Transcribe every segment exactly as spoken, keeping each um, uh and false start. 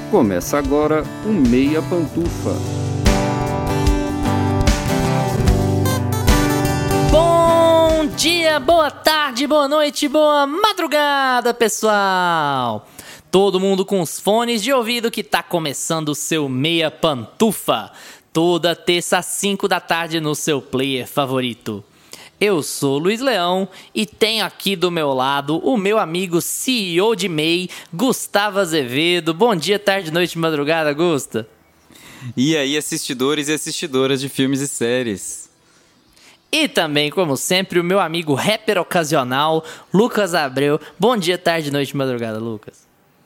Começa agora o Meia Pantufa. Bom dia, boa tarde, boa noite, boa madrugada, pessoal! Todo mundo com os fones de ouvido que tá começando o seu Meia Pantufa. Toda terça às cinco da tarde no seu player favorito. Eu sou Luiz Leão e tenho aqui do meu lado o meu amigo C E O de M E I, Gustavo Azevedo. Bom dia, tarde, noite, madrugada, Gusta. E aí, assistidores e assistidoras de filmes e séries. E também, como sempre, o meu amigo rapper ocasional, Lucas Abreu. Bom dia, tarde, noite, madrugada, Lucas.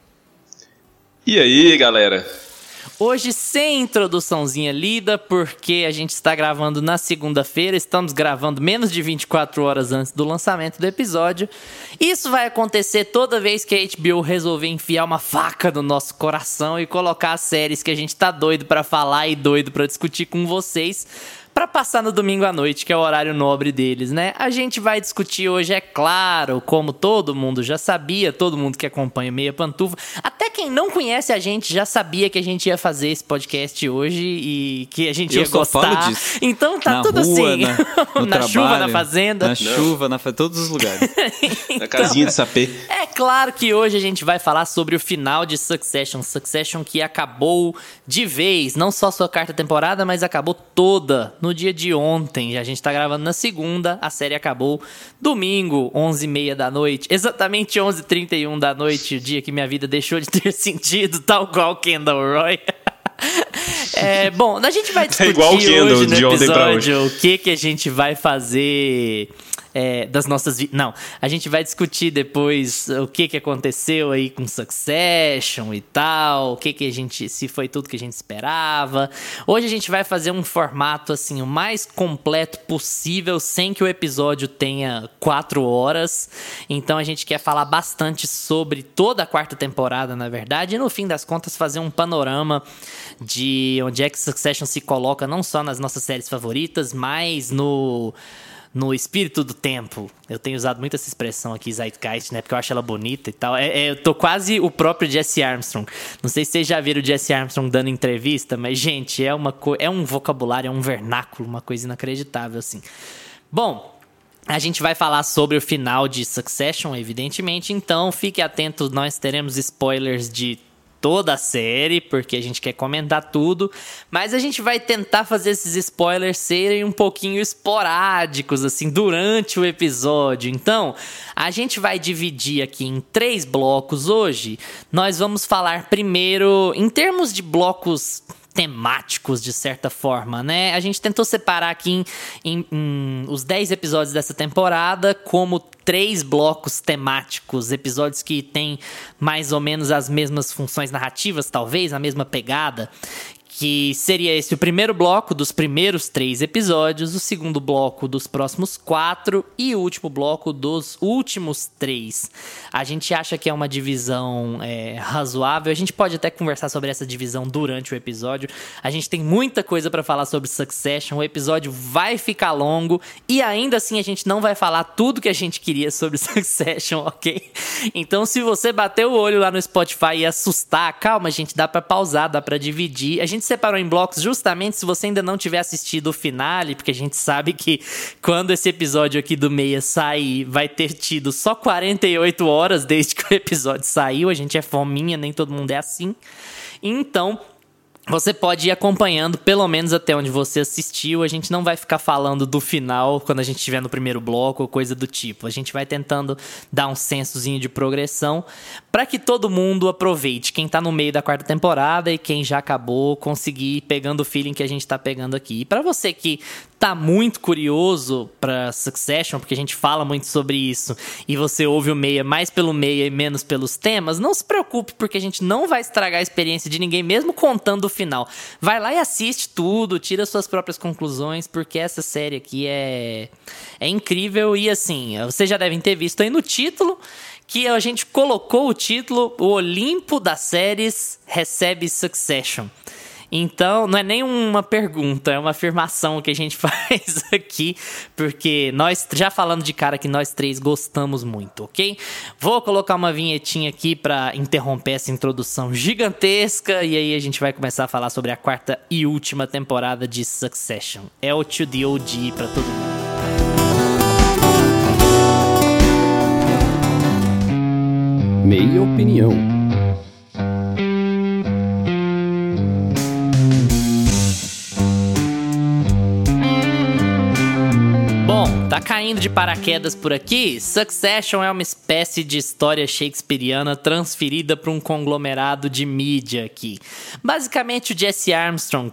E aí, galera? Hoje sem introduçãozinha lida, porque a gente está gravando na segunda-feira, estamos gravando menos de vinte e quatro horas antes do lançamento do episódio. Isso vai acontecer toda vez que a H B O resolver enfiar uma faca no nosso coração e colocar as séries que a gente tá doido pra falar e doido pra discutir com vocês, pra passar no domingo à noite, que é o horário nobre deles, né? A gente vai discutir hoje, é claro, como todo mundo já sabia, todo mundo que acompanha o Meia Pantufa, até quem não conhece a gente já sabia que a gente ia fazer esse podcast hoje e que a gente Eu ia só gostar. falo disso. Então tá na tudo rua, assim. Na, no na trabalho, chuva, na fazenda. Na Não. chuva, na fa... todos os lugares. Então, Na casinha de sapê. é claro que hoje a gente vai falar sobre o final de Succession. Succession que acabou de vez, não só sua quarta temporada, mas acabou toda no dia de ontem. A gente tá gravando na segunda, a série acabou domingo, onze e meia da noite. Exatamente onze e trinta e um da noite, o dia que minha vida deixou de ter sentido, tal qual Kendall Roy. É, bom, a gente vai discutir É igual o Kendall, hoje no de ontem pra episódio o que, que a gente vai fazer... É, das nossas vidas. Não, a gente vai discutir depois o que, que aconteceu aí com Succession e tal, o que, que a gente, se foi tudo que a gente esperava. Hoje a gente vai fazer um formato assim o mais completo possível, sem que o episódio tenha quatro horas. Então a gente quer falar bastante sobre toda a quarta temporada, na verdade, e no fim das contas fazer um panorama de onde é que Succession se coloca, não só nas nossas séries favoritas, mas no no espírito do tempo. Eu tenho usado muito essa expressão aqui, Zeitgeist, né? Porque eu acho ela bonita e tal. É, é, eu tô quase o próprio Jesse Armstrong. Não sei se vocês já viram o Jesse Armstrong dando entrevista, mas, gente, é, uma co- é um vocabulário, é um vernáculo, uma coisa inacreditável, assim. Bom, a gente vai falar sobre o final de Succession, evidentemente, então fique atento, nós teremos spoilers de toda a série, porque a gente quer comentar tudo, mas a gente vai tentar fazer esses spoilers serem um pouquinho esporádicos, assim, durante o episódio. Então, a gente vai dividir aqui em três blocos hoje. Nós vamos falar primeiro, em termos de blocos temáticos, de certa forma, né? A gente tentou separar aqui em, em, em os dez episódios dessa temporada como três blocos temáticos, episódios que têm mais ou menos as mesmas funções narrativas, talvez, a mesma pegada, que seria esse o primeiro bloco dos primeiros três episódios, o segundo bloco dos próximos quatro e o último bloco dos últimos três. A gente acha que é uma divisão é, razoável, a gente pode até conversar sobre essa divisão durante o episódio. A gente tem muita coisa pra falar sobre Succession, o episódio vai ficar longo e ainda assim a gente não vai falar tudo que a gente queria sobre Succession, ok? Então se você bater o olho lá no Spotify e assustar, calma gente, dá pra pausar, dá pra dividir. A gente separou em blocos justamente se você ainda não tiver assistido o finale, porque a gente sabe que quando esse episódio aqui do Meia sair, vai ter tido só quarenta e oito horas desde que o episódio saiu. A gente é fominha, nem todo mundo é assim. Então, você pode ir acompanhando pelo menos até onde você assistiu. A gente não vai ficar falando do final quando a gente estiver no primeiro bloco ou coisa do tipo. A gente vai tentando dar um sensozinho de progressão para que todo mundo aproveite. Quem tá no meio da quarta temporada e quem já acabou, conseguir ir pegando o feeling que a gente tá pegando aqui. E para você que tá muito curioso pra Succession, porque a gente fala muito sobre isso, e você ouve o Meia mais pelo Meia e menos pelos temas, não se preocupe, porque a gente não vai estragar a experiência de ninguém, mesmo contando o final. Vai lá e assiste tudo, tira suas próprias conclusões, porque essa série aqui é, é incrível. E assim, vocês já devem ter visto aí no título, que a gente colocou o título, o Olimpo das séries recebe Succession. Então, não é nem uma pergunta, é uma afirmação que a gente faz aqui, porque nós, já falando de cara que nós três gostamos muito, ok? Vou colocar uma vinhetinha aqui pra interromper essa introdução gigantesca, e aí a gente vai começar a falar sobre a quarta e última temporada de Succession. É o to the O G pra todo mundo. Meia opinião. Bom, tá caindo de paraquedas por aqui. Succession é uma espécie de história shakespeariana transferida para um conglomerado de mídia aqui. Basicamente, o Jesse Armstrong,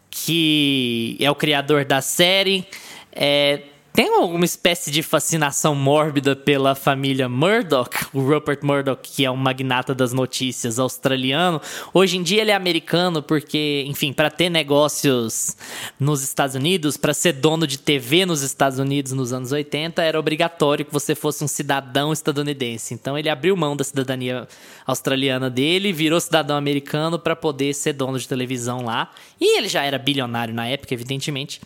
que é o criador da série, é... tem alguma espécie de fascinação mórbida pela família Murdoch, o Rupert Murdoch, que é um magnata das notícias australiano. Hoje em dia ele é americano porque, enfim, para ter negócios nos Estados Unidos, para ser dono de T V nos Estados Unidos nos anos oitenta, era obrigatório que você fosse um cidadão estadunidense. Então ele abriu mão da cidadania australiana dele, virou cidadão americano para poder ser dono de televisão lá. E ele já era bilionário na época, evidentemente.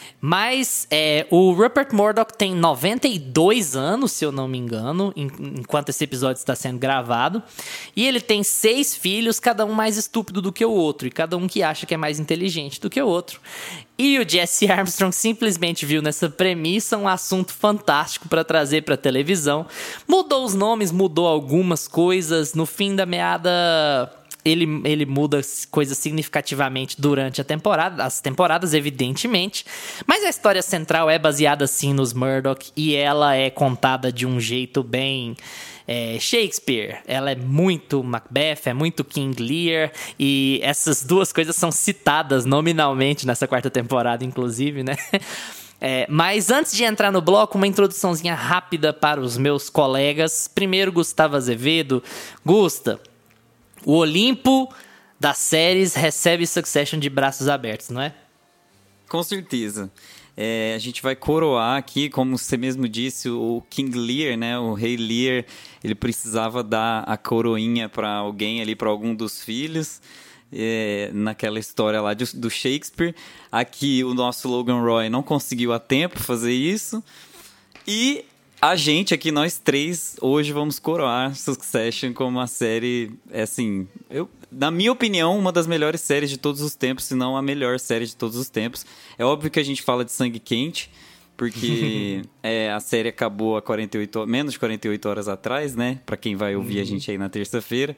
Mas é, o Rupert Murdoch tem noventa e dois anos, se eu não me engano, enquanto esse episódio está sendo gravado. E ele tem seis filhos, cada um mais estúpido do que o outro. E cada um que acha que é mais inteligente do que o outro. E o Jesse Armstrong simplesmente viu nessa premissa um assunto fantástico para trazer para a televisão. Mudou os nomes, mudou algumas coisas. No fim da meada... Ele, ele muda coisas significativamente durante a temporada, as temporadas, evidentemente. Mas a história central é baseada, sim, nos Murdoch. E ela é contada de um jeito bem é, Shakespeare. Ela é muito Macbeth, é muito King Lear. E essas duas coisas são citadas nominalmente nessa quarta temporada, inclusive, né? É, mas antes de entrar no bloco, uma introduçãozinha rápida para os meus colegas. Primeiro, Gustavo Azevedo. Gusta... O Olimpo das séries recebe Succession de braços abertos, não é? Com certeza. É, a gente vai coroar aqui, como você mesmo disse, o King Lear, né? O rei Lear, ele precisava dar a coroinha para alguém ali, para algum dos filhos, é, naquela história lá de, do Shakespeare. Aqui o nosso Logan Roy não conseguiu a tempo fazer isso. E... a gente aqui, nós três, hoje vamos coroar Succession como uma série, assim, eu, na minha opinião, uma das melhores séries de todos os tempos, se não a melhor série de todos os tempos. É óbvio que a gente fala de sangue quente, porque é, a série acabou há quarenta e oito, menos de quarenta e oito horas atrás, né? Pra quem vai ouvir uhum. a gente aí na terça-feira.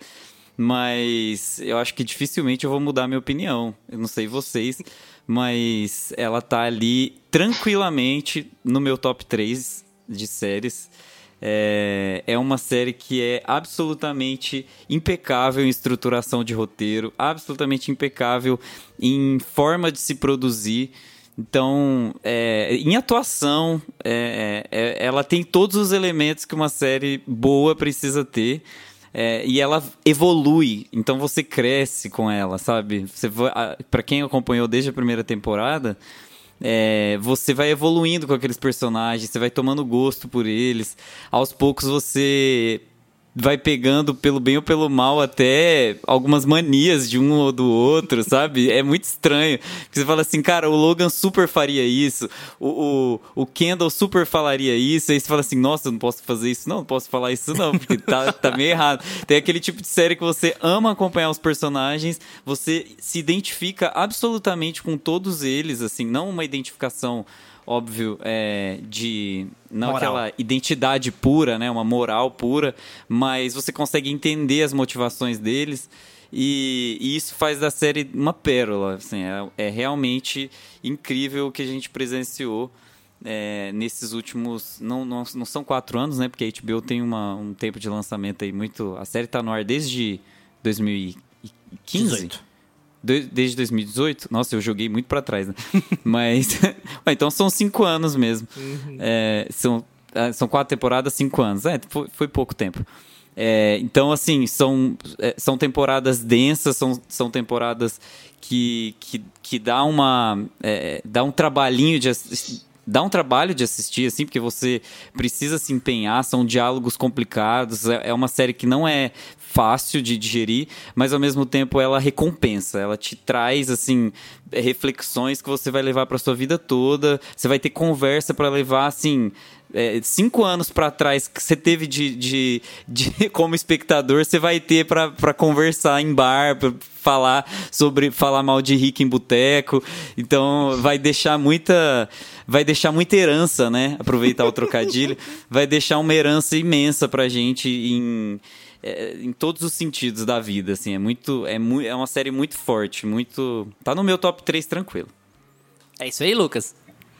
Mas eu acho que dificilmente eu vou mudar a minha opinião. Eu não sei vocês, mas ela tá ali tranquilamente no meu top três de séries. É, é uma série que é absolutamente impecável em estruturação de roteiro, absolutamente impecável em forma de se produzir. Então, é, em atuação, é, é, ela tem todos os elementos que uma série boa precisa ter. É, e ela evolui, então você cresce com ela, sabe? Você vai, pra quem acompanhou desde a primeira temporada... É, você vai evoluindo com aqueles personagens, você vai tomando gosto por eles. Aos poucos você vai pegando pelo bem ou pelo mal até algumas manias de um ou do outro, sabe? É muito estranho. Porque você fala assim, cara, o Logan super faria isso, o, o, o Kendall super falaria isso, aí você fala assim, nossa, eu não posso fazer isso não, não posso falar isso não, porque tá, tá meio errado. Tem aquele tipo de série que você ama acompanhar os personagens, você se identifica absolutamente com todos eles, assim, não uma identificação... óbvio, é, de não moral. Aquela identidade pura, né, uma moral pura, mas você consegue entender as motivações deles e, e isso faz da série uma pérola, assim, é, é realmente incrível o que a gente presenciou é, nesses últimos, não, não, não são quatro anos, né, porque a H B O tem uma, um tempo de lançamento aí muito, a série tá no ar desde dois mil e quinze? dezoito. Desde dois mil e dezoito? Nossa, eu joguei muito pra trás, né? Mas... então são cinco anos mesmo. Uhum. É, são, são quatro temporadas, cinco anos. É, foi, foi pouco tempo. É, então, assim, são, é, são temporadas densas, são, são temporadas que, que, que dá, uma, é, dá um trabalhinho de... dá um trabalho de assistir, assim, porque você precisa se empenhar, são diálogos complicados, é, é uma série que não é fácil de digerir, mas ao mesmo tempo ela recompensa, ela te traz, assim, reflexões que você vai levar para sua vida toda, você vai ter conversa para levar, assim... É, cinco anos pra trás que você teve de, de, de como espectador, você vai ter pra, pra conversar em bar, pra falar sobre falar mal de rico em boteco. Então vai deixar muita vai deixar muita herança, né? Aproveitar o trocadilho, vai deixar uma herança imensa pra gente em, é, em todos os sentidos da vida, assim. É muito é, mu- é uma série muito forte, muito tá no meu top três tranquilo. É isso aí, Lucas.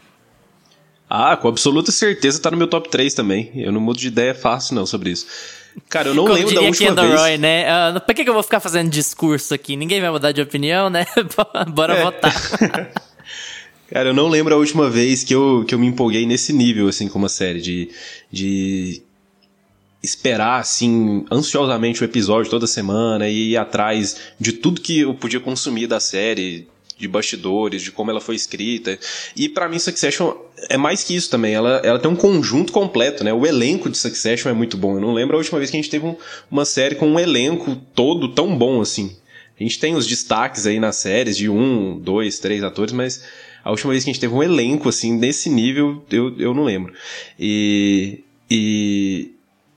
Ah, com absoluta certeza tá no meu top três também. Eu não mudo de ideia fácil não sobre isso. Cara, eu não Como lembro da diria última Kendall vez... Roy, né? Uh, pra que, que eu vou ficar fazendo discurso aqui? Ninguém vai mudar de opinião, né? Bora É. votar. Cara, eu não lembro a última vez que eu, que eu me empolguei nesse nível, assim, com uma série. De, de esperar, assim, ansiosamente o episódio toda semana e ir atrás de tudo que eu podia consumir da série... de bastidores, de como ela foi escrita. E pra mim Succession é mais que isso também. Ela, ela tem um conjunto completo, né? O elenco de Succession é muito bom. Eu não lembro a última vez que a gente teve um, uma série com um elenco todo tão bom assim. A gente tem os destaques aí nas séries de um, dois, três atores, mas a última vez que a gente teve um elenco assim, nesse nível, eu, eu não lembro. E... e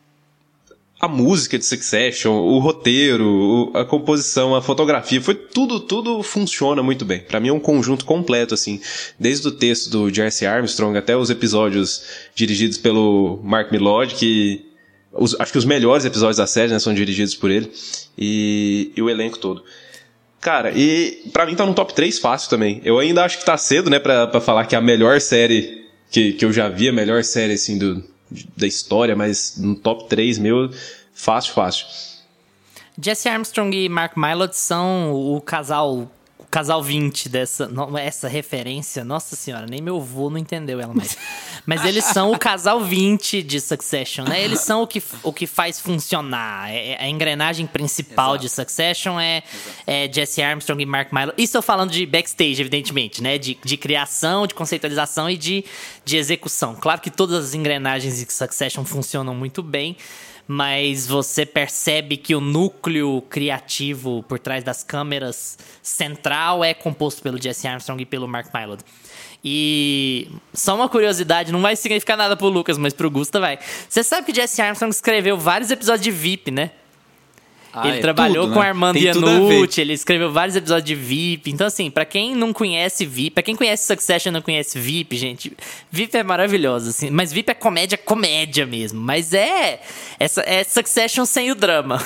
a música de Succession, o roteiro, a composição, a fotografia, foi tudo, tudo funciona muito bem. Pra mim é um conjunto completo, assim, desde o texto do Jesse Armstrong até os episódios dirigidos pelo Mark Millard, que os, acho que os melhores episódios da série, né, são dirigidos por ele, e, e o elenco todo. Cara, e pra mim tá no top três fácil também. Eu ainda acho que tá cedo, né, pra, pra falar que é a melhor série que, que eu já vi, a melhor série, assim, do... da história, mas no top três meu, fácil, fácil. Jesse Armstrong e Mark Mylod são o casal o casal vinte dessa não, essa referência, nossa senhora, nem meu avô não entendeu ela mais. Mas eles são o casal vinte de Succession, né? Eles são o que, o que faz funcionar. É, a engrenagem principal Exato. de Succession é, é Jesse Armstrong e Mark Mylod. Isso eu falando de backstage, evidentemente, né? De, de criação, de conceitualização e de, de execução. Claro que todas as engrenagens de Succession funcionam muito bem, mas você percebe que o núcleo criativo por trás das câmeras central é composto pelo Jesse Armstrong e pelo Mark Mylod. E só uma curiosidade, não vai significar nada pro Lucas, mas pro Gusta vai. Você sabe que o Jesse Armstrong escreveu vários episódios de V I P, né? Ah, ele é trabalhou tudo, com né? Armando Tem tudo a ver. Iannucci, ele escreveu vários episódios de V I P. Então, assim, pra quem não conhece V I P, pra quem conhece Succession e não conhece V I P, gente, V I P é maravilhoso, assim. Mas V I P é comédia, comédia mesmo. Mas é, essa, é Succession sem o drama.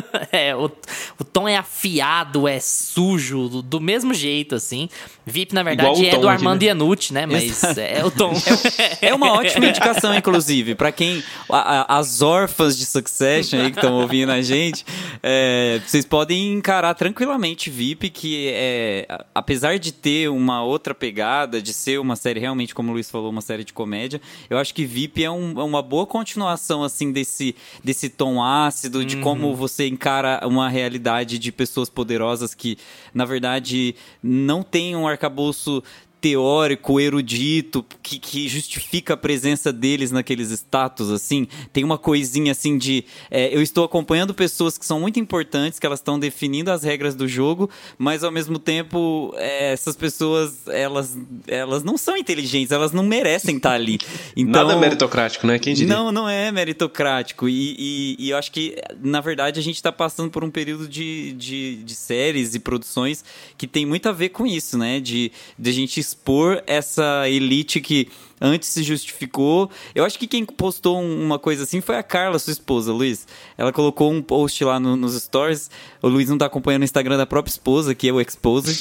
é, o, o tom é afiado, é sujo, do, do mesmo jeito, assim. V I P, na verdade, é do Armando aqui, né? Iannucci, né? Mas é, é o tom. É uma ótima indicação, inclusive, pra quem... A, a, as órfãs de Succession aí que estão ouvindo a gente, é, vocês podem encarar tranquilamente V I P, que é, apesar de ter uma outra pegada, de ser uma série realmente, como o Luiz falou, uma série de comédia, eu acho que V I P é, um, é uma boa continuação, assim, desse, desse tom ácido, de uhum. como você encara uma realidade de pessoas poderosas que, na verdade, não têm um arcabouço teórico, erudito, que, que justifica a presença deles naqueles status, assim. Tem uma coisinha, assim, de... É, eu estou acompanhando pessoas que são muito importantes, que elas estão definindo as regras do jogo, mas, ao mesmo tempo, é, essas pessoas, elas, elas não são inteligentes, elas não merecem estar ali. Então, nada meritocrático, né? Quem diria? Não, não é meritocrático. E, e, e eu acho que, na verdade, a gente está passando por um período de, de, de séries e produções que tem muito a ver com isso, né? De, de a gente expor essa elite que antes se justificou. Eu acho que quem postou uma coisa assim foi a Carla, sua esposa, Luiz. Ela colocou um post lá no, nos stories. O Luiz não tá acompanhando o Instagram da própria esposa, que é o Exposed.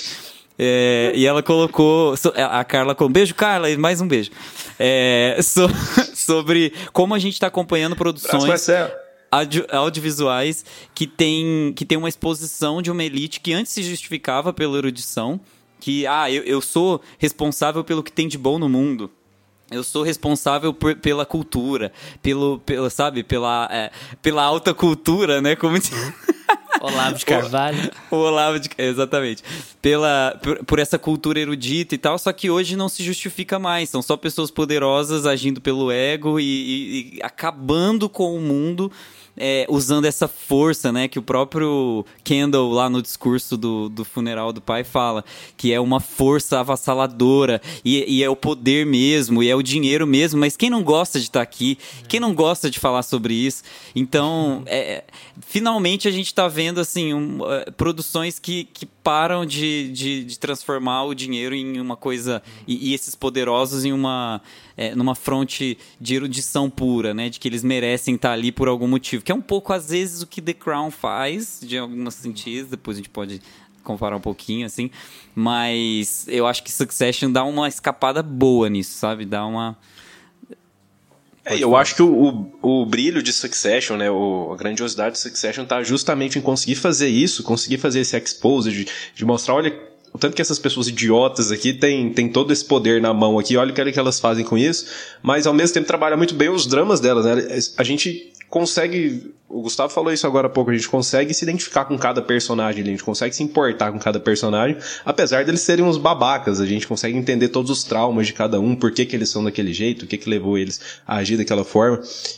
É, e ela colocou... A Carla colocou... Beijo, Carla, e mais um beijo. É, so, sobre como a gente tá acompanhando produções audio, audiovisuais que tem, que tem uma exposição de uma elite que antes se justificava pela erudição, que, ah, eu, eu sou responsável pelo que tem de bom no mundo. Eu sou responsável por, pela cultura, pelo, pela, sabe, pela, é, pela alta cultura, né? Como... Olavo de Carvalho. O Olavo de exatamente. Pela, por, por essa cultura erudita e tal, só que hoje não se justifica mais. São só pessoas poderosas agindo pelo ego e, e, e acabando com o mundo. É, usando essa força, né, que o próprio Kendall lá no discurso do, do funeral do pai fala, que é uma força avassaladora e, e é o poder mesmo, e é o dinheiro mesmo, mas quem não gosta de estar aqui, quem não gosta de falar sobre isso? Então, é, finalmente a gente está vendo assim, um, uh, produções que, que param de, de, de transformar o dinheiro em uma coisa, e, e esses poderosos em uma... É, numa fronte de erudição pura, né? De que eles merecem estar ali por algum motivo. Que é um pouco, às vezes, o que The Crown faz, de algumas sentidos. Depois a gente pode comparar um pouquinho, assim. Mas eu acho que Succession dá uma escapada boa nisso, sabe? Dá uma... É, eu acho que o, o, o brilho de Succession, né, o, a grandiosidade de Succession tá justamente em conseguir fazer isso, conseguir fazer esse expose, de, de mostrar, olha... O tanto que essas pessoas idiotas aqui têm, têm todo esse poder na mão aqui, olha o que elas fazem com isso, mas ao mesmo tempo trabalha muito bem os dramas delas, né? A gente consegue, o Gustavo falou isso agora há pouco, a gente consegue se identificar com cada personagem, a gente consegue se importar com cada personagem, apesar deles serem uns babacas, a gente consegue entender todos os traumas de cada um, por que que eles são daquele jeito, o que que levou eles a agir daquela forma,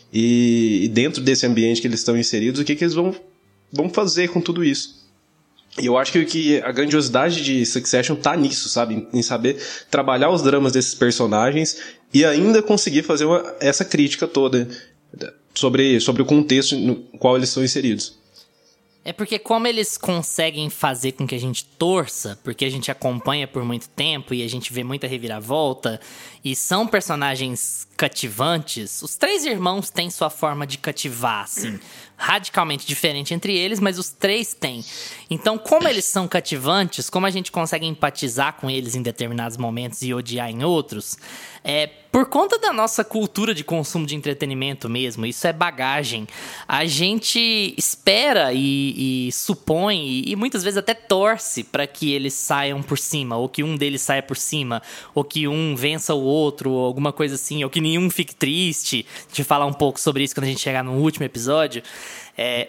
e, e dentro desse ambiente que eles estão inseridos, o que que eles vão, vão fazer com tudo isso. E eu acho que, que a grandiosidade de Succession tá nisso, sabe? Em saber trabalhar os dramas desses personagens e ainda conseguir fazer uma, essa crítica toda sobre, sobre o contexto no qual eles são inseridos. É porque como eles conseguem fazer com que a gente torça, porque a gente acompanha por muito tempo e a gente vê muita reviravolta, e são personagens cativantes, os três irmãos têm sua forma de cativar, assim, radicalmente diferente entre eles, mas os três têm. Então, como eles são cativantes, como a gente consegue empatizar com eles em determinados momentos e odiar em outros, é por conta da nossa cultura de consumo de entretenimento mesmo, isso é bagagem. A gente espera e, e supõe e, e muitas vezes até torce para que eles saiam por cima, ou que um deles saia por cima, ou que um vença o outro, ou alguma coisa assim, ou que nenhum fique triste. A gente vai falar um pouco sobre isso quando a gente chegar no último episódio. É,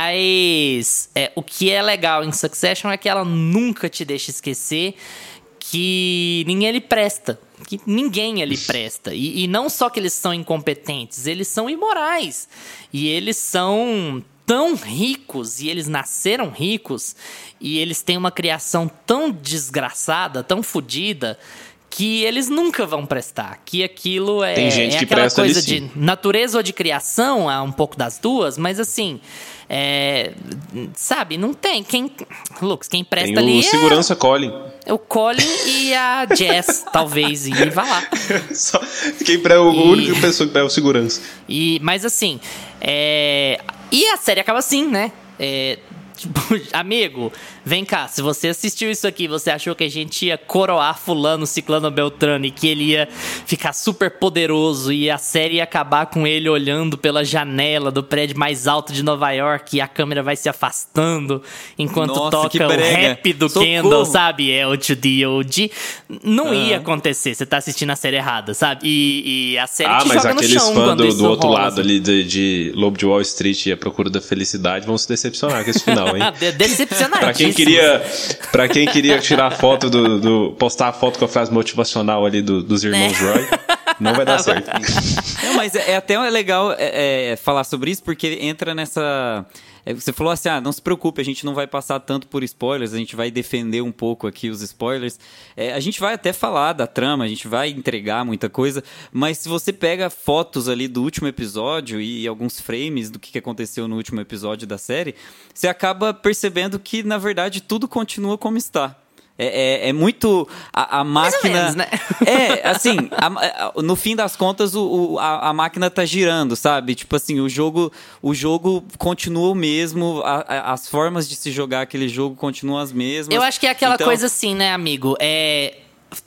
mas é, o que é legal em Succession é que ela nunca te deixa esquecer que ninguém ali presta. Que ninguém ali presta. E, e não só que eles são incompetentes, eles são imorais. E eles são tão ricos, e eles nasceram ricos, e eles têm uma criação tão desgraçada, tão fodida, que eles nunca vão prestar. Que aquilo é, Tem gente é que aquela presta coisa ali, de sim. natureza ou de criação, há um pouco das duas, mas assim... É, sabe, não tem. Quem, Lucas, quem presta Tem o ali segurança Colin. é o Colin e a Jess, talvez, e vai lá. Só, quem pré, o E- único pessoa que é o segurança. E, mas assim, é, e a série acaba assim, né? É, tipo, amigo, vem cá, se você assistiu isso aqui, você achou que a gente ia coroar fulano, ciclano, beltrano e que ele ia ficar super poderoso e a série ia acabar com ele olhando pela janela do prédio mais alto de Nova York e a câmera vai se afastando enquanto Nossa, que toca o brega. rap do Socorro. Kendall, sabe? É o to the O G. Não Ah. ia acontecer, você tá assistindo a série errada, sabe? E, e a série Ah, te mas joga no aqueles chão fãs quando do, isso do outro rola, lado assim. ali de, de Lobo de Wall Street e A Procura da Felicidade vão se decepcionar com esse final, hein? De- Decepcionadíssimo. Pra quem queria, pra quem queria tirar foto do, do... postar a foto com a frase motivacional ali do- dos irmãos Roy, não vai dar certo. Não, mas é, é até legal é, é, falar sobre isso, porque entra nessa... é, você falou assim, ah, não se preocupe, a gente não vai passar tanto por spoilers, a gente vai defender um pouco aqui os spoilers. É, a gente vai até falar da trama, a gente vai entregar muita coisa, mas se você pega fotos ali do último episódio e alguns frames do que aconteceu no último episódio da série, você acaba percebendo que, na verdade, tudo continua como está. É, é, é muito... A, a Mais ou máquina... menos, né? É, assim, a- a- no fim das contas, o, o- a, a máquina tá girando, sabe? Tipo assim, o jogo, o jogo continua o mesmo, a- a- as formas de se jogar aquele jogo continuam as mesmas. Eu acho que é aquela Então, coisa assim, né, amigo? É...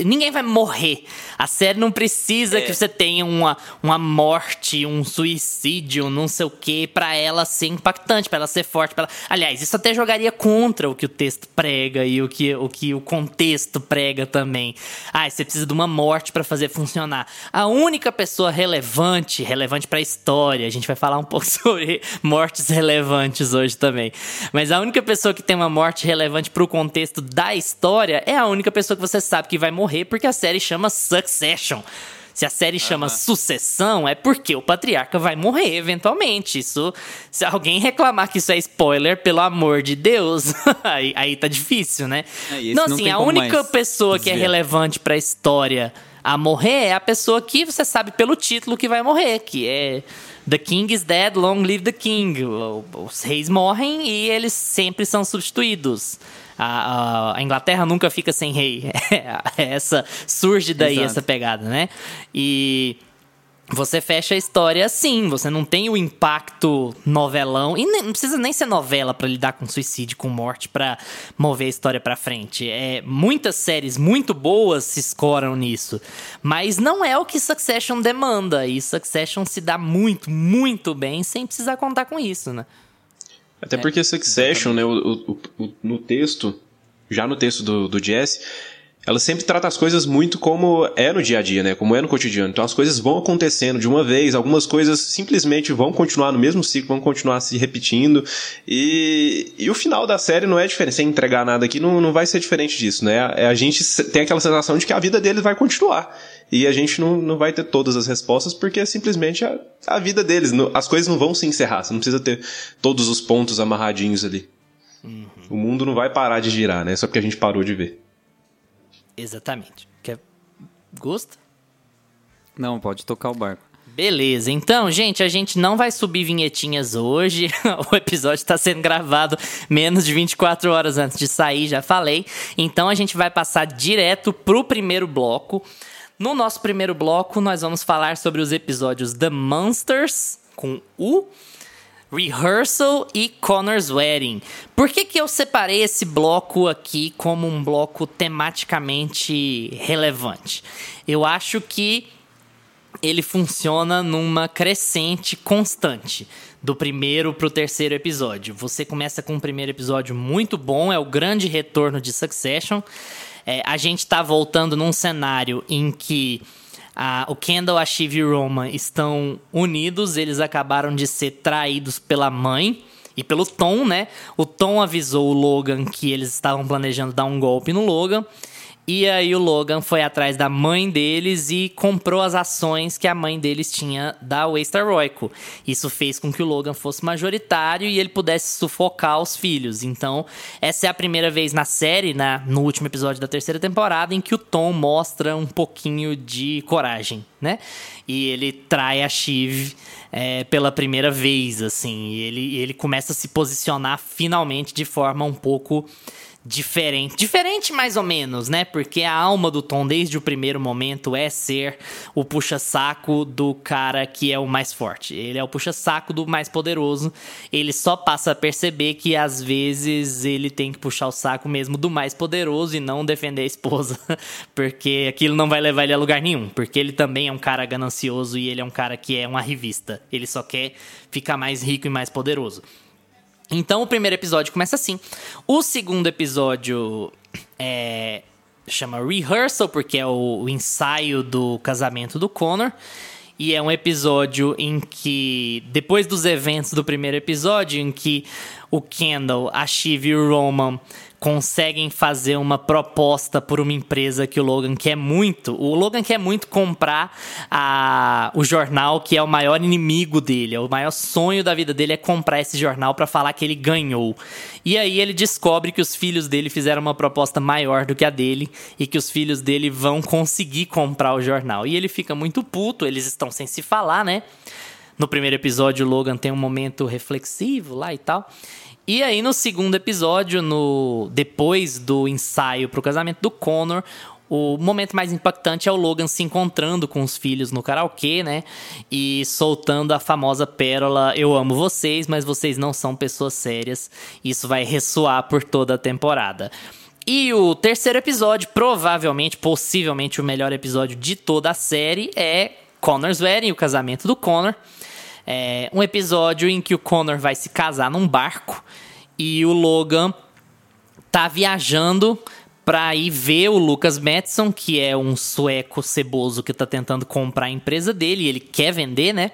ninguém vai morrer. A série não precisa é. que você tenha uma, uma morte, um suicídio, não sei o que, pra ela ser impactante, pra ela ser forte. Pra ela... Aliás, isso até jogaria contra o que o texto prega e o que o, que o contexto prega também. Ah, você precisa de uma morte pra fazer funcionar. A única pessoa relevante, relevante pra história, a gente vai falar um pouco sobre mortes relevantes hoje também, mas a única pessoa que tem uma morte relevante pro contexto da história é a única pessoa que você sabe que vai morrer, porque a série chama Succession. Se a série chama uhum. Sucessão, é porque o patriarca vai morrer eventualmente. Isso, se alguém reclamar que isso é spoiler, pelo amor de Deus, aí, aí tá difícil, né? É, não, assim, não a única pessoa que é relevante pra história a morrer é a pessoa que você sabe pelo título que vai morrer, que é The King is Dead, Long Live the King. Os reis morrem e eles sempre são substituídos. A, a Inglaterra nunca fica sem rei. Essa, surge daí Exato. Essa pegada, né? E você fecha a história assim, você não tem o impacto novelão, e nem, não precisa nem ser novela pra lidar com suicídio, com morte, pra mover a história pra frente. É, muitas séries muito boas se escoram nisso, mas não é o que Succession demanda, e Succession se dá muito, muito bem sem precisar contar com isso, né? Até porque Succession, né, o, o, o, no texto, já no texto do, do Jesse, ela sempre trata as coisas muito como é no dia a dia, né? Como é no cotidiano. Então as coisas vão acontecendo de uma vez, algumas coisas simplesmente vão continuar no mesmo ciclo, vão continuar se repetindo. E, e o final da série não é diferente. Sem entregar nada aqui, não, não vai ser diferente disso, né? A, a gente tem aquela sensação de que a vida deles vai continuar. E a gente não, não vai ter todas as respostas, porque é simplesmente a, a vida deles. As coisas não vão se encerrar. Você não precisa ter todos os pontos amarradinhos ali. Uhum. O mundo não vai parar de girar, né? Só porque a gente parou de ver. Exatamente. Quer... Gosta? Não, pode tocar o barco. Beleza, então, gente, a gente não vai subir vinhetinhas hoje. O episódio está sendo gravado menos de vinte e quatro horas antes de sair, já falei. Então a gente vai passar direto pro primeiro bloco. No nosso primeiro bloco, nós vamos falar sobre os episódios The Monsters, com U, Rehearsal e Connor's Wedding. Por que que eu separei esse bloco aqui como um bloco tematicamente relevante? Eu acho que ele funciona numa crescente constante, do primeiro pro terceiro episódio. Você começa com um primeiro episódio muito bom, é o grande retorno de Succession. É, a gente tá voltando num cenário em que a, o Kendall, a Shiv e o Roman estão unidos. Eles acabaram de ser traídos pela mãe e pelo Tom, né? O Tom avisou o Logan que eles estavam planejando dar um golpe no Logan. E aí o Logan foi atrás da mãe deles e comprou as ações que a mãe deles tinha da Waystar Royco. Isso fez com que o Logan fosse majoritário e ele pudesse sufocar os filhos. Então, essa é a primeira vez na série, né, no último episódio da terceira temporada, em que o Tom mostra um pouquinho de coragem, né? E ele trai a Shiv é, pela primeira vez, assim. E ele, ele começa a se posicionar finalmente de forma um pouco diferente. Diferente mais ou menos, né? Porque a alma do Tom desde o primeiro momento é ser o puxa-saco do cara que é o mais forte. Ele é o puxa-saco do mais poderoso. Ele só passa a perceber que às vezes ele tem que puxar o saco mesmo do mais poderoso e não defender a esposa. Porque aquilo não vai levar ele a lugar nenhum. Porque ele também é um cara ganancioso e ele é um cara que é uma revista. Ele só quer ficar mais rico e mais poderoso. Então o primeiro episódio começa assim. O segundo episódio é, chama Rehearsal, porque é o, o ensaio do casamento do Connor. E é um episódio em que, depois dos eventos do primeiro episódio, em que o Kendall, a Shiv e o Roman conseguem fazer uma proposta por uma empresa que o Logan quer muito. O Logan quer muito comprar a, o jornal que é o maior inimigo dele. O maior sonho da vida dele é comprar esse jornal para falar que ele ganhou. E aí ele descobre que os filhos dele fizeram uma proposta maior do que a dele e que os filhos dele vão conseguir comprar o jornal. E ele fica muito puto, eles estão sem se falar, né? No primeiro episódio, o Logan tem um momento reflexivo lá e tal. E aí, no segundo episódio, no... depois do ensaio pro casamento do Connor, o momento mais impactante é o Logan se encontrando com os filhos no karaokê, né? E soltando a famosa pérola: eu amo vocês, mas vocês não são pessoas sérias. Isso vai ressoar por toda a temporada. E o terceiro episódio, provavelmente, possivelmente o melhor episódio de toda a série, é Connor's Wedding, o casamento do Connor. É um episódio em que o Connor vai se casar num barco e o Logan tá viajando pra ir ver o Lucas Mattsson, que é um sueco ceboso que tá tentando comprar a empresa dele e ele quer vender, né?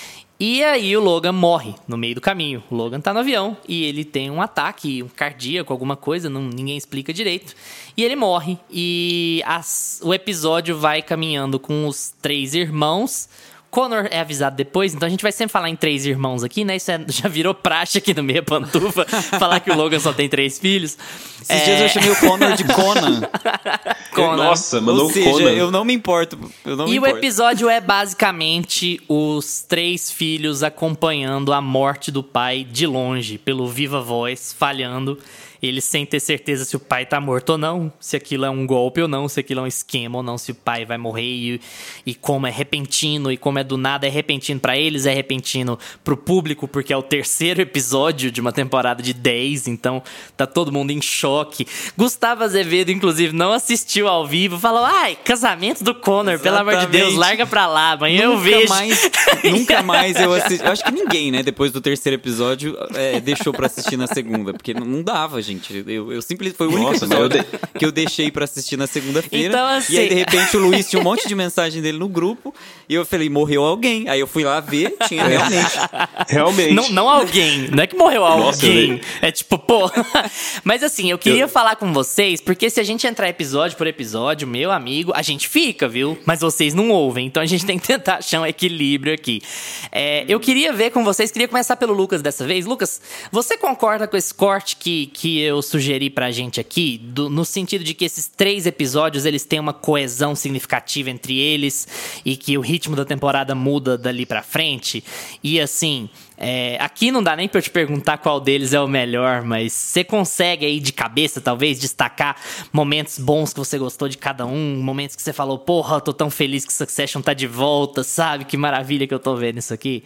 E aí o Logan morre no meio do caminho. O Logan tá no avião e ele tem um ataque, um cardíaco, alguma coisa, não, ninguém explica direito. E ele morre. E as, o episódio vai caminhando com os três irmãos. Connor é avisado depois, então a gente vai sempre falar em três irmãos aqui, né? Isso é, já virou praxe aqui no Meia Pantufa, falar que o Logan só tem três filhos. Esses é... dias eu chamei o Connor de Conan. Conan. Nossa, mandou Ou seja, Conan. eu não me importo. Eu não e me o importo. episódio é basicamente os três filhos acompanhando a morte do pai de longe, pelo viva voz, falhando. Eles sem ter certeza se o pai tá morto ou não, se aquilo é um golpe ou não, se aquilo é um esquema ou não, se o pai vai morrer e, e como é repentino e como é do nada, é repentino pra eles, é repentino pro público, porque é o terceiro episódio de uma temporada de dez, então tá todo mundo em choque. Gustavo Azevedo, inclusive, não assistiu ao vivo, falou, ai, casamento do Connor, exatamente. Pelo amor de Deus, larga pra lá, amanhã eu vejo. Mais, nunca mais eu assisti. Eu acho que ninguém, né, depois do terceiro episódio, é, deixou pra assistir na segunda, porque não, não dava, gente. Eu, eu simplesmente foi o único Nossa, episódio eu de... que eu deixei pra assistir na segunda-feira. Então, assim... E aí, de repente, o Luiz tinha um monte de mensagem dele no grupo. E eu falei, morreu alguém. Aí eu fui lá ver, tinha realmente. Realmente. Não, não alguém. Não é que morreu Nossa, alguém. É tipo, pô. Mas assim, eu queria eu... falar com vocês, porque se a gente entrar episódio por episódio, meu amigo, a gente fica, viu? Mas vocês não ouvem. Então a gente tem que tentar achar um equilíbrio aqui. É, eu queria ver com vocês, queria começar pelo Lucas dessa vez. Lucas, você concorda com esse corte que, que eu sugeri pra gente aqui? Do, no sentido de que esses três episódios, eles têm uma coesão significativa entre eles e que o ritmo da temporada muda dali pra frente? E assim... É, aqui não dá nem pra eu te perguntar qual deles é o melhor, mas você consegue aí de cabeça, talvez, destacar momentos bons que você gostou de cada um, momentos que você falou, porra, eu tô tão feliz que Succession tá de volta, sabe? Que maravilha que eu tô vendo isso aqui.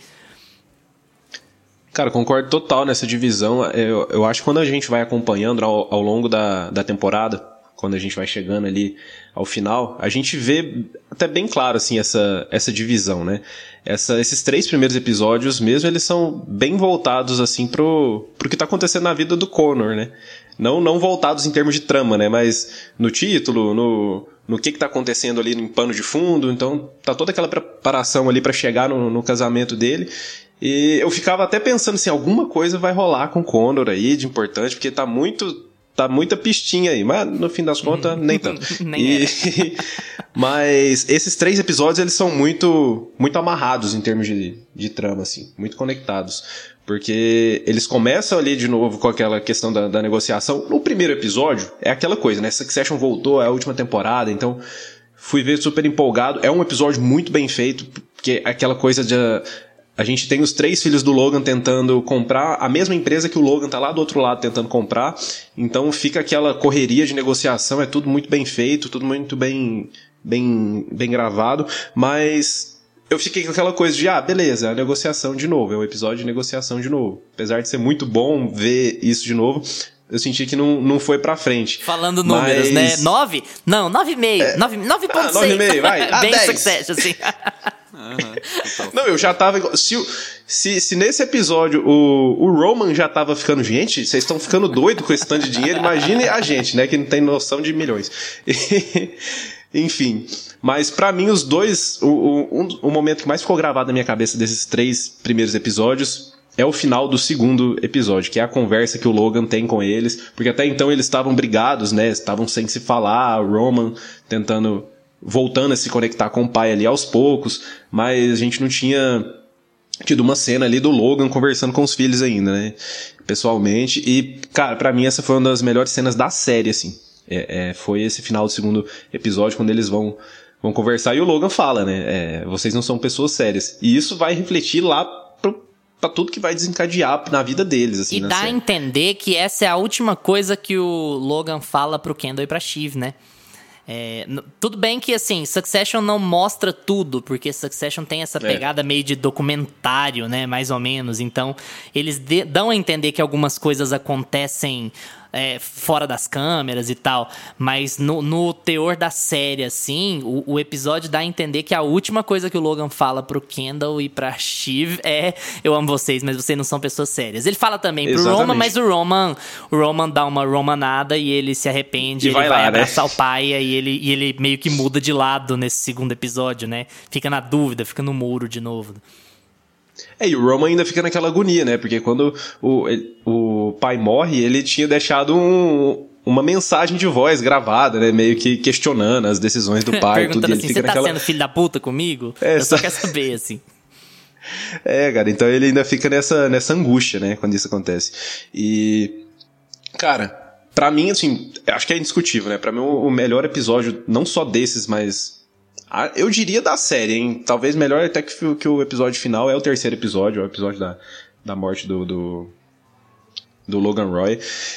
Cara, concordo total nessa divisão. Eu, eu acho que quando a gente vai acompanhando ao, ao longo da, da temporada, quando a gente vai chegando ali ao final, a gente vê até bem claro, assim, essa, essa divisão, né? Essa, esses três primeiros episódios mesmo, eles são bem voltados, assim, pro, pro que tá acontecendo na vida do Connor, né? Não, não voltados em termos de trama, né? Mas no título, no, no que que tá acontecendo ali no pano de fundo. Então, tá toda aquela preparação ali pra chegar no, no casamento dele. E eu ficava até pensando, assim, alguma coisa vai rolar com o Connor aí de importante, porque tá muito... Tá muita pistinha aí, mas no fim das contas, nem tanto. nem e, mas esses três episódios, eles são muito, muito amarrados em termos de, de trama, assim, muito conectados. Porque eles começam ali de novo com aquela questão da, da negociação. No primeiro episódio, é aquela coisa, né? Succession voltou, é a última temporada, então fui ver super empolgado. É um episódio muito bem feito, porque é aquela coisa de... A gente tem os três filhos do Logan tentando comprar a mesma empresa que o Logan tá lá do outro lado tentando comprar. Então fica aquela correria de negociação, é tudo muito bem feito, tudo muito bem, bem, bem gravado. Mas eu fiquei com aquela coisa de, ah, beleza, é a negociação de novo, é o episódio de negociação de novo. Apesar de ser muito bom ver isso de novo, eu senti que não, não foi pra frente. Falando números, né? Mas... nove? Não, nove vírgula cinco. É... nove vírgula seis. Ah, nove vírgula cinco, vai. Ah, bem dez. Succession, assim. Uhum. Não, eu já tava igual. Se, se, se nesse episódio o, o Roman já tava ficando, gente, vocês estão ficando doido com esse tanto de dinheiro, imagine a gente, né, que não tem noção de milhões. E, enfim, mas pra mim os dois, o, o, um, o momento que mais ficou gravado na minha cabeça desses três primeiros episódios é o final do segundo episódio, que é a conversa que o Logan tem com eles, porque até então eles estavam brigados, né, estavam sem se falar, o Roman tentando... voltando a se conectar com o pai ali aos poucos, mas a gente não tinha tido uma cena ali do Logan conversando com os filhos ainda, né, pessoalmente, e, cara, pra mim essa foi uma das melhores cenas da série, assim, é, é, foi esse final do segundo episódio, quando eles vão, vão conversar, e o Logan fala, né, é, vocês não são pessoas sérias, e isso vai refletir lá pro, pra tudo que vai desencadear na vida deles, assim, e na dá série. A entender que essa é a última coisa que o Logan fala pro Kendall e pra Shiv, né. É, tudo bem que, assim, Succession não mostra tudo, porque Succession tem essa pegada é. meio de documentário, né, mais ou menos. Então, eles de, dão a entender que algumas coisas acontecem é, fora das câmeras e tal. Mas no, no teor da série, assim, o, o episódio dá a entender que a última coisa que o Logan fala pro Kendall e pra Shiv é: eu amo vocês, mas vocês não são pessoas sérias. Ele fala também pro Exatamente. Roman, mas o Roman, o Roman dá uma romanada e ele se arrepende, E ele vai vai, lá, abraçar né? o pai e ele, e ele meio que muda de lado nesse segundo episódio, né? Fica na dúvida, fica no muro de novo. É, e o Roman ainda fica naquela agonia, né? Porque quando o, ele- o pai morre, ele tinha deixado um- uma mensagem de voz gravada, né? Meio que questionando as decisões do pai e tudo. Perguntando E ele assim, fica você tá naquela... sendo filho da puta comigo? É, eu só só- quero saber, assim. É, cara, então ele ainda fica nessa, nessa angústia, né? Quando isso acontece. E... Cara, pra mim, assim, acho que é indiscutível, né? Pra mim, o o melhor episódio, não só desses, mas... ah, eu diria da série, hein? Talvez melhor até que, o- que o episódio final é o terceiro episódio, é o episódio da, da morte do, do, do Logan Roy.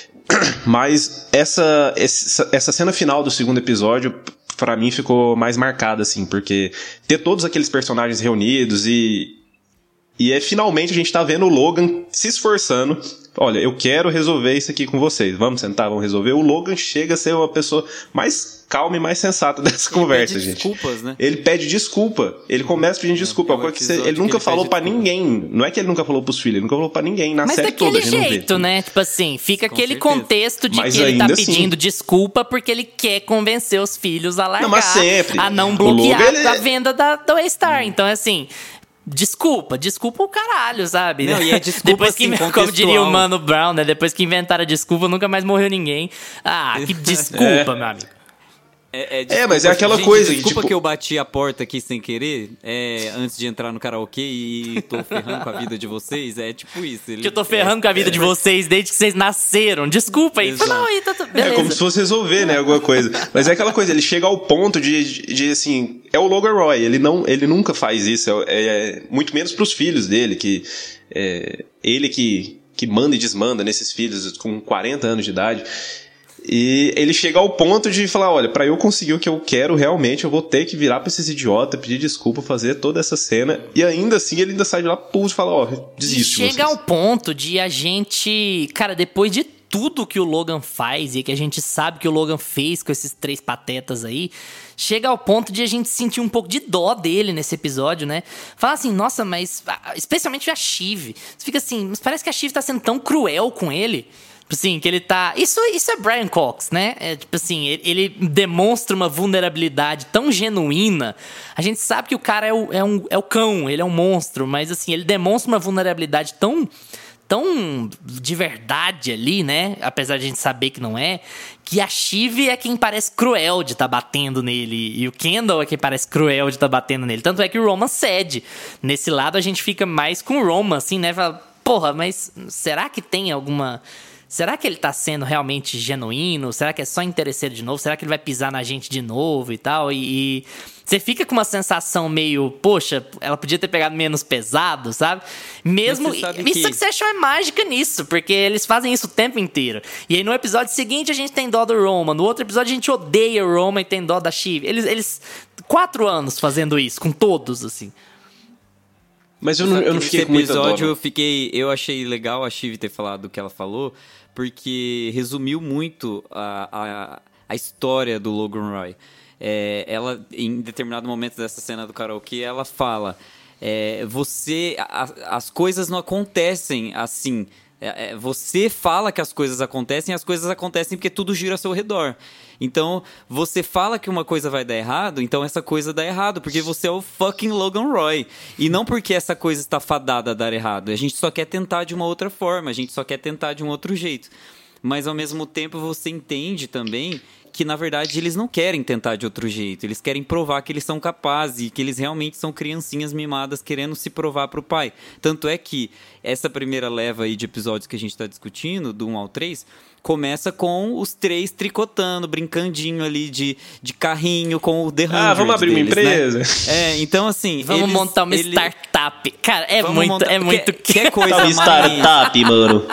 Mas essa, essa, essa cena final do segundo episódio, pra mim, ficou mais marcada, assim, porque ter todos aqueles personagens reunidos e... E é finalmente a gente tá vendo o Logan se esforçando. Olha, eu quero resolver isso aqui com vocês. Vamos sentar, vamos resolver. O Logan chega a ser uma pessoa mais calma e mais sensata dessa conversa, pede gente. desculpas, né? Ele pede desculpa. Ele começa pedindo desculpa. é o Uma coisa que episódio ele que nunca ele falou pede pra desculpa. ninguém. Não é que ele nunca falou pros filhos, ele nunca falou pra ninguém. Na Mas série toda a daquele gente não vê. jeito, né? Tipo assim, fica Com aquele certeza. contexto de Mas que ele tá ainda assim- pedindo desculpa porque ele quer convencer os filhos a largar, Não, mas sempre. a não O bloquear Logan, ele- a venda da, da Waystar. Então, assim... Desculpa, desculpa o caralho, sabe? Não, e é desculpa, Depois que, assim, como contextual. diria o Mano Brown, né? Depois que inventaram a desculpa, nunca mais morreu ninguém. Ah, que desculpa, meu amigo. É, É, mas é aquela gente, coisa que, Desculpa tipo- que eu bati a porta aqui sem querer, é, antes de entrar no karaokê e tô ferrando com a vida de vocês. É tipo isso. Ele, Que eu tô ferrando com a vida de vocês desde que vocês nasceram. Desculpa aí. Exato. Não, aí tá tudo É beleza. como se fosse resolver, né, alguma coisa. Mas é aquela coisa, ele chega ao ponto de, de, de, assim, é o Logan Roy, ele, não, ele nunca faz isso, é, é muito menos pros filhos dele, que é, ele que, que manda e desmanda nesses filhos com quarenta anos de idade. E ele chega ao ponto de falar, olha, pra eu conseguir o que eu quero realmente, eu vou ter que virar pra esses idiotas, pedir desculpa, fazer toda essa cena, e ainda assim ele ainda sai de lá, pulso e fala, ó, E desisto de chega vocês. ao ponto de a gente... Cara, depois de tudo que o Logan faz e que a gente sabe que o Logan fez com esses três patetas aí, chega ao ponto de a gente sentir um pouco de dó dele nesse episódio, né? Falar assim, nossa, mas... Especialmente a Shiv. Você fica assim, mas parece que a Shiv tá sendo tão cruel com ele. Tipo assim, que ele tá... Isso, isso é Brian Cox, né? É, tipo assim, ele, ele demonstra uma vulnerabilidade tão genuína. A gente sabe que o cara é o, é, um, é o cão, ele é um monstro. Mas assim, ele demonstra uma vulnerabilidade tão... tão de verdade ali, né? Apesar de a gente saber que não é, que a Shiv é quem parece cruel de estar tá batendo nele e o Kendall é quem parece cruel de estar tá batendo nele. Tanto é que o Roman cede. Nesse lado a gente fica mais com o Roman, assim, né? Fala, porra, mas será que tem alguma... Será que ele tá sendo realmente genuíno? Será que é só interesseiro de novo? Será que ele vai pisar na gente de novo e tal? E, e você fica com uma sensação meio... Poxa, ela podia ter pegado menos pesado, sabe? Mesmo... Mas você sabe E, e que- Succession é mágica nisso, porque eles fazem isso o tempo inteiro. E aí no episódio seguinte a gente tem dó do Roman. No outro episódio a gente odeia o Roman e tem dó da Shiv. Eles... eles quatro anos fazendo isso, com todos, assim. Mas eu não, eu não Nesse fiquei com muita dó, episódio não. eu fiquei, eu achei legal a Shiv ter falado o que ela falou, porque resumiu muito a, a, a história do Logan Roy. É, ela, em determinado momento dessa cena do karaokê, ela fala: é, você, a, as coisas não acontecem assim. É, é, você fala que as coisas acontecem, e as coisas acontecem porque tudo gira ao seu redor. Então, você fala que uma coisa vai dar errado, então essa coisa dá errado, porque você é o fucking Logan Roy. E não porque essa coisa está fadada a dar errado. A gente só quer tentar de uma outra forma, a gente só quer tentar de um outro jeito. Mas, ao mesmo tempo, você entende também que, na verdade, eles não querem tentar de outro jeito. Eles querem provar que eles são capazes e que eles realmente são criancinhas mimadas querendo se provar pro pai. Tanto é que essa primeira leva aí de episódios que a gente está discutindo, do um ao três, começa com os três tricotando, brincandinho ali de, de carrinho com o The hundred Ah, vamos abrir uma deles, empresa. Né? É, então assim... Vamos eles- montar uma ele- startup. Cara, é Vamos muito... montar- É muito... Quer, quer coisa Tá uma mais... startup, mano.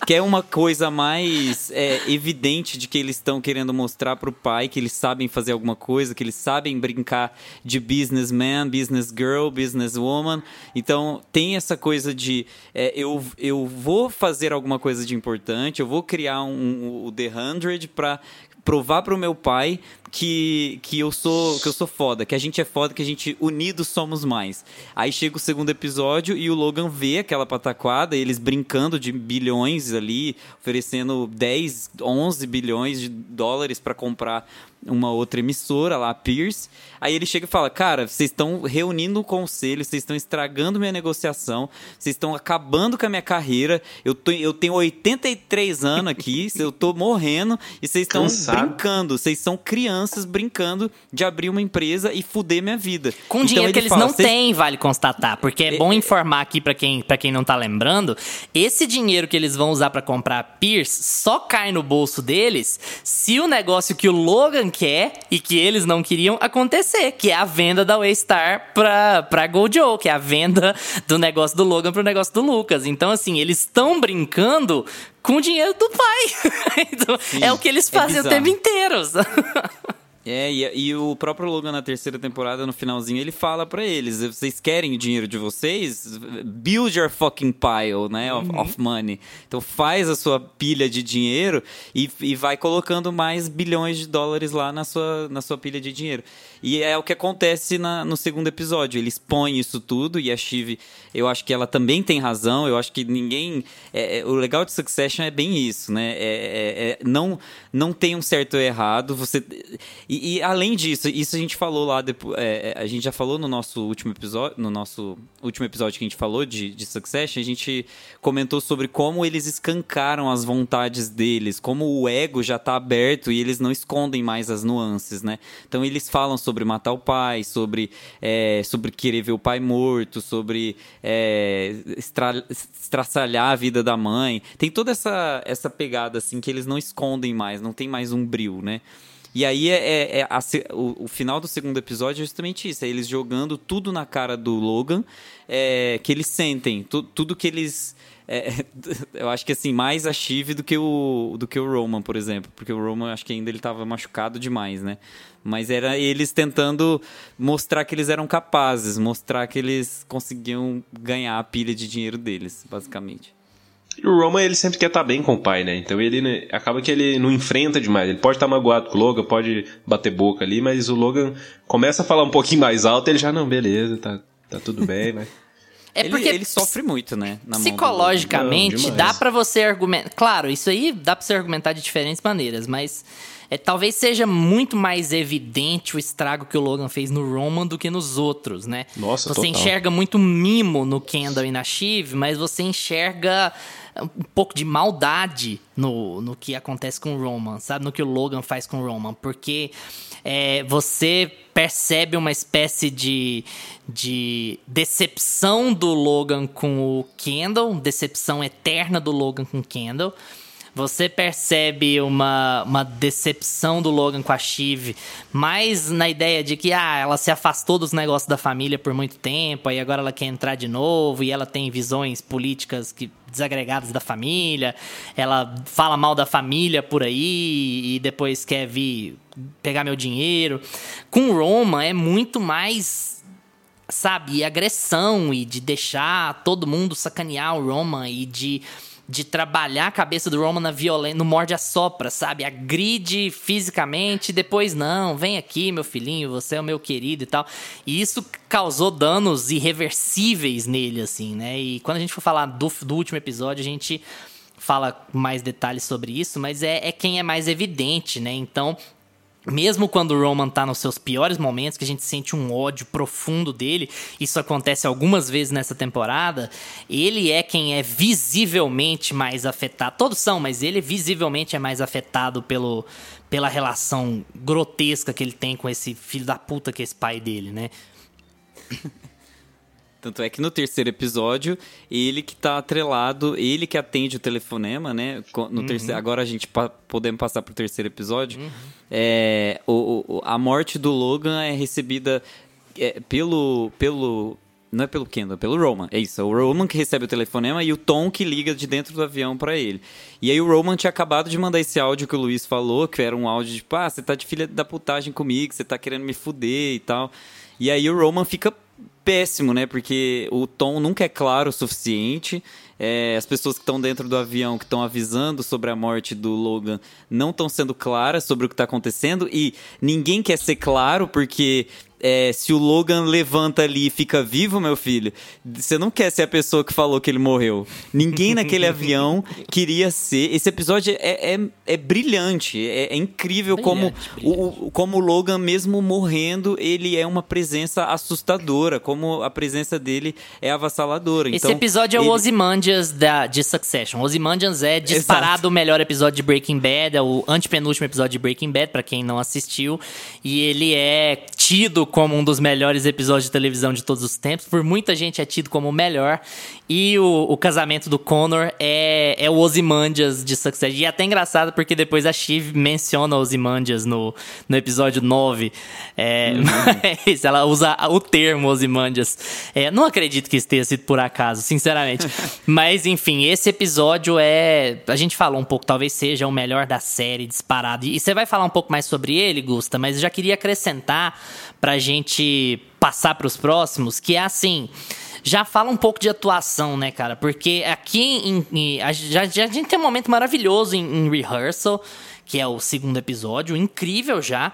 quer uma coisa mais é, evidente de que eles estão querendo mostrar pro pai que eles sabem fazer alguma coisa, que eles sabem brincar de businessman, business girl, businesswoman. Então, tem essa coisa de é, eu, eu vou fazer alguma coisa de importante, eu vou criar um, o The hundred para provar pro meu pai que, que, eu sou, que eu sou foda, que a gente é foda, que a gente unidos somos mais. Aí chega o segundo episódio e o Logan vê aquela pataquada, eles brincando de bilhões ali, oferecendo dez, onze bilhões de dólares para comprar uma outra emissora lá, a Pierce. Aí ele chega e fala, cara, vocês estão reunindo o conselho, vocês estão estragando minha negociação, vocês estão acabando com a minha carreira, eu, tô, eu tenho oitenta e três anos aqui, eu tô morrendo, e vocês estão brincando, vocês são crianças brincando de abrir uma empresa e fuder minha vida. Com então, dinheiro que eles fala, não têm, vale constatar, porque é bom informar aqui pra quem, pra quem não tá lembrando, esse dinheiro que eles vão usar pra comprar a Pierce só cai no bolso deles se o negócio que o Logan quer e que eles não queriam acontecer, que é a venda da Waystar pra, pra Gojo, que é a venda do negócio do Logan pro negócio do Lucas. Então, assim, eles estão brincando com o dinheiro do pai. Então, sim, é o que eles fazem é o tempo inteiro. É, e, e o próprio Logan na terceira temporada, no finalzinho, ele fala pra eles, vocês querem o dinheiro de vocês? Build your fucking pile, né, of, uhum. of money. Então faz a sua pilha de dinheiro e, e vai colocando mais bilhões de dólares lá na sua, na sua pilha de dinheiro. E é o que acontece na, no segundo episódio. Ele expõe isso tudo e a Shiv, eu acho que ela também tem razão. Eu acho que ninguém... É, é, o legal de Succession é bem isso, né? É, é, é, não, não tem um certo ou errado. Você... E, e além disso, isso a gente falou lá... Depois, é, a gente já falou no nosso último episódio, no nosso último episódio que a gente falou de, de Succession, a gente comentou sobre como eles escancaram as vontades deles, como o ego já tá aberto e eles não escondem mais as nuances, né? Então eles falam sobre sobre matar o pai, sobre, é, sobre querer ver o pai morto, sobre é, estra, estraçalhar a vida da mãe. Tem toda essa, essa pegada assim que eles não escondem mais, não tem mais um bril, né? E aí é, é, é a, o, o final do segundo episódio é justamente isso, é eles jogando tudo na cara do Logan, é, que eles sentem, tu, tudo que eles... É, eu acho que assim, mais a Shiv do que o, do que o Roman, por exemplo. Porque o Roman, acho que ainda ele estava machucado demais, né? Mas era eles tentando mostrar que eles eram capazes, mostrar que eles conseguiam ganhar a pilha de dinheiro deles, basicamente. E o Roman, ele sempre quer estar bem com o pai, né? Então ele né, acaba que ele não enfrenta demais. Ele pode estar magoado com o Logan, pode bater boca ali, mas o Logan começa a falar um pouquinho mais alto e ele já, não, beleza, tá, tá tudo bem, né? É ele, porque ele sofre muito, né? Na psicologicamente, mão do... dá pra você argumentar... Claro, isso aí dá pra você argumentar de diferentes maneiras, mas é, talvez seja muito mais evidente o estrago que o Logan fez no Roman do que nos outros, né? Nossa, Você total. enxerga muito mimo no Kendall e na Shiv, mas você enxerga um pouco de maldade no, no que acontece com o Roman, sabe? No que o Logan faz com o Roman, porque é, você percebe uma espécie de, de decepção do Logan com o Kendall, decepção eterna do Logan com o Kendall. Você percebe uma, uma decepção do Logan com a Shiv, mais na ideia de que ah, ela se afastou dos negócios da família por muito tempo, aí agora ela quer entrar de novo, e ela tem visões políticas que, desagregadas da família, ela fala mal da família por aí, e depois quer vir pegar meu dinheiro. Com o Roman é muito mais... sabe, agressão e de deixar todo mundo sacanear o Roman e de... de trabalhar a cabeça do Roman na violência, no morde-a-sopra, sabe? Agride fisicamente, depois não, vem aqui, meu filhinho, você é o meu querido e tal. E isso causou danos irreversíveis nele, assim, né? E quando a gente for falar do, do último episódio, a gente fala mais detalhes sobre isso, mas é, é quem é mais evidente, né? Então... mesmo quando o Roman tá nos seus piores momentos, que a gente sente um ódio profundo dele, isso acontece algumas vezes nessa temporada, ele é quem é visivelmente mais afetado. Todos são, mas ele visivelmente é mais afetado pelo, pela relação grotesca que ele tem com esse filho da puta que é esse pai dele, né? Tanto é que no terceiro episódio, ele que tá atrelado, ele que atende o telefonema, né? No uhum. terceiro, agora a gente pa- podemos passar pro terceiro episódio. Uhum. É, o, o, a morte do Logan é recebida é, pelo, pelo Não é pelo Kendall, é pelo Roman. É isso, é o Roman que recebe o telefonema e o Tom que liga de dentro do avião pra ele. E aí o Roman tinha acabado de mandar esse áudio que o Luiz falou, que era um áudio de, ah, você tá de filha da putagem comigo, você tá querendo me fuder e tal. E aí o Roman fica péssimo, né? Porque o Tom nunca é claro o suficiente. É, as pessoas que estão dentro do avião, que estão avisando sobre a morte do Logan, não estão sendo claras sobre o que está acontecendo. E ninguém quer ser claro, porque é, se o Logan levanta ali e fica vivo, meu filho, você não quer ser a pessoa que falou que ele morreu. Ninguém naquele avião queria ser. Esse episódio é, é, é brilhante, é, é incrível Brilhante, como, brilhante. O, como o Logan, mesmo morrendo, ele é uma presença assustadora, como a presença dele é avassaladora. Esse Então, episódio é o ele... Ozymandias da, de Succession. Ozymandias é disparado Exato. o melhor episódio de Breaking Bad, é o antepenúltimo episódio de Breaking Bad, pra quem não assistiu. E ele é tido como um dos melhores episódios de televisão de todos os tempos. Por muita gente é tido como o melhor. E o, o casamento do Connor é, é o Ozymandias de Succession. E é até engraçado porque depois a Shiv menciona o Ozymandias no, no episódio nove. É, Uhum. Mas ela usa o termo Ozymandias. É, não acredito que isso tenha sido por acaso, sinceramente. Mas, enfim, esse episódio é... A gente falou um pouco, talvez seja o melhor da série, disparado. E você vai falar um pouco mais sobre ele, Gusta, mas eu já queria acrescentar pra gente passar pros próximos, que é assim... Já fala um pouco de atuação, né, cara? Porque aqui em, em, a, já, já, a gente tem um momento maravilhoso em, em Rehearsal, que é o segundo episódio, incrível já.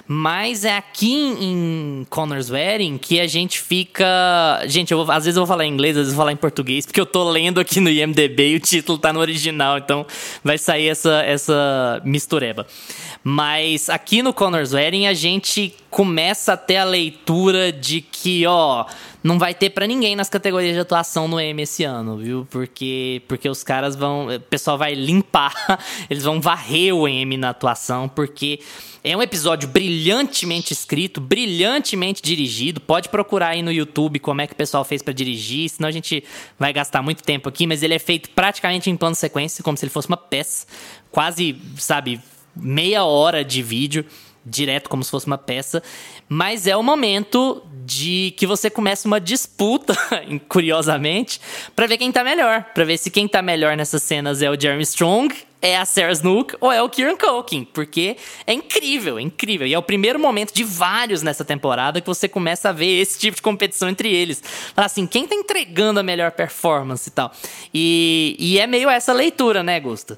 Mas é aqui em Connor's Wedding que a gente fica... Gente, eu vou, às vezes eu vou falar em inglês, às vezes eu vou falar em português, porque eu tô lendo aqui no I M D B e o título tá no original, então vai sair essa, essa mistureba. Mas aqui no Connor's Wedding a gente começa a ter a leitura de que, ó... Não vai ter pra ninguém nas categorias de atuação no Emmy esse ano, viu? Porque, porque os caras vão... O pessoal vai limpar, eles vão varrer o Emmy na atuação, porque é um episódio brilhantemente escrito, brilhantemente dirigido. Pode procurar aí no YouTube como é que o pessoal fez pra dirigir, senão a gente vai gastar muito tempo aqui, mas ele é feito praticamente em plano sequência, como se ele fosse uma peça. Quase, sabe, meia hora de vídeo, direto como se fosse uma peça, mas é o momento de que você começa uma disputa, curiosamente, pra ver quem tá melhor, pra ver se quem tá melhor nessas cenas é o Jeremy Strong, é a Sarah Snook ou é o Kieran Culkin, porque é incrível, é incrível, e é o primeiro momento de vários nessa temporada que você começa a ver esse tipo de competição entre eles, falar assim, quem tá entregando a melhor performance e tal, e, e é meio essa leitura, né, Gusta?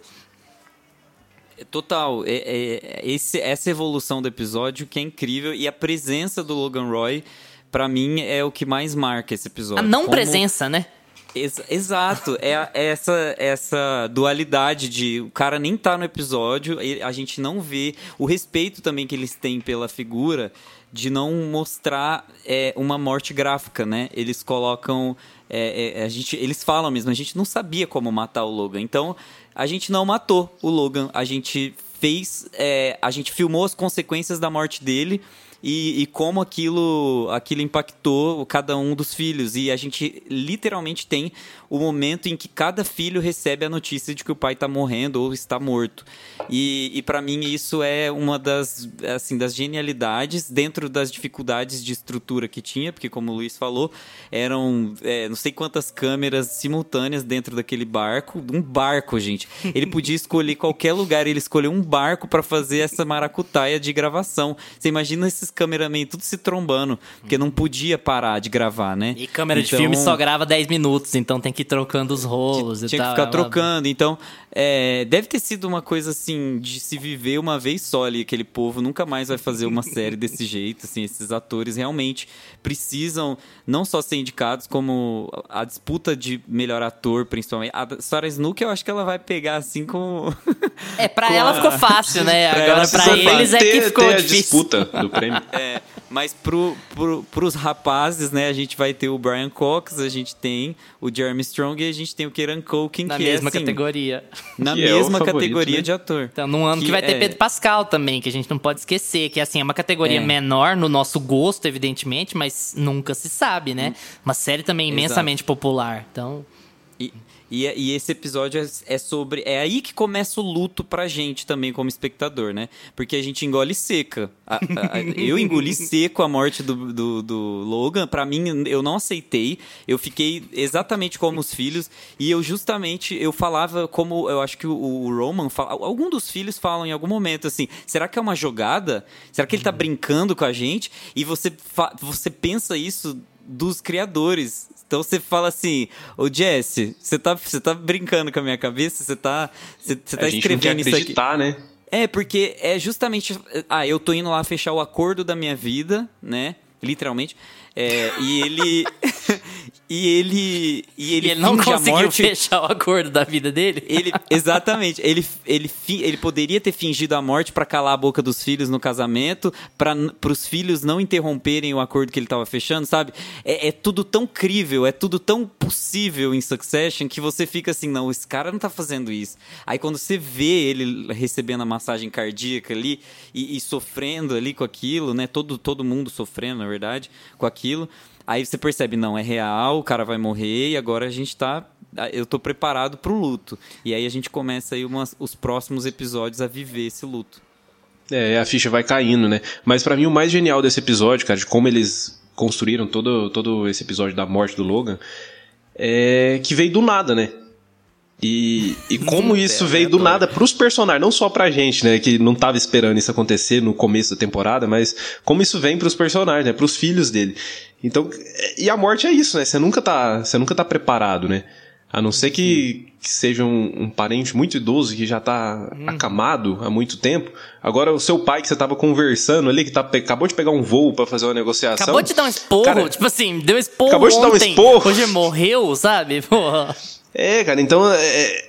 Total, é, é, esse, essa evolução do episódio que é incrível, e a presença do Logan Roy, pra mim, é o que mais marca esse episódio. A não Como... presença, né? Ex- exato, é, a- é essa, essa dualidade de o cara nem tá no episódio, e a gente não vê o respeito também que eles têm pela figura de não mostrar é, uma morte gráfica, né? Eles colocam... É, é, a gente, eles falam mesmo, a gente não sabia como matar o Logan, então a gente não matou o Logan, a gente fez, é, a gente filmou as consequências da morte dele e, e como aquilo, aquilo impactou cada um dos filhos, e a gente literalmente tem o momento em que cada filho recebe a notícia de que o pai está morrendo ou está morto, e, e para mim isso é uma das, assim, das genialidades dentro das dificuldades de estrutura que tinha, porque como o Luiz falou, eram é, não sei quantas câmeras simultâneas dentro daquele barco, um barco, gente, ele podia escolher qualquer lugar, ele escolheu um barco para fazer essa maracutaia de gravação. Você imagina esses cameramen tudo se trombando, porque não podia parar de gravar, né? E câmera de Então, filme só grava dez minutos, então tem que ir trocando os rolos e tinha tal. que ficar Ela- trocando, então é, deve ter sido uma coisa assim de se viver uma vez só ali, aquele povo nunca mais vai fazer uma série desse jeito, assim, esses atores realmente precisam não só ser indicados, como a disputa de melhor ator, principalmente. A Sarah Snook, eu acho que ela vai pegar assim com... É, pra com ela a- ficou fácil, né? Pra Agora ela pra ficou eles fácil. é que ter, ficou ter a difícil. disputa do prêmio. É, mas pro, pro, pros rapazes, né, a gente vai ter o Brian Cox, a gente tem o Jeremy Strong e a gente tem o Kieran Culkin, Na que mesma é assim, categoria. na Que é o mesma favorito, categoria né? de ator. Então, num ano que, vai ter é- Pedro Pascal também, que a gente não pode esquecer, que assim, é uma categoria É. menor no nosso gosto, evidentemente, mas nunca se sabe, né? Uma série também imensamente popular. Então, E, e, e esse episódio é, é sobre... É aí que começa o luto pra gente também, como espectador, né? Porque a gente engole seca. A, a, a, eu engoli seco a morte do, do, do Logan. Pra mim, eu não aceitei. Eu fiquei exatamente como os filhos. E eu justamente... Eu falava como... Eu acho que o, o Roman... Fala, algum dos filhos falam em algum momento assim... Será que é uma jogada? Será que ele tá brincando com a gente? E você, fa, você pensa isso dos criadores. Então você fala assim, ô Jesse, você tá, você tá brincando com a minha cabeça? Você tá, você, você tá escrevendo isso aqui? Né? É, porque é justamente... Ah, eu tô indo lá fechar o acordo da minha vida, né? Literalmente. É, e ele... e ele... E ele, e ele não conseguiu morte, fechar o acordo da vida dele? Ele, exatamente. Ele, ele, ele poderia ter fingido a morte pra calar a boca dos filhos no casamento, pra, pros filhos não interromperem o acordo que ele tava fechando, sabe? É, é tudo tão crível, é tudo tão possível em Succession que você fica assim, não, esse cara não tá fazendo isso. Aí quando você vê ele recebendo a massagem cardíaca ali e, e sofrendo ali com aquilo, né? Todo, todo mundo sofrendo, na verdade, com aquilo. Aí você percebe, não, é real, o cara vai morrer e agora a gente tá... Eu tô preparado pro luto. E aí a gente começa aí umas, os próximos episódios a viver esse luto. É, a ficha vai caindo, né? Mas pra mim o mais genial desse episódio, cara, de como eles construíram todo, todo esse episódio da morte do Logan, é que veio do nada, né? E, e como isso é, veio é do nada pros personagens, não só pra gente, né, que não tava esperando isso acontecer no começo da temporada, mas como isso vem pros personagens, né, pros filhos dele. Então, e a morte é isso, né, você nunca tá, você nunca tá preparado, né, a não ser que, que seja um, um parente muito idoso que já tá hum. acamado há muito tempo. Agora o seu pai que você tava conversando ali, que tá, acabou de pegar um voo pra fazer uma negociação. Acabou de dar um esporro, cara, tipo assim, deu esporro acabou de ontem, dar um esporro. Hoje morreu, sabe, porra. É, cara, então, é,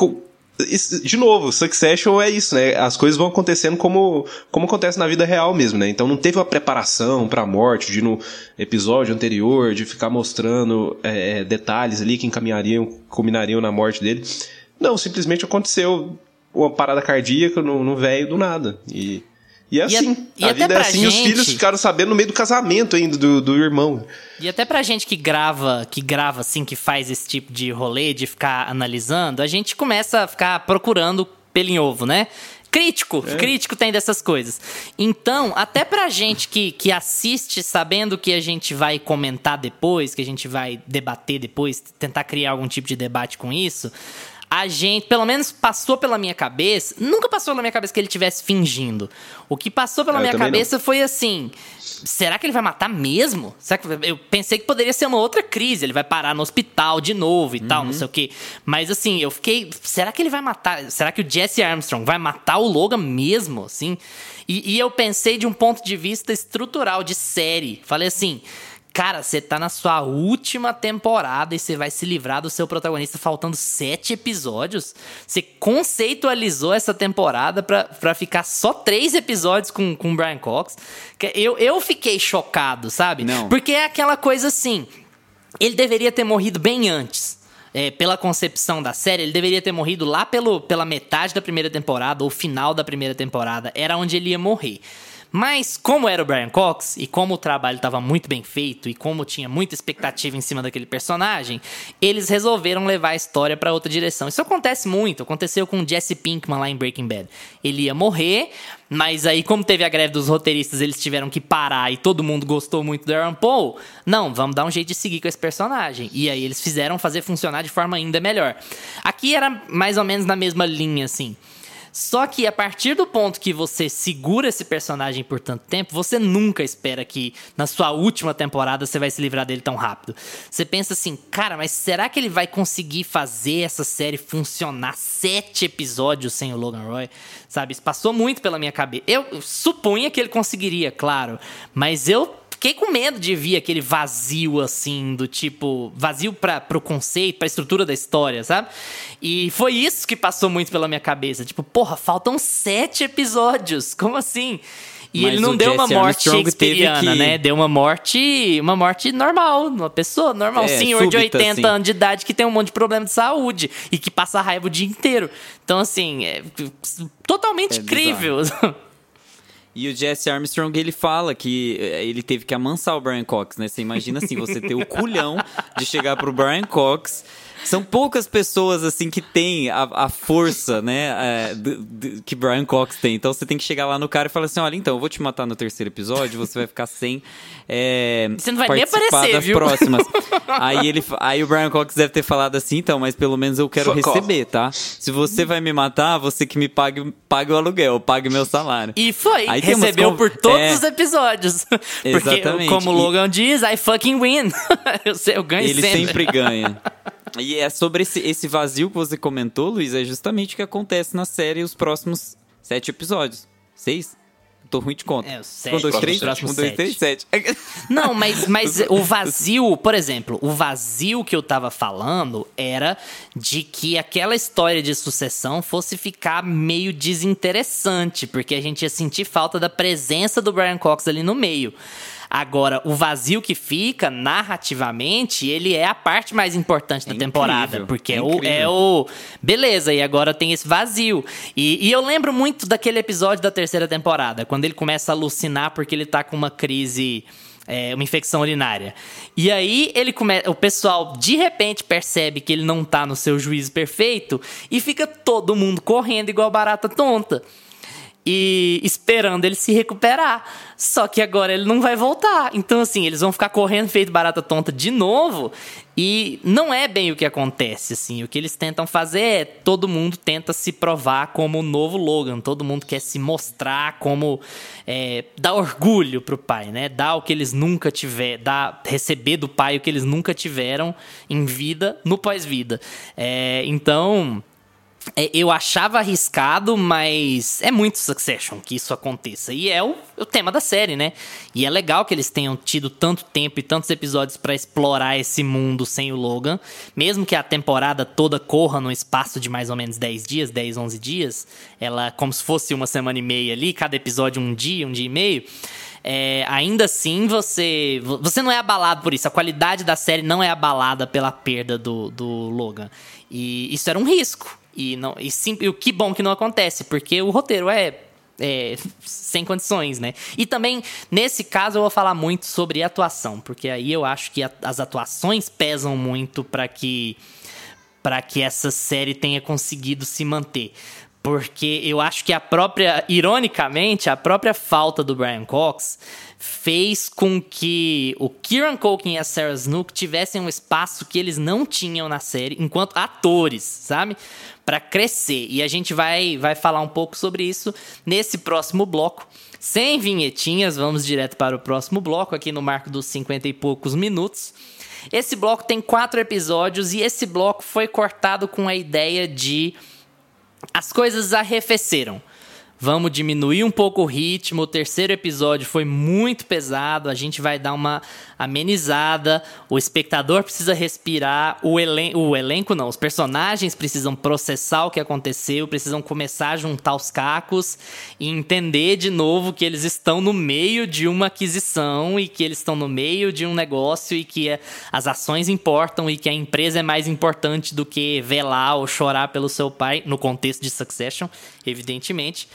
de novo, Succession é isso, né? As coisas vão acontecendo como, como acontece na vida real mesmo, né? Então não teve uma preparação pra morte, de no episódio anterior, de ficar mostrando é, detalhes ali que encaminhariam, culminariam na morte dele. Não, simplesmente aconteceu uma parada cardíaca no velho do nada. E... E é assim, e, e a vida é assim, gente, os filhos ficaram sabendo no meio do casamento ainda do, do irmão. E até pra gente que grava, que grava assim, que faz esse tipo de rolê, de ficar analisando, a gente começa a ficar procurando pelo em ovo, né? Crítico, é. crítico tem dessas coisas. Então, até pra gente que, que assiste sabendo que a gente vai comentar depois, que a gente vai debater depois, tentar criar algum tipo de debate com isso... A gente, pelo menos passou pela minha cabeça... Nunca passou pela minha cabeça que ele estivesse fingindo. O que passou pela eu minha cabeça não. foi assim... Será que ele vai matar mesmo? Será que, eu pensei que poderia ser uma outra crise. Ele vai parar no hospital de novo e uhum. tal, não sei o quê. Mas assim, eu fiquei... Será que ele vai matar... Será que o Jesse Armstrong vai matar o Logan mesmo? Assim? E, e eu pensei de um ponto de vista estrutural, de série. Falei assim... Cara, você tá na sua última temporada e você vai se livrar do seu protagonista faltando sete episódios? Você conceitualizou essa temporada pra, pra ficar só três episódios com o Brian Cox? Eu, eu fiquei chocado, sabe? Não. Porque é aquela coisa assim... Ele deveria ter morrido bem antes. É, pela concepção da série, ele deveria ter morrido lá pelo, pela metade da primeira temporada ou final da primeira temporada. Era onde ele ia morrer. Mas como era o Brian Cox, e como o trabalho estava muito bem feito, e como tinha muita expectativa em cima daquele personagem, eles resolveram levar a história para outra direção. Isso acontece muito, aconteceu com o Jesse Pinkman lá em Breaking Bad. Ele ia morrer, mas aí como teve a greve dos roteiristas, eles tiveram que parar e todo mundo gostou muito do Aaron Paul. Não, vamos dar um jeito de seguir com esse personagem. E aí eles fizeram fazer funcionar de forma ainda melhor. Aqui era mais ou menos na mesma linha, assim. Só que a partir do ponto que você segura esse personagem por tanto tempo, você nunca espera que na sua última temporada você vai se livrar dele tão rápido. Você pensa assim, cara, mas será que ele vai conseguir fazer essa série funcionar sete episódios sem o Logan Roy? Sabe, isso passou muito pela minha cabeça. Eu supunha que ele conseguiria, claro, mas eu... Fiquei com medo de ver aquele vazio, assim, do tipo... Vazio pra, pro conceito, pra estrutura da história, sabe? E foi isso que passou muito pela minha cabeça. Tipo, porra, faltam sete episódios. Como assim? E Mas ele não deu Jesse uma morte Armstrong shakespeariana, teve que... né? Deu uma morte... Uma morte normal. Uma pessoa normal. É, senhor súbita, de oitenta assim. anos de idade que tem um monte de problema de saúde. E que passa raiva o dia inteiro. Então, assim... É totalmente É incrível. E o Jesse Armstrong, ele fala que ele teve que amansar o Brian Cox, né? Você imagina assim, você ter o culhão de chegar pro Brian Cox, São poucas pessoas, assim, que têm a, a força, né, é, do, do, que Brian Cox tem. Então você tem que chegar lá no cara e falar assim, olha, então, eu vou te matar no terceiro episódio, você vai ficar sem é, você não vai nem participar aparecer, das viu? próximas. Aí, ele, aí o Brian Cox deve ter falado assim, então, mas pelo menos eu quero Fuck receber, off. tá? Se você vai me matar, você que me pague, pague o aluguel, pague meu salário. E foi, Aí tem umas recebeu con- por todos é. os episódios. Porque, Exatamente. como o E- Logan diz, I fucking win. eu, sei, eu ganho Ele sempre. sempre ganha. E é sobre esse, esse vazio que você comentou, Luiz, é justamente o que acontece na série os próximos sete episódios. Seis? Tô ruim de conta. É, os sete, um, dois, três, próximos um, dois, sete. três, sete. Não, mas, mas o vazio, por exemplo, o vazio que eu tava falando era de que aquela história de sucessão fosse ficar meio desinteressante, porque a gente ia sentir falta da presença do Brian Cox ali no meio. Agora, o vazio que fica, narrativamente, ele é a parte mais importante da É temporada. incrível, Porque é é, o, incrível. é o... Beleza, e agora tem esse vazio. E, e eu lembro muito daquele episódio da terceira temporada, quando ele começa a alucinar porque ele tá com uma crise... É, uma infecção urinária. E aí ele come... o pessoal de repente percebe que ele não tá no seu juízo perfeito e fica todo mundo correndo igual barata tonta. E esperando ele se recuperar. Só que agora ele não vai voltar. Então, assim, eles vão ficar correndo feito barata tonta de novo. E não é bem o que acontece, assim. O que eles tentam fazer é... todo mundo tenta se provar como o novo Logan. Todo mundo quer se mostrar como... É, dar orgulho pro pai, né? Dar o que eles nunca tiveram... Dar, receber do pai o que eles nunca tiveram em vida, no pós-vida. É, então... É, eu achava arriscado, mas é muito Succession que isso aconteça. E é o, o tema da série, né? E é legal que eles tenham tido tanto tempo e tantos episódios pra explorar esse mundo sem o Logan. Mesmo que a temporada toda corra num espaço de mais ou menos dez dias, dez, onze dias. Ela como se fosse uma semana e meia ali, cada episódio um dia, um dia e meio. É, ainda assim, você, você não é abalado por isso. A qualidade da série não é abalada pela perda do, do Logan. E isso era um risco. E, não, e, sim, e o que bom que não acontece, porque o roteiro é, é sem condições, né? E também, nesse caso, eu vou falar muito sobre atuação, porque aí eu acho que a, as atuações pesam muito para que, para que essa série tenha conseguido se manter. Porque eu acho que a própria, ironicamente, a própria falta do Brian Cox fez com que o Kieran Culkin e a Sarah Snook tivessem um espaço que eles não tinham na série, enquanto atores, sabe? Pra crescer. E a gente vai, vai falar um pouco sobre isso nesse próximo bloco. Sem vinhetinhas, vamos direto para o próximo bloco, aqui no marco dos cinquenta e poucos minutos. Esse bloco tem quatro episódios e esse bloco foi cortado com a ideia de... as coisas arrefeceram. Vamos diminuir um pouco o ritmo. O terceiro episódio foi muito pesado. A gente vai dar uma amenizada. O espectador precisa respirar. O, elen- o elenco não. Os personagens precisam processar o que aconteceu. Precisam começar a juntar os cacos. E entender de novo que eles estão no meio de uma aquisição. E que eles estão no meio de um negócio. E que as ações importam. E que a empresa é mais importante do que velar ou chorar pelo seu pai. No contexto de Succession, evidentemente.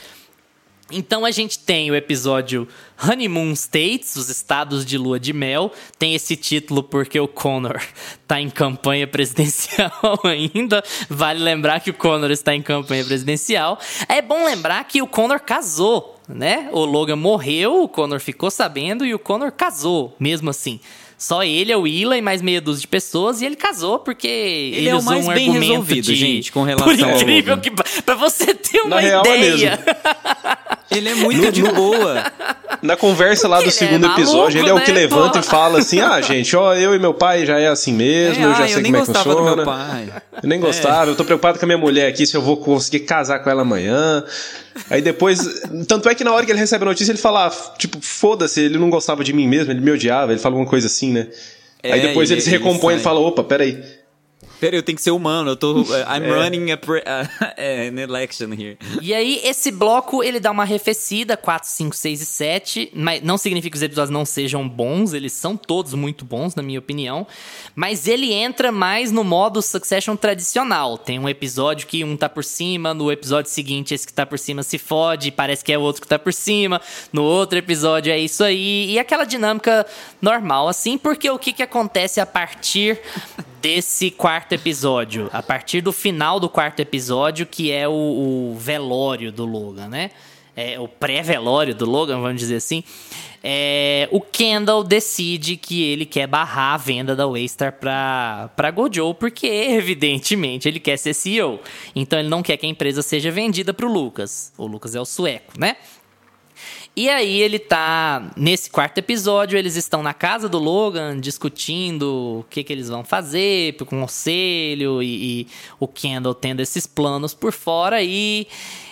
Então a gente tem o episódio Honeymoon States, os estados de lua de mel. Tem esse título porque o Connor tá em campanha presidencial ainda. Vale lembrar que o Connor está em campanha presidencial. É bom lembrar que o Connor casou, né? O Logan morreu, o Connor ficou sabendo e o Connor casou, mesmo assim. Só ele, o Willa e mais meia dúzia de pessoas. E ele casou porque ele, Ele é o usou mais um bem argumento resolvido, de... gente, com relação Por ao incrível Logan. que... Pra você ter uma Na real, é ideia... mesmo. Ele é muito de boa. Na conversa lá do Ele é segundo maluco, episódio, ele é o que né, levanta pô? e fala assim: ah, gente, ó, eu e meu pai já é assim mesmo, É, eu já ah, sei eu nem como é que gostava funciona. do meu pai. Eu nem gostava, eu tô preocupado com a minha mulher aqui, se eu vou conseguir casar com ela amanhã. Aí depois. Tanto é que na hora que ele recebe a notícia, ele fala: ah, tipo, foda-se, ele não gostava de mim mesmo, ele me odiava, ele fala alguma coisa assim, né? É, Aí depois ele, ele- se recompõe e ele ele fala: opa, peraí. Pera, eu tenho que ser humano, eu tô... I'm É. running a pre- uh, an election here. E aí, esse bloco, ele dá uma arrefecida, quatro, cinco, seis e sete, mas não significa que os episódios não sejam bons, eles são todos muito bons, na minha opinião, mas ele entra mais no modo Succession tradicional. Tem um episódio que um tá por cima, no episódio seguinte esse que tá por cima se fode, parece que é o outro que tá por cima, no outro episódio é isso aí, e aquela dinâmica normal, assim, porque o que que acontece a partir desse quarto episódio, a partir do final do quarto episódio, que é o, o velório do Logan, né? É, o pré-velório do Logan, vamos dizer assim. É, o Kendall decide que ele quer barrar a venda da Waystar pra, pra Gojo, porque evidentemente ele quer ser C E O. Então ele não quer que a empresa seja vendida pro Lucas. O Lucas é o sueco, né? E aí ele tá... Nesse quarto episódio, eles estão na casa do Logan, discutindo o que, que eles vão fazer, pro conselho, e, e o Kendall tendo esses planos por fora. E,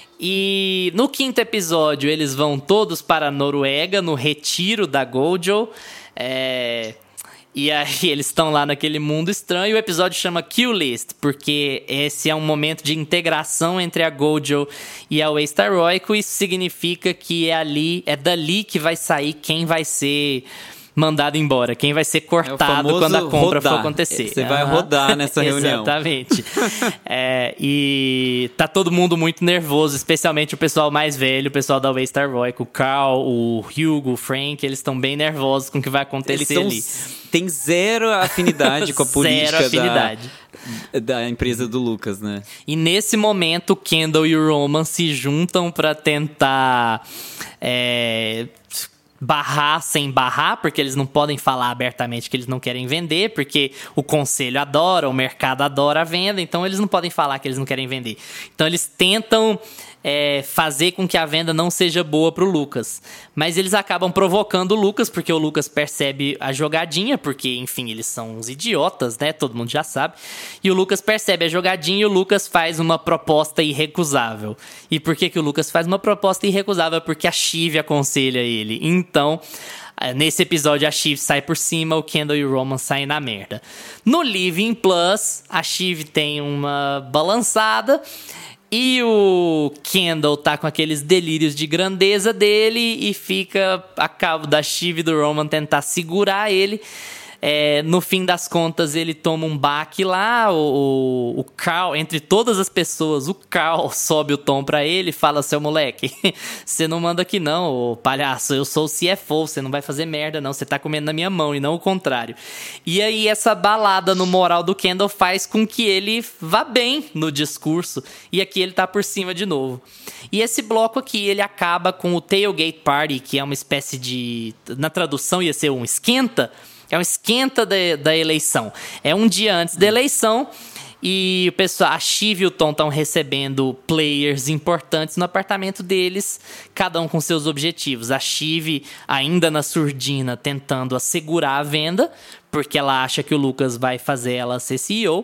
e no quinto episódio, eles vão todos para a Noruega, no retiro da Gojo. É... E aí eles estão lá naquele mundo estranho. O episódio chama Kill List, porque esse é um momento de integração entre a Gojo e a Waystar Royco. Isso significa que é ali, é dali que vai sair quem vai ser mandado embora, quem vai ser cortado é quando a compra rodar. for acontecer. Você vai rodar nessa reunião. Exatamente. é, e tá todo mundo muito nervoso, especialmente o pessoal mais velho, o pessoal da Waystar Royco, o Carl, o Hugo, o Frank, eles estão bem nervosos com o que vai acontecer eles ali. São, tem zero afinidade com a política zero afinidade. Da, da empresa do Lucas, né? E nesse momento, o Kendall e o Roman se juntam pra tentar... É, barrar sem barrar, porque eles não podem falar abertamente que eles não querem vender, porque o conselho adora, o mercado adora a venda, então eles não podem falar que eles não querem vender. Então eles tentam é, fazer com que a venda não seja boa pro Lucas. Mas eles acabam provocando o Lucas, porque o Lucas percebe a jogadinha, porque, enfim, eles são uns idiotas, né? Todo mundo já sabe. E o Lucas percebe a jogadinha e o Lucas faz uma proposta irrecusável. E por que que o Lucas faz uma proposta irrecusável? Porque a Shiv aconselha ele. Então, nesse episódio, a Shiv sai por cima, o Kendall e o Roman saem na merda. No Living Plus, a Shiv tem uma balançada e o Kendall tá com aqueles delírios de grandeza dele e fica a cabo da Shiv e do Roman tentar segurar ele. É, no fim das contas, ele toma um baque lá. O, o, o Carl, entre todas as pessoas, o Carl sobe o tom pra ele e fala: seu moleque, você não manda aqui não, ô palhaço. Eu sou o C F O, você não vai fazer merda não. Você tá comendo na minha mão e não o contrário. E aí, essa balada no moral do Kendall faz com que ele vá bem no discurso. E aqui ele tá por cima de novo. E esse bloco aqui, ele acaba com o Tailgate Party, que é uma espécie de... Na tradução ia ser um esquenta. É um esquenta da, da eleição. É um dia antes da eleição e o pessoal, a Shiv e o Tom estão recebendo players importantes no apartamento deles, cada um com seus objetivos. A Shiv ainda na surdina tentando assegurar a venda, porque ela acha que o Lucas vai fazer ela ser C E O.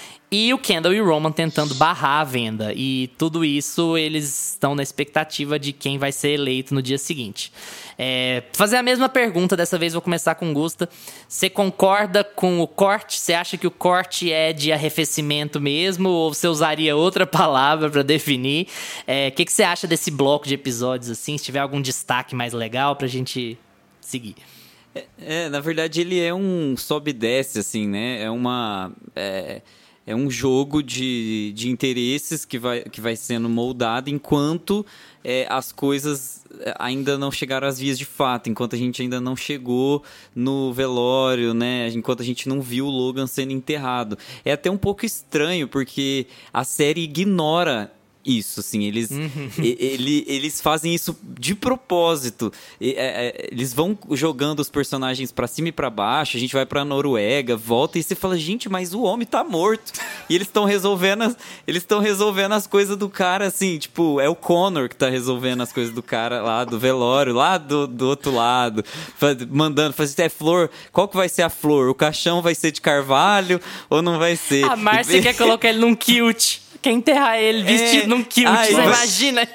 E o Kendall e o Roman tentando barrar a venda. E tudo isso eles estão na expectativa de quem vai ser eleito no dia seguinte. É, fazer a mesma pergunta, dessa vez vou começar com o Gusta. Você concorda com o corte? Você acha que o corte é de arrefecimento mesmo? Ou você usaria outra palavra para definir? É, o que, que você acha desse bloco de episódios, assim? Se tiver algum destaque mais legal pra gente seguir. É, é, na verdade, ele é um sobe e desce, assim, né? É uma... É... É um jogo de, de interesses que vai, que vai sendo moldado enquanto é, as coisas ainda não chegaram às vias de fato, enquanto a gente ainda não chegou no velório, né? Enquanto a gente não viu o Logan sendo enterrado. É até um pouco estranho, porque a série ignora isso, assim, eles, uhum. ele, eles fazem isso de propósito. E, é, é, eles vão jogando os personagens pra cima e pra baixo, a gente vai pra Noruega, volta e você fala, gente, mas o homem tá morto. E eles estão resolvendo as, eles estão resolvendo as coisas do cara, assim, tipo, é o Connor que tá resolvendo as coisas do cara lá do velório, lá do, do outro lado, mandando, fazendo, é flor, qual que vai ser a flor? O caixão vai ser de carvalho ou não vai ser? A Márcia quer colocar ele num kilt. Quer enterrar ele vestido é... num kilt, Ai, você mas... imagina?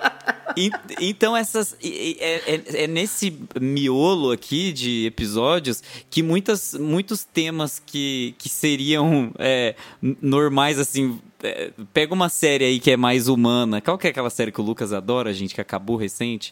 E, então, essas, é, é, é nesse miolo aqui de episódios que muitas, muitos temas que, que seriam é, normais, assim... É, pega uma série aí que é mais humana. Qual que é aquela série que o Lucas adora, gente, que acabou recente?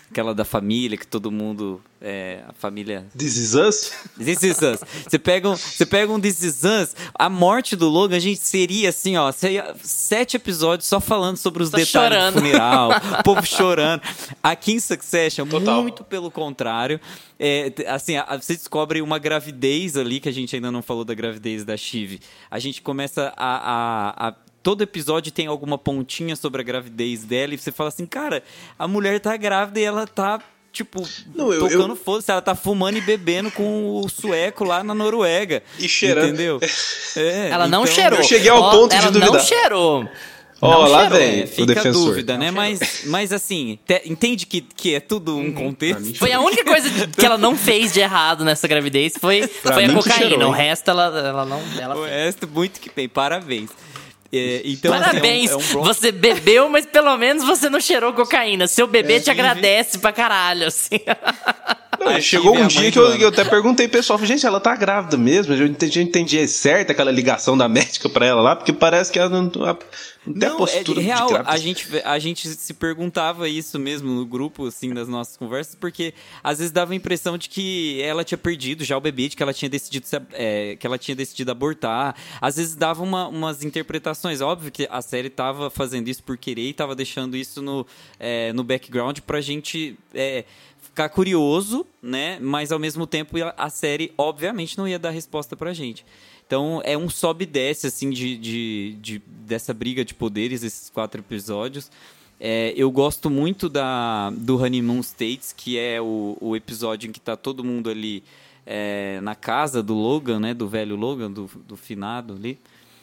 aquela da família, que todo mundo... É, a família... This Is Us? This Is Us. Você pega, um, você pega um This Is Us, a morte do Logan, a gente seria assim, ó, seria sete episódios só falando sobre os Só detalhes chorando. do funeral, o povo chorando. Aqui em Succession, Total. muito pelo contrário. É, assim, a- você descobre uma gravidez ali, que a gente ainda não falou da gravidez da Shiv. A gente começa a... a, a todo episódio tem alguma pontinha sobre a gravidez dela e você fala assim, cara, a mulher tá grávida e ela tá... Tipo, Não, eu- tocando eu- foda-se, ela tá fumando e bebendo com o sueco lá na Noruega. E cheirando. Entendeu? É, Ela não então, cheirou. Eu cheguei ao Ó, ponto de ela duvidar. não cheirou. Ó, Não lá cheirou. vem É, o fica a defensor. dúvida, né? Mas, mas assim, te- entende que, que é tudo um contexto? Foi a única coisa que ela não fez de errado nessa gravidez, foi, foi a mim que cocaína. cheirou, O hein? resto ela, ela não... Ela O fez. resto, muito que bem, parabéns. É, então, Parabéns, assim, é um, é um bom- você bebeu, mas pelo menos você não cheirou cocaína. Seu bebê te agradece pra caralho, assim. Não, A chegou Shiv é um a dia mãe que do eu, ano. eu até perguntei pro pessoal, falei, gente, ela tá grávida mesmo? Eu entendi, eu entendi certo aquela ligação da médica pra ela lá, porque parece que ela não, não tem a Não, postura é real, de grávida. a gente, a gente se perguntava isso mesmo no grupo, assim, das nossas conversas, porque às vezes dava a impressão de que ela tinha perdido já o bebê, de que ela tinha decidido, se- é, que ela tinha decidido abortar. Às vezes dava uma, umas interpretações. Óbvio que a série tava fazendo isso por querer e tava deixando isso no, é, no background pra gente... É, ficar curioso, né? Mas ao mesmo tempo a- a série, obviamente, não ia dar resposta pra gente. Então é um sobe e desce, assim, de, de, de- dessa briga de poderes, esses quatro episódios. É, eu gosto muito da, do Honeymoon States, que é o, o episódio em que tá todo mundo ali é, na casa do Logan, né? Do velho Logan, do, do finado ali.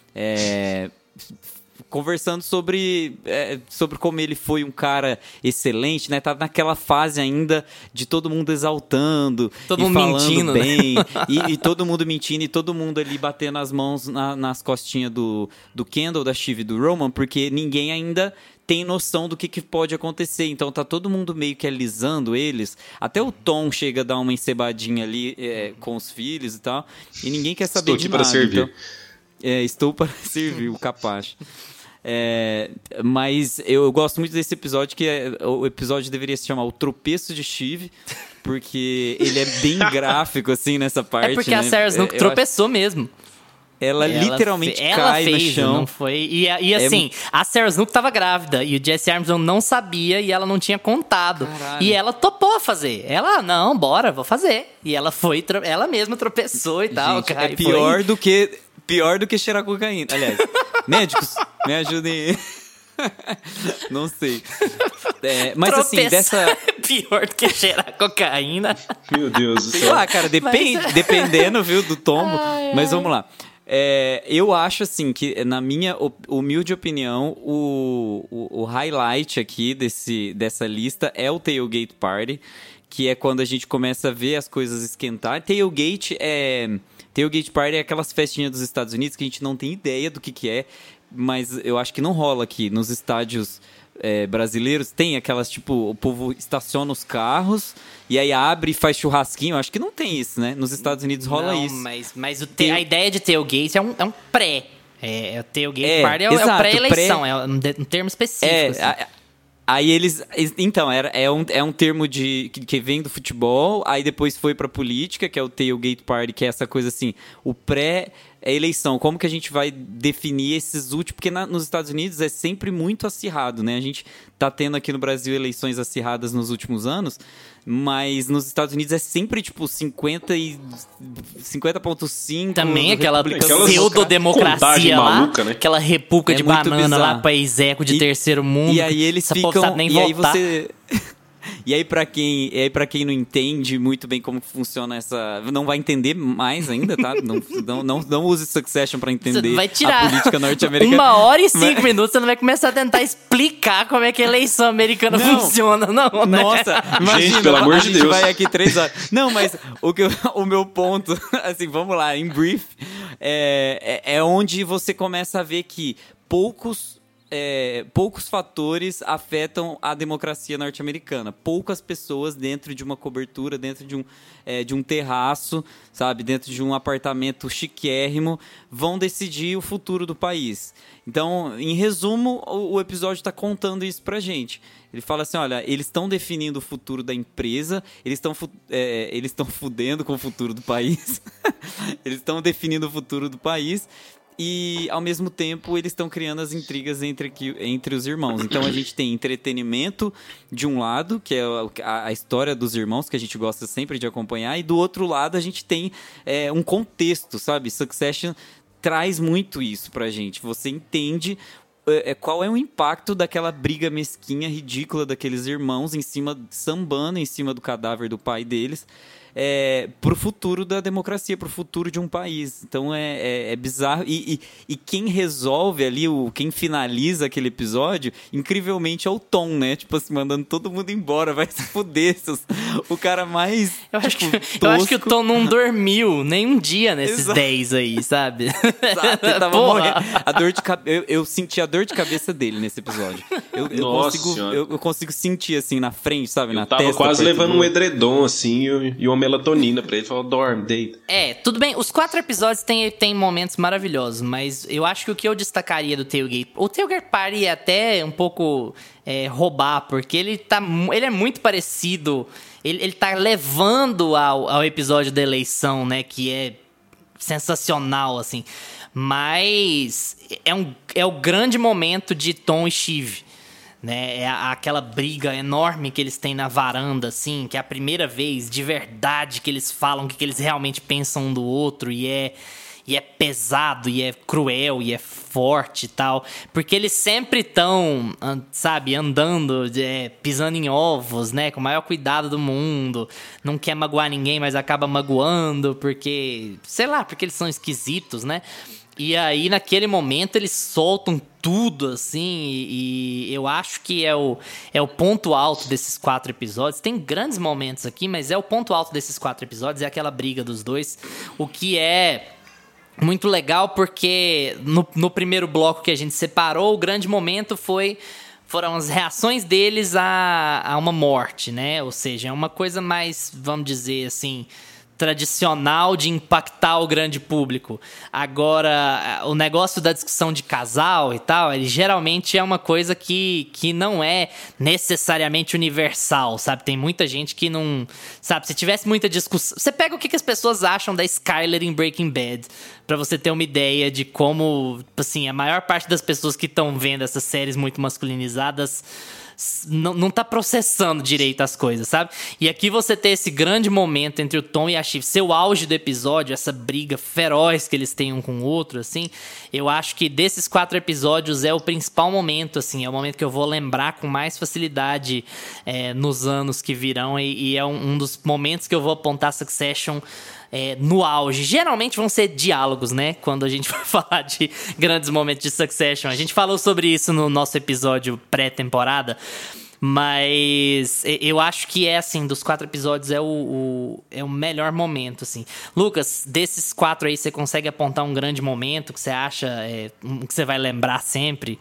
É, conversando sobre, é, sobre como ele foi um cara excelente, né? Tá naquela fase ainda de todo mundo exaltando, Todo e mundo falando mentindo, né? bem, e, e todo mundo mentindo, e todo mundo ali batendo as mãos na- nas costinhas do, do Kendall, da Shiv e do Roman, porque ninguém ainda tem noção do que, que pode acontecer. Então tá todo mundo meio que alisando eles. Até o Tom chega a dar uma encebadinha ali é, com os filhos e tal, e ninguém quer saber Estou de aqui nada. para servir. Então, é, estou para servir, o capacho. É, mas eu gosto muito desse episódio, que é, o episódio deveria se chamar O Tropeço de Shiv, porque ele é bem gráfico, assim, nessa parte. É porque né? a Sarah Snook É, eu tropeçou mesmo. acho- Ela, literalmente fe- ela cai fez, no chão. Não foi. E, e assim, a Sarah Snook tava grávida e o Jesse Armstrong não sabia e ela não tinha contado. Caralho. E ela topou fazer. Ela, não, bora, vou fazer. E ela foi, tro- ela mesma tropeçou e tal, Gente, cara. é e pior foi- do que pior do que cheirar cocaína. Aliás, médicos, me ajudem. Não sei. É, mas assim, Tropeçar dessa. é pior do que cheirar cocaína. Meu Deus do Sei céu. lá, cara, depende, Mas- dependendo, viu, do tombo. Ai, Mas ai. vamos lá. É, eu acho, assim, que na minha op- humilde opinião, o, o, o highlight aqui desse, dessa lista é o Tailgate Party, que é quando a gente começa a ver as coisas esquentar. Tailgate é... Tailgate Party é aquelas festinhas dos Estados Unidos que a gente não tem ideia do que, que é, mas eu acho que não rola aqui. Nos estádios é, brasileiros tem aquelas, tipo, o povo estaciona os carros e aí abre e faz churrasquinho. Eu acho que não tem isso, né? Nos Estados Unidos rola Não, isso. Mas, mas o te- Tem- a ideia de tailgate é um, é um pré. É, é o tailgate É, party é, o- é o exato, pré-eleição, pré- é um, de- um termo específico. É, assim. a- aí eles... Então, era, é, um, é um termo de, que, que vem do futebol, aí depois foi pra política, que é o tailgate party, que é essa coisa assim, o pré-eleição. Como que a gente vai definir esses últimos... Porque na- nos Estados Unidos é sempre muito acirrado, né? A gente tá tendo aqui no Brasil eleições acirradas nos últimos anos, mas nos Estados Unidos é sempre, tipo, cinquenta e... cinquenta ponto cinco... Também aquela Aquelas pseudo-democracia contagem lá, maluca, né? aquela república É de muito banana lá bizarro. pra execo de E- terceiro mundo. E aí eles essa ficam... povo sabe nem e aí votar. você... E aí pra quem, e aí para quem não entende muito bem como funciona essa, não vai entender mais ainda, tá? Não, não, não, não use Succession pra entender Você vai tirar a política norte-americana. uma hora e cinco Mas- minutos, você não vai começar a tentar explicar como é que a eleição americana Não. funciona, não, né? Nossa, imagina, pelo amor a de gente Deus. vai aqui três horas. Não, mas o, que eu- o meu ponto, assim, vamos lá, em brief, é, é, é onde você começa a ver que poucos é, poucos fatores afetam a democracia norte-americana. Poucas pessoas dentro de uma cobertura, dentro de um, é, de um terraço, sabe, dentro de um apartamento chiquérrimo, vão decidir o futuro do país. Então, em resumo, o, o episódio está contando isso pra gente. Ele fala assim, olha, eles estão definindo o futuro da empresa, eles estão é, eles estão fudendo com o futuro do país, eles estão definindo o futuro do país e, ao mesmo tempo, eles estão criando as intrigas entre, entre os irmãos. Então, a gente tem entretenimento de um lado, que é a, a história dos irmãos, que a gente gosta sempre de acompanhar, e do outro lado a gente tem é, um contexto, sabe? Succession traz muito isso pra gente. Você entende qual é o impacto daquela briga mesquinha, ridícula daqueles irmãos em cima, sambando em cima do cadáver do pai deles, é, pro futuro da democracia, pro futuro de um país. Então é, é, é bizarro. E, e, e quem resolve ali, o, quem finaliza aquele episódio, incrivelmente é o Tom, né? Tipo assim, mandando todo mundo embora, vai se fuder. O cara mais. Eu, tipo, acho que, eu acho que o Tom não dormiu nem um dia nesses Exato. dez aí, sabe? Exato, ele tava morrendo. A dor de cabe... eu, eu senti a dor de cabeça dele nesse episódio. Eu, eu, Nossa consigo, eu, eu consigo sentir assim na frente, sabe? Eu na tava testa. quase levando do... um edredom assim e, e uma melatonina pra ele. Falou, dorme, deita. É, tudo bem. Os quatro episódios têm, têm momentos maravilhosos, mas eu acho que o que eu destacaria do Tailgate... O Tailgate Party é até um pouco é, roubar, porque ele, tá, ele é muito parecido... Ele, ele tá levando ao, ao episódio da eleição, né? Que é sensacional, assim. Mas é, um, é o grande momento de Tom e Shiv, né? É aquela briga enorme que eles têm na varanda, assim, que é a primeira vez de verdade que eles falam o que, que eles realmente pensam um do outro, e é, e é pesado, e é cruel, e é forte e tal, porque eles sempre estão, sabe, andando, é, pisando em ovos, né, com o maior cuidado do mundo, não quer magoar ninguém, mas acaba magoando, porque, sei lá, porque eles são esquisitos, né? E aí, naquele momento, eles soltam tudo, assim, e, e eu acho que é o, é o ponto alto desses quatro episódios. Tem grandes momentos aqui, mas é o ponto alto desses quatro episódios, é aquela briga dos dois, o que é muito legal, porque no, no primeiro bloco que a gente separou, o grande momento foi... foram as reações deles a, a uma morte, né? Ou seja, é uma coisa mais, vamos dizer assim... tradicional de impactar o grande público. Agora, o negócio da discussão de casal e tal, ele geralmente é uma coisa que, que não é necessariamente universal, sabe? Tem muita gente que não... Sabe, se tivesse muita discussão... Você pega o que, que as pessoas acham da Skyler em Breaking Bad, pra você ter uma ideia de como, assim, a maior parte das pessoas que estão vendo essas séries muito masculinizadas... Não, não tá processando direito as coisas, sabe? E aqui você tem esse grande momento entre o Tom e a Shiv, seu auge do episódio, essa briga feroz que eles têm um com o outro, assim. Eu acho que desses quatro episódios é o principal momento, assim. É o momento que eu vou lembrar com mais facilidade é, nos anos que virão. E, e é um, um dos momentos que eu vou apontar Succession É, no auge. Geralmente vão ser diálogos, né? Quando a gente vai falar de grandes momentos de Succession. A gente falou sobre isso no nosso episódio pré-temporada. Mas eu acho que é, assim, dos quatro episódios é o, o, é o melhor momento, assim. Lucas, desses quatro aí, você consegue apontar um grande momento que você acha, é, um, que você vai lembrar sempre?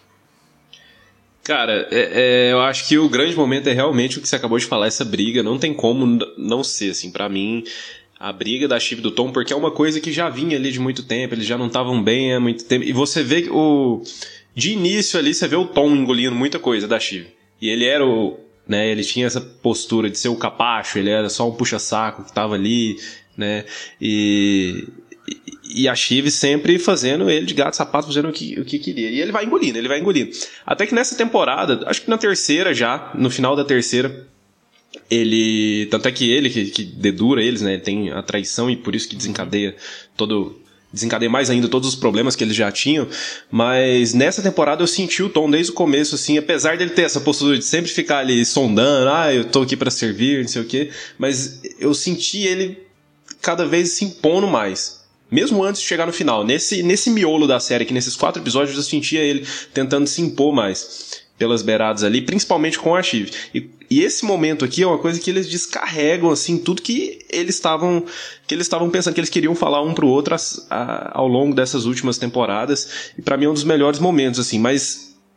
Cara, é, é, eu acho que o grande momento é realmente o que você acabou de falar, essa briga. Não tem como não ser, assim, pra mim... A briga da Shiv e do Tom, porque é uma coisa que já vinha ali de muito tempo, eles já não estavam bem há muito tempo. E você vê o... De início ali, você vê o Tom engolindo muita coisa da Shiv. E ele era o... Né, ele tinha essa postura de ser o capacho, ele era só um puxa-saco que tava ali, né? E... E a Shiv sempre fazendo ele de gato sapato, fazendo o que, o que queria. E ele vai engolindo, ele vai engolindo. Até que nessa temporada, acho que na terceira já, no final da terceira... Ele, tanto é que ele que, que dedura eles, né? Ele tem a traição e por isso que desencadeia todo, desencadeia mais ainda todos os problemas que eles já tinham. Mas nessa temporada eu senti o Tom desde o começo, assim, apesar dele ter essa postura de sempre ficar ali sondando, ah, eu tô aqui pra servir, não sei o quê, mas eu senti ele cada vez se impondo mais. Mesmo antes de chegar no final, nesse, nesse miolo da série, que nesses quatro episódios eu sentia ele tentando se impor mais pelas beiradas ali, principalmente com a Shiv. E, e esse momento aqui é uma coisa que eles descarregam, assim, tudo que eles estavam que eles estavam pensando, que eles queriam falar um pro outro as, a, ao longo dessas últimas temporadas. E pra mim é um dos melhores momentos, assim. Mas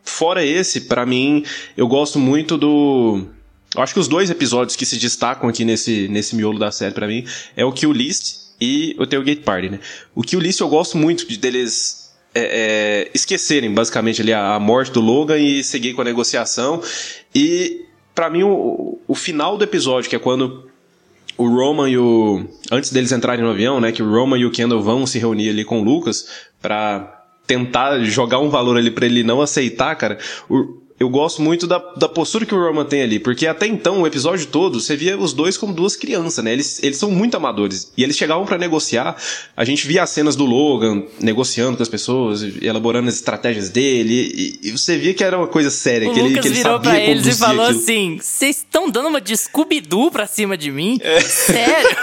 fora esse, pra mim, eu gosto muito do... Eu acho que os dois episódios que se destacam aqui nesse, nesse miolo da série pra mim é o Kill List e o Tailgate Party, né? O Kill List eu gosto muito de deles é, é, esquecerem, basicamente, ali a, a morte do Logan e seguir com a negociação. E, pra mim, o, o final do episódio, que é quando o Roman e o... Antes deles entrarem no avião, né? Que o Roman e o Kendall vão se reunir ali com o Lucas pra tentar jogar um valor ali pra ele não aceitar, cara... O, eu gosto muito da, da postura que o Roman tem ali, porque até então, o episódio todo, você via os dois como duas crianças, né? Eles, eles são muito amadores. E eles chegavam pra negociar, a gente via as cenas do Logan negociando com as pessoas, elaborando as estratégias dele, e, e você via que era uma coisa séria, o que Lucas ele, que ele virou sabia pra eles e falou aquilo. assim, vocês estão dando uma de Scooby-Doo pra cima de mim? É. Sério?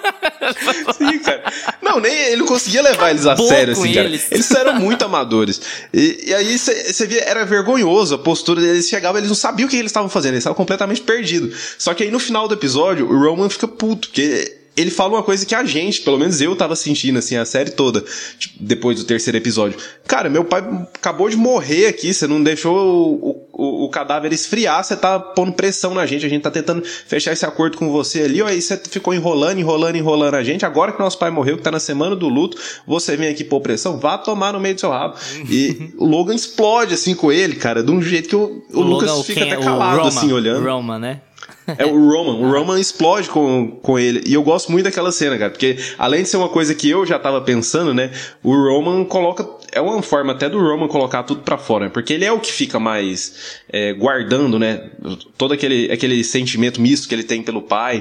Sim, cara. Não, nem ele não conseguia levar eles a Acabou sério, com assim, cara. eles. Eles eram muito amadores. E, e aí você via, era vergonhoso a postura deles. Eles chegavam, eles não sabiam o que eles estavam fazendo, eles estavam completamente perdidos. Só que aí no final do episódio, o Roman fica puto, porque ele fala uma coisa que a gente, pelo menos eu tava sentindo, assim, a série toda, tipo, depois do terceiro episódio. Cara, meu pai acabou de morrer aqui, você não deixou o, o, o cadáver esfriar, você tá pondo pressão na gente, a gente tá tentando fechar esse acordo com você ali, ó, aí você ficou enrolando, enrolando, enrolando a gente, agora que nosso pai morreu, que tá na semana do luto, você vem aqui pôr pressão, vá tomar no meio do seu rabo. E o Logan explode, assim, com ele, cara, de um jeito que o, o, o Lucas Logan, fica até calado, Roma, assim, olhando. Roma, né? É o Roman, o Roman explode com, com ele, e eu gosto muito daquela cena, cara, porque além de ser uma coisa que eu já tava pensando, né, o Roman coloca, é uma forma até do Roman colocar tudo pra fora, né, porque ele é o que fica mais é, guardando, né, todo aquele, aquele sentimento misto que ele tem pelo pai,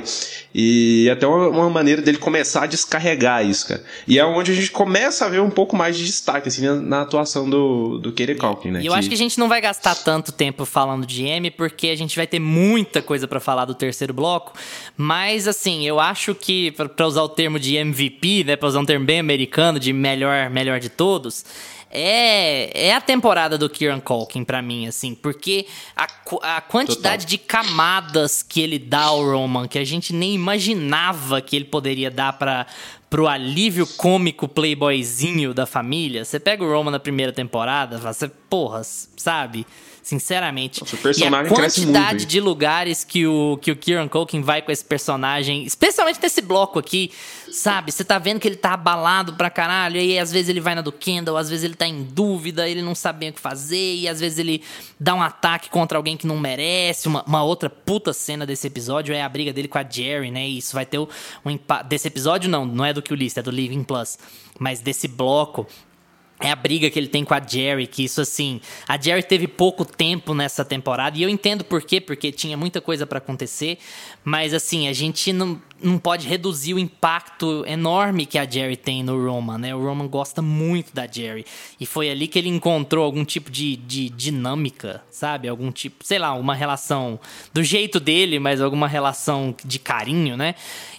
e até uma, uma maneira dele começar a descarregar isso, cara, e é onde a gente começa a ver um pouco mais de destaque, assim, na, na atuação do, do Kieran Culkin, né. E eu que... acho que a gente não vai gastar tanto tempo falando de M, porque a gente vai ter muita coisa pra falar do terceiro bloco, mas assim, eu acho que, pra usar o termo de M V P, né, pra usar um termo bem americano, de melhor, melhor de todos, é, é a temporada do Kieran Culkin pra mim, assim, porque a, a quantidade Total. de camadas que ele dá ao Roman, que a gente nem imaginava que ele poderia dar pra, pro alívio cômico playboyzinho da família. Você pega o Roman na primeira temporada, você, porra, sabe... Sinceramente. Nossa, o personagem e a quantidade muito, de lugares que o, que o Kieran Culkin vai com esse personagem, especialmente nesse bloco aqui, sabe? Você tá vendo que ele tá abalado pra caralho, e aí às vezes ele vai na do Kendall, às vezes ele tá em dúvida, ele não sabe bem o que fazer, e às vezes ele dá um ataque contra alguém que não merece. Uma, uma outra puta cena desse episódio é a briga dele com a Jerry, né? E isso vai ter um, um impacto. Desse episódio, não, não é do Kill List, é do Living Plus. Mas desse bloco. É a briga que ele tem com a Jerry, que isso assim... A Jerry teve pouco tempo nessa temporada, e eu entendo por quê, porque tinha muita coisa pra acontecer, mas assim, a gente não, não pode reduzir o impacto enorme que a Jerry tem no Roman, né? O Roman gosta muito da Jerry, e foi ali que ele encontrou algum tipo de, de dinâmica, sabe? Algum tipo, sei lá, uma relação do jeito dele, mas alguma relação de carinho, né?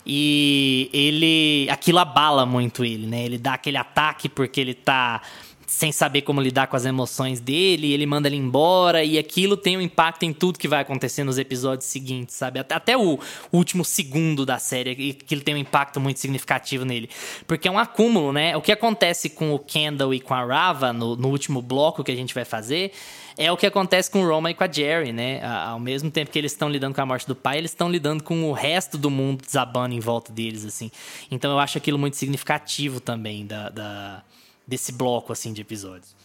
E ele... Aquilo abala muito ele, né? Ele dá aquele ataque porque ele tá sem saber como lidar com as emoções dele, e ele manda ele embora, e aquilo tem um impacto em tudo que vai acontecer nos episódios seguintes, sabe? Até, até o último segundo da série, que ele tem um impacto muito significativo nele. Porque é um acúmulo, né? O que acontece com o Kendall e com a Rava no, no último bloco que a gente vai fazer é o que acontece com o Roman e com a Jerry, né? Ao mesmo tempo que eles estão lidando com a morte do pai, eles estão lidando com o resto do mundo desabando em volta deles, assim. Então eu acho aquilo muito significativo também da... da desse bloco, assim, de episódios.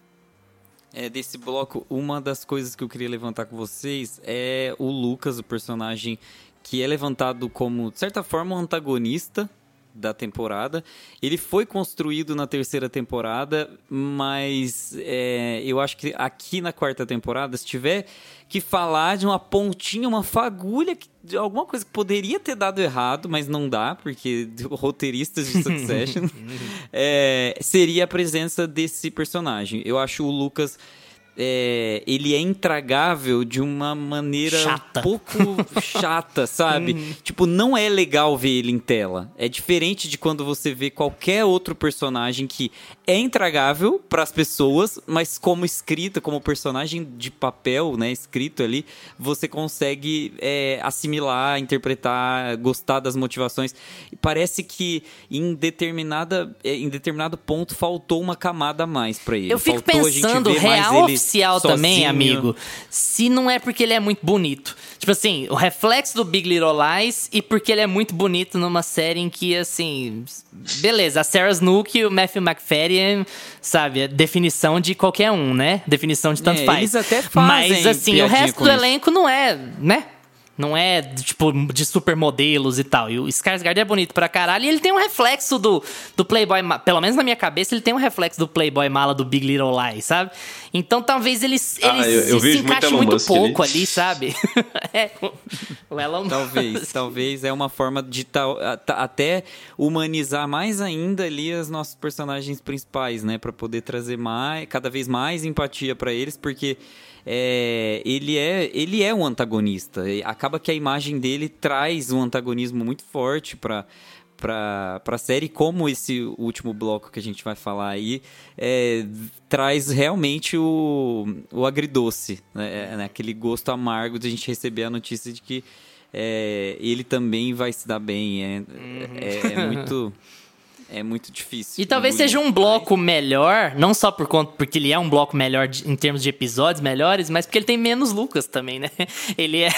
É, desse bloco, uma das coisas que eu queria levantar com vocês é o Lucas, o personagem que é levantado como, de certa forma, um antagonista da temporada. Ele foi construído na terceira temporada, mas é, eu acho que aqui na quarta temporada, se tiver que falar de uma pontinha, uma fagulha, de alguma coisa que poderia ter dado errado, mas não dá, porque roteiristas de Succession, é, seria a presença desse personagem. Eu acho o Lucas... É, ele é intragável de uma maneira chata. um pouco chata, sabe? Uhum. Tipo, não é legal ver ele em tela. É diferente de quando você vê qualquer outro personagem que é intragável para as pessoas, mas como escrita, como personagem de papel, né, escrito ali, você consegue é, assimilar, interpretar, gostar das motivações. E parece que em, determinada, em determinado ponto faltou uma camada a mais para ele. Eu fico faltou pensando, a gente ver real mais ele diferencial também, sozinho. amigo, se não é porque ele é muito bonito. Tipo assim, o reflexo do Big Little Lies e porque ele é muito bonito numa série em que, assim... Beleza, a Sarah Snook e o Matthew McFadden, sabe? A definição de qualquer um, né? Definição de tanto É, faz. eles até fazem Mas, assim, o piadinha resto com do isso. elenco não é, né? Não é, tipo, de supermodelos e tal. E o Skarsgård é bonito pra caralho. E ele tem um reflexo do, do Playboy... Ma- Pelo menos na minha cabeça, ele tem um reflexo do Playboy mala do Big Little Lies, sabe? Então, talvez ele, ele Ah, eu- eu se, vejo se muito encaixe Elon muito Musk pouco ali. ali, sabe? É, o Elon Talvez, Musk. talvez é uma forma de tal- a- ta- até humanizar mais ainda ali os nossos personagens principais, né? Pra poder trazer mais, cada vez mais empatia pra eles, porque é, ele, é, ele é um antagonista. E acaba que a imagem dele traz um antagonismo muito forte pra, pra, pra série, como esse último bloco que a gente vai falar aí, é, traz realmente o, o agridoce, né? É, aquele gosto amargo de a gente receber a notícia de que é, ele também vai se dar bem. É, é, é muito... É muito difícil. E talvez seja um bloco melhor, não só por conta, porque ele é um bloco melhor de- em termos de episódios melhores, mas porque ele tem menos Lucas também, né? Ele é.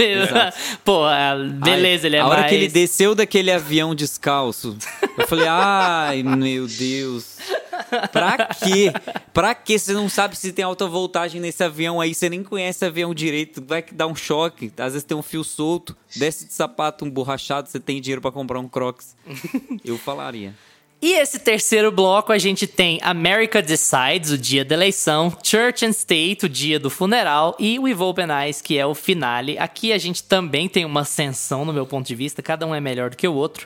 Pô, ah, beleza, ele é a hora mais. que ele desceu daquele avião descalço, eu falei, ai, meu Deus. Pra quê? Pra quê? Você não sabe se tem alta voltagem nesse avião aí, você nem conhece avião direito, vai dar um choque. Às vezes tem um fio solto, desce de sapato, um borrachado, você tem dinheiro pra comprar um Crocs. Eu falaria. E esse terceiro bloco a gente tem America Decides, o dia da eleição, Church and State, o dia do funeral, e With Open Eyes, que é o finale. Aqui a gente também tem uma ascensão no meu ponto de vista, cada um é melhor do que o outro.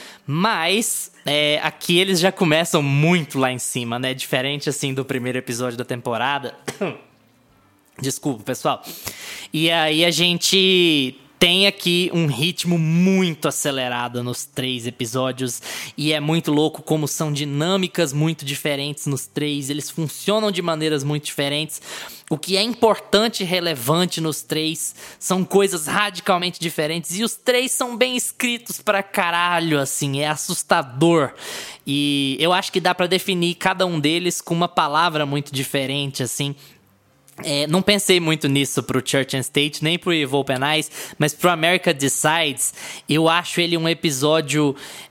Mas é, aqui eles já começam muito lá em cima, né? Diferente assim do primeiro episódio da temporada. Desculpa, pessoal. E aí a gente tem aqui um ritmo muito acelerado nos três episódios. E é muito louco como são dinâmicas muito diferentes nos três. Eles funcionam de maneiras muito diferentes. O que é importante e relevante nos três são coisas radicalmente diferentes. E os três são bem escritos pra caralho, assim. É assustador. E eu acho que dá pra definir cada um deles com uma palavra muito diferente, assim. É, não pensei muito nisso pro Church and State, nem pro With Open Eyes, mas pro America Decides, eu acho ele um episódio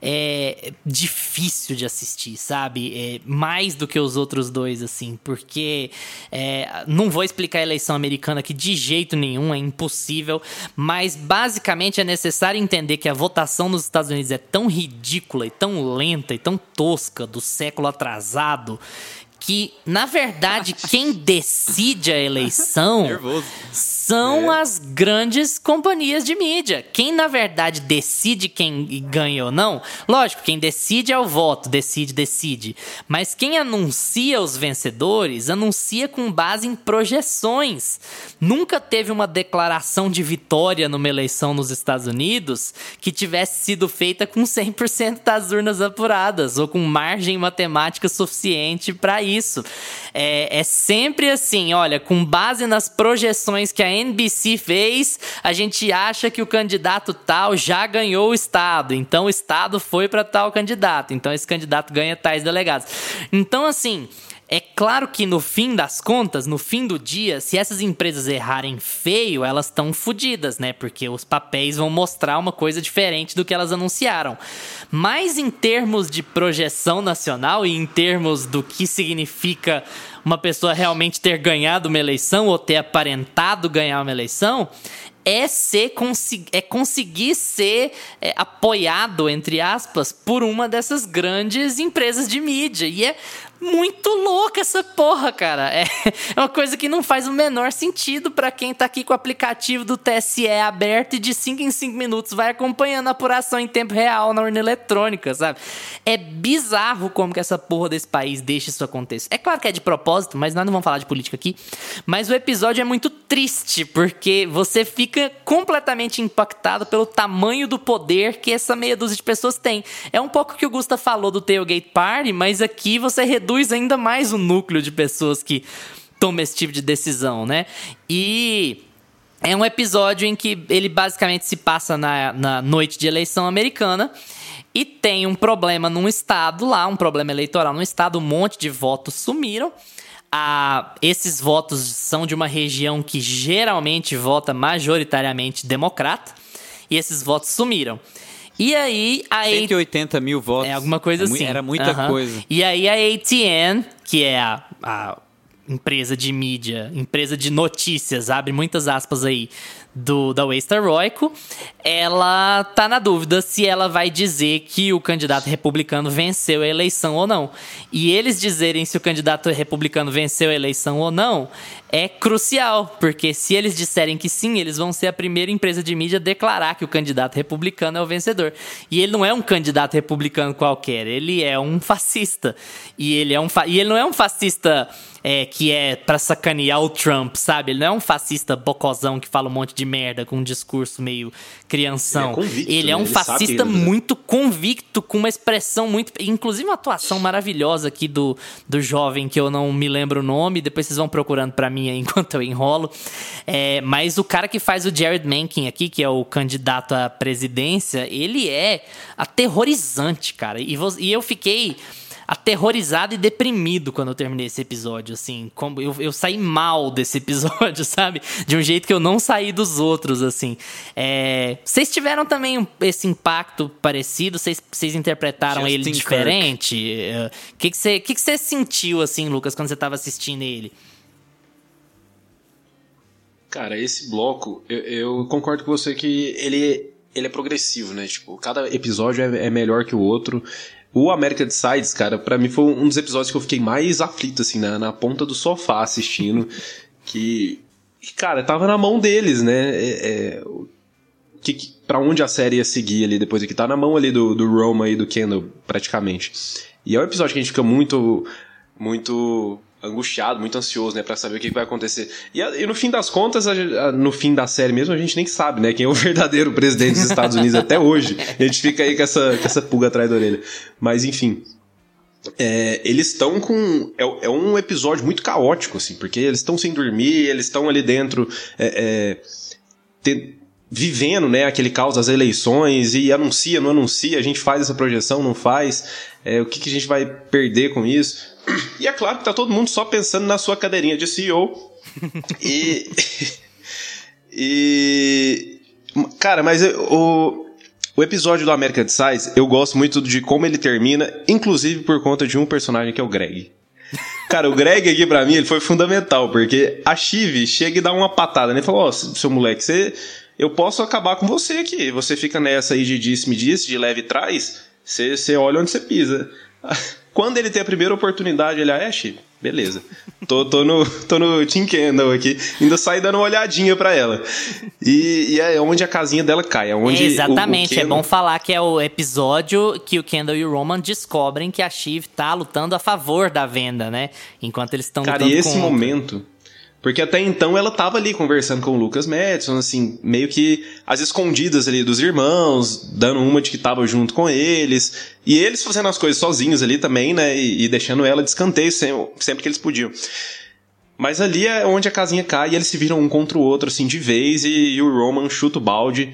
é, difícil de assistir, sabe? É, mais do que os outros dois, assim, porque é, não vou explicar a eleição americana aqui de jeito nenhum, é impossível, mas basicamente é necessário entender que a votação nos Estados Unidos é tão ridícula e tão lenta e tão tosca do século atrasado que, na verdade, quem decide a eleição Nervoso. são É. as grandes companhias de mídia. Quem, na verdade, decide quem ganha ou não, lógico, quem decide é o voto, decide, decide. Mas quem anuncia os vencedores, anuncia com base em projeções. Nunca teve uma declaração de vitória numa eleição nos Estados Unidos que tivesse sido feita com cem por cento das urnas apuradas ou com margem matemática suficiente para isso. É, é sempre assim, olha, com base nas projeções que a N B C fez, a gente acha que o candidato tal já ganhou o estado, então o estado foi para tal candidato, então esse candidato ganha tais delegados. Então, assim, é claro que no fim das contas, no fim do dia, se essas empresas errarem feio, elas estão fodidas, né? Porque os papéis vão mostrar uma coisa diferente do que elas anunciaram. Mas em termos de projeção nacional e em termos do que significa uma pessoa realmente ter ganhado uma eleição ou ter aparentado ganhar uma eleição, é, ser, é conseguir ser é, apoiado, entre aspas, por uma dessas grandes empresas de mídia. E é muito louca essa porra, cara. É uma coisa que não faz o menor sentido pra quem tá aqui com o aplicativo do T S E aberto e de cinco em cinco minutos vai acompanhando a apuração em tempo real na urna eletrônica, sabe? É bizarro como que essa porra desse país deixa isso acontecer. É claro que é de propósito, mas nós não vamos falar de política aqui. Mas o episódio é muito triste, porque você fica completamente impactado pelo tamanho do poder que essa meia dúzia de pessoas tem. É um pouco o que o Gusta falou do Tailgate Party, mas aqui você reduz ainda mais o núcleo de pessoas que tomam esse tipo de decisão, né? E é um episódio em que ele basicamente se passa na, na noite de eleição americana e tem um problema num estado lá, um problema eleitoral num estado, um monte de votos sumiram. a, esses votos são de uma região que geralmente vota majoritariamente democrata, e esses votos sumiram. E aí a cento e oitenta mil votos. É alguma coisa é, assim. Era muita uhum. coisa. E aí a A T N, que é a, a empresa de mídia, empresa de notícias, abre muitas aspas aí, do, da Waste Heroico, ela tá na dúvida se ela vai dizer que o candidato republicano venceu a eleição ou não. E eles dizerem se o candidato republicano venceu a eleição ou não é crucial, porque se eles disserem que sim, eles vão ser a primeira empresa de mídia a declarar que o candidato republicano é o vencedor. E ele não é um candidato republicano qualquer, ele é um fascista. E ele, é um fa- e ele não é um fascista é, que é pra sacanear o Trump, sabe? Ele não é um fascista bocozão que fala um monte de merda com um discurso meio crianção. Ele é convicto, ele é um né? Ele fascista sabe que ele- muito convicto, com uma expressão muito... Inclusive uma atuação maravilhosa aqui do, do jovem, que eu não me lembro o nome, depois vocês vão procurando pra mim aí enquanto eu enrolo. É, mas o cara que faz o Jared Mankin aqui, que é o candidato à presidência, ele é aterrorizante, cara. E, vo- e eu fiquei aterrorizado e deprimido quando eu terminei esse episódio, assim, como eu, eu saí mal desse episódio, sabe, de um jeito que eu não saí dos outros, assim. É, vocês tiveram também um, esse impacto parecido? Vocês, vocês interpretaram Justin ele Kirk. diferente? O que que você que que você sentiu, assim, Lucas, quando você tava assistindo ele? Cara, esse bloco, eu, eu concordo com você que ele, ele é progressivo, né? Tipo, cada episódio é, é melhor que o outro. O American Sides, cara, pra mim foi um dos episódios que eu fiquei mais aflito, assim, na, na ponta do sofá assistindo. que, que, cara, tava na mão deles, né? É, é, que, que, pra onde a série ia seguir ali depois aqui. Tá na mão ali do, do Roma e do Kendall, praticamente. E é um episódio que a gente fica muito, muito angustiado, muito ansioso, né, pra saber o que vai acontecer. E, e no fim das contas, a, a, no fim da série mesmo, a gente nem sabe, né, quem é o verdadeiro presidente dos Estados Unidos até hoje. A gente fica aí com essa, com essa pulga atrás da orelha. Mas, enfim, é, eles estão com... É, é um episódio muito caótico, assim, porque eles estão sem dormir, eles estão ali dentro... É, é, te, vivendo, né, aquele caos das eleições, e anuncia, não anuncia, a gente faz essa projeção, não faz, é, o que, que a gente vai perder com isso. E é claro que tá todo mundo só pensando na sua cadeirinha de C E O. e... e... Cara, mas o, o episódio do American Size, eu gosto muito de como ele termina, inclusive por conta de um personagem que é o Greg. Cara, o Greg aqui pra mim, ele foi fundamental, porque a Shiv chega e dá uma patada, né? Ele falou, ó, oh, seu moleque, você... eu posso acabar com você aqui. Você fica nessa aí de disse-me disse, de leve trás, você, você olha onde você pisa. Quando ele tem a primeira oportunidade, ele, ah, é, Chico, beleza. Tô, tô, no, tô no Team Kendall aqui, ainda sai dando uma olhadinha pra ela. E, e é onde a casinha dela cai. É onde é exatamente, o, o Kendall... é bom falar que é o episódio que o Kendall e o Roman descobrem que a Shiv tá lutando a favor da venda, né? Enquanto eles estão lutando com... Cara, e esse momento... Porque até então ela tava ali conversando com o Lucas Madison, assim, meio que às escondidas ali dos irmãos, dando uma de que tava junto com eles, e eles fazendo as coisas sozinhos ali também, né, e, e deixando ela de escanteio sempre, sempre que eles podiam. Mas ali é onde a casinha cai e eles se viram um contra o outro, assim, de vez, e, e o Roman chuta o balde,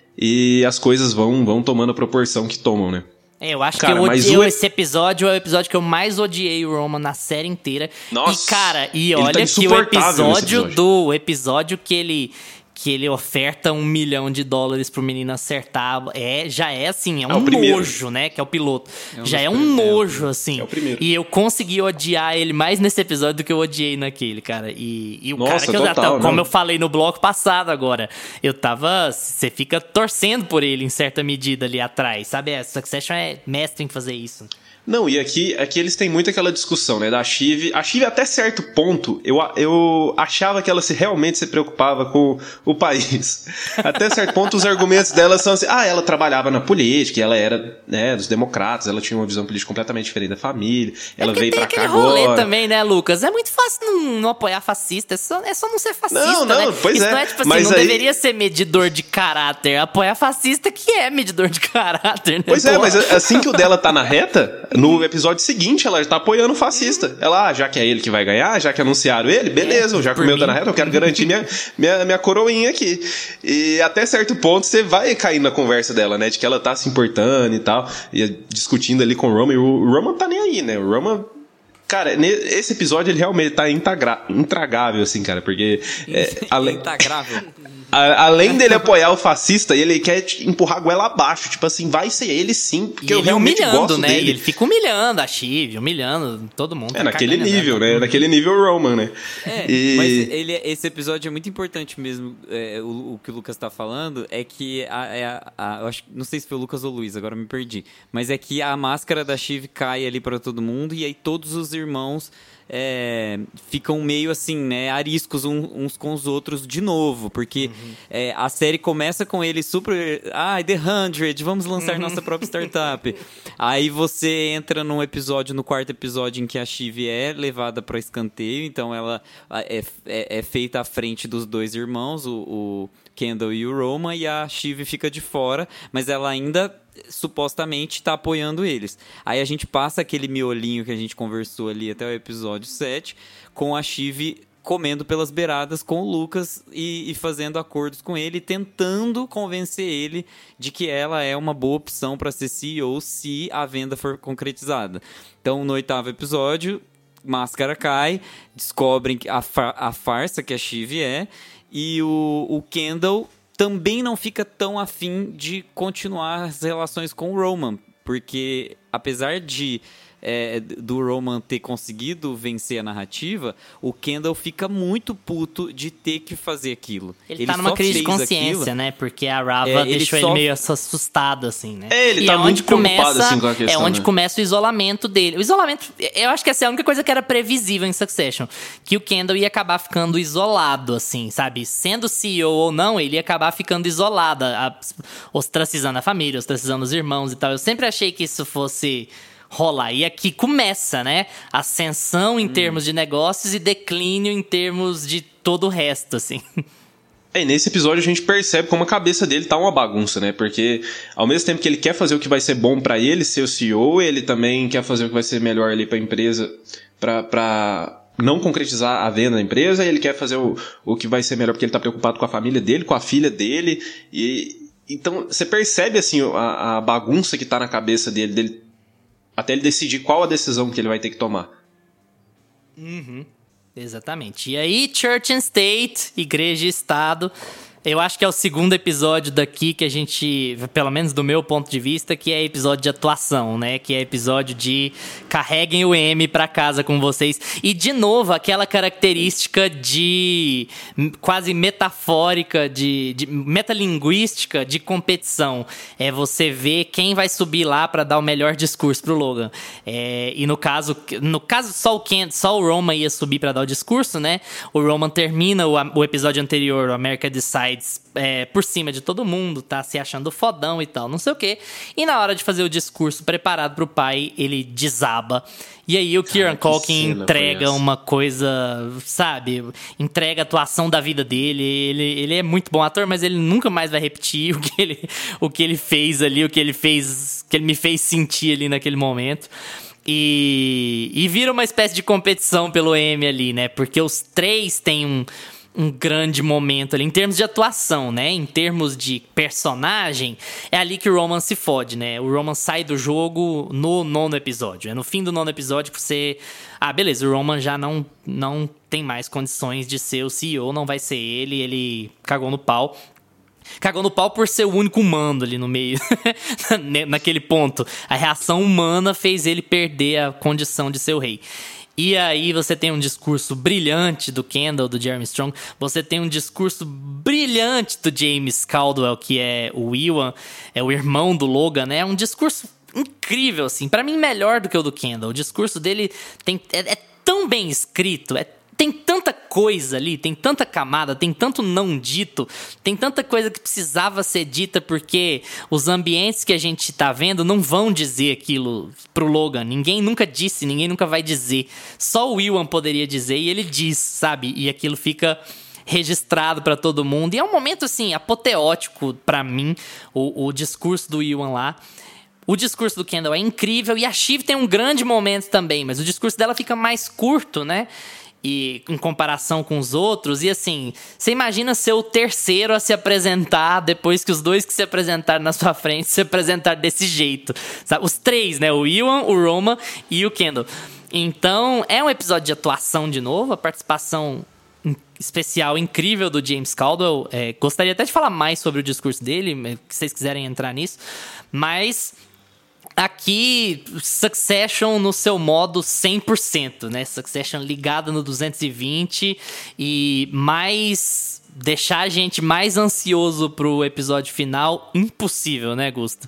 e as coisas vão, vão tomando a proporção que tomam, né. É, eu acho cara, que eu odiei o... esse episódio, é o episódio que eu mais odiei o Roman na série inteira. Nossa, e, cara, e ele olha tá que o episódio, episódio do o episódio que ele que ele oferta um milhão de dólares pro menino acertar, é, já é assim, é um é nojo, né, que é o piloto. É um já é um primeiros, nojo, assim. É o primeiro. E eu consegui odiar ele mais nesse episódio do que eu odiei naquele, cara. E, e o Nossa, cara que eu, total, como não. eu falei no bloco passado agora, eu tava, você fica torcendo por ele em certa medida ali atrás, sabe? A Succession é mestre em fazer isso. Não, e aqui, aqui eles têm muito aquela discussão, né, da Shiv. A Shiv, até certo ponto, eu, eu achava que ela se, realmente se preocupava com o país. Até certo ponto, os argumentos dela são assim, ah, ela trabalhava na política, ela era, né, dos democratas, ela tinha uma visão política completamente diferente da família, ela é veio tem pra cá aquele rolê agora. também, né, Lucas? É muito fácil não, não apoiar fascista, é só, é só não ser fascista, Não, não, né? pois Isso é, não é tipo assim, mas não aí- deveria ser medidor de caráter. Apoiar fascista que é medidor de caráter, né? Pois é, Porra. mas assim que o dela tá na reta, no episódio seguinte ela tá apoiando o fascista. Ela, ah, já que é ele que vai ganhar, já que anunciaram ele, beleza, É, já que por o meu tá mim. na reta, eu quero garantir minha, minha, minha coroinha aqui. E até certo ponto você vai cair na conversa dela, né, de que ela tá se importando e tal, e discutindo ali com o Roman, e o Roman tá nem aí, né, o Roman Cara, esse episódio ele realmente tá intagra- intragável, assim, cara, porque... É, além... Intragável. A, além dele apoiar o fascista, ele quer empurrar a goela abaixo. Tipo assim, vai ser ele sim, porque e eu ele realmente humilhando, gosto né? dele. E ele fica humilhando a Shiv, humilhando todo mundo. É, tá naquele cagando, nível, né? né? Naquele nível Roman, né? É, E- mas ele, esse episódio é muito importante mesmo. É, o, o que o Lucas tá falando é que a, é a, a- eu acho, não sei se foi o Lucas ou o Luiz, agora me perdi. Mas é que a máscara da Shiv cai ali pra todo mundo e aí todos os irmãos é, ficam meio assim, né, ariscos um- uns com os outros de novo, porque é, a série começa com ele super, ah, The hundred, vamos lançar nossa própria startup. Aí você entra num episódio, no quarto episódio, em que a Shiv é levada para escanteio, então ela é, é, é feita à frente dos dois irmãos, o, o Kendall e o Roman, e a Shiv fica de fora, mas ela ainda supostamente está apoiando eles. Aí a gente passa aquele miolinho que a gente conversou ali até o episódio sete, com a Shiv comendo pelas beiradas com o Lucas e, e fazendo acordos com ele, tentando convencer ele de que ela é uma boa opção para ser C E O se a venda for concretizada. Então, no oitavo episódio, máscara cai, descobrem que a, fa- a farsa que a Shiv é, e o, o Kendall também não fica tão afim de continuar as relações com o Roman, porque apesar de é, do Roman ter conseguido vencer a narrativa, o Kendall fica muito puto de ter que fazer aquilo. Ele, ele tá numa crise de consciência, aquilo, né? Porque a Rava é, deixou ele, ele só... meio assustado, assim, né? É, ele e tá é muito onde preocupado, começa, assim, com a questão, É onde né? começa o isolamento dele. O isolamento, eu acho que essa é a única coisa que era previsível em Succession. Que o Kendall ia acabar ficando isolado, assim, sabe? Sendo C E O ou não, ele ia acabar ficando isolado, a, ostracizando a família, ostracizando os irmãos e tal. Eu sempre achei que isso fosse rolar. E aqui começa, né? Ascensão em hum. termos de negócios e declínio em termos de todo o resto, assim. É, e nesse episódio a gente percebe como a cabeça dele tá uma bagunça, né? Porque ao mesmo tempo que ele quer fazer o que vai ser bom pra ele, ser o C E O, ele também quer fazer o que vai ser melhor ali pra empresa, pra, pra não concretizar a venda da empresa, e ele quer fazer o, o que vai ser melhor porque ele tá preocupado com a família dele, com a filha dele, e então você percebe, assim, a, a bagunça que tá na cabeça dele, dele até ele decidir qual a decisão que ele vai ter que tomar. Uhum. Exatamente. E aí, Church and State, Igreja e Estado. Eu acho que é o segundo episódio daqui que a gente, pelo menos do meu ponto de vista, que é episódio de atuação, né? Que é episódio de carreguem o M pra casa com vocês. E, de novo, aquela característica de quase metafórica, de, de metalinguística de competição. É você ver quem vai subir lá pra dar o melhor discurso pro Logan. É, e no caso, no caso só o Ken, só o Roman ia subir pra dar o discurso, né? O Roman termina o, o episódio anterior, o America Decides, É, por cima de todo mundo, tá se achando fodão e tal, não sei o quê. E na hora de fazer o discurso preparado pro pai, ele desaba. E aí o Kieran Culkin entrega uma coisa, sabe? Entrega a atuação da vida dele. Ele, ele é muito bom ator, mas ele nunca mais vai repetir o que ele, o que ele fez ali, o que ele fez, que ele me fez sentir ali naquele momento. E, e vira uma espécie de competição pelo Emmy ali, né? Porque os três têm um... um grande momento ali, em termos de atuação, né? Em termos de personagem, é ali que o Roman se fode, né? O Roman sai do jogo no nono episódio. É no fim do nono episódio que você... Ah, beleza, o Roman já não, não tem mais condições de ser o C E O, não vai ser ele, ele cagou no pau. Cagou no pau por ser o único humano ali no meio, naquele ponto. A reação humana fez ele perder a condição de ser o rei. E aí você tem um discurso brilhante do Kendall, do Jeremy Strong. Você tem um discurso brilhante do James Caldwell, que é o Ewan, é o irmão do Logan, né? É um discurso incrível, assim. Pra mim, melhor do que o do Kendall. O discurso dele tem, é, é tão bem escrito, é tem tanta coisa ali, tem tanta camada, tem tanto não dito, tem tanta coisa que precisava ser dita porque os ambientes que a gente tá vendo não vão dizer aquilo pro Logan. Ninguém nunca disse, ninguém nunca vai dizer. Só o Ewan poderia dizer e ele diz, sabe? E aquilo fica registrado pra todo mundo. E é um momento, assim, apoteótico pra mim, o, o discurso do Ewan lá. O discurso do Kendall é incrível e a Shiv tem um grande momento também, mas o discurso dela fica mais curto, né? E em comparação com os outros, e assim, você imagina ser o terceiro a se apresentar depois que os dois que se apresentaram na sua frente se apresentaram desse jeito, sabe? Os três, né? O Ewan, o Roman e o Kendall. Então, é um episódio de atuação de novo, a participação especial incrível do James Caldwell. É, gostaria até de falar mais sobre o discurso dele, se vocês quiserem entrar nisso. Mas aqui, Succession no seu modo cem por cento, né? Succession ligada no duzentos e vinte e mais... deixar a gente mais ansioso pro episódio final, impossível, né, Gusto?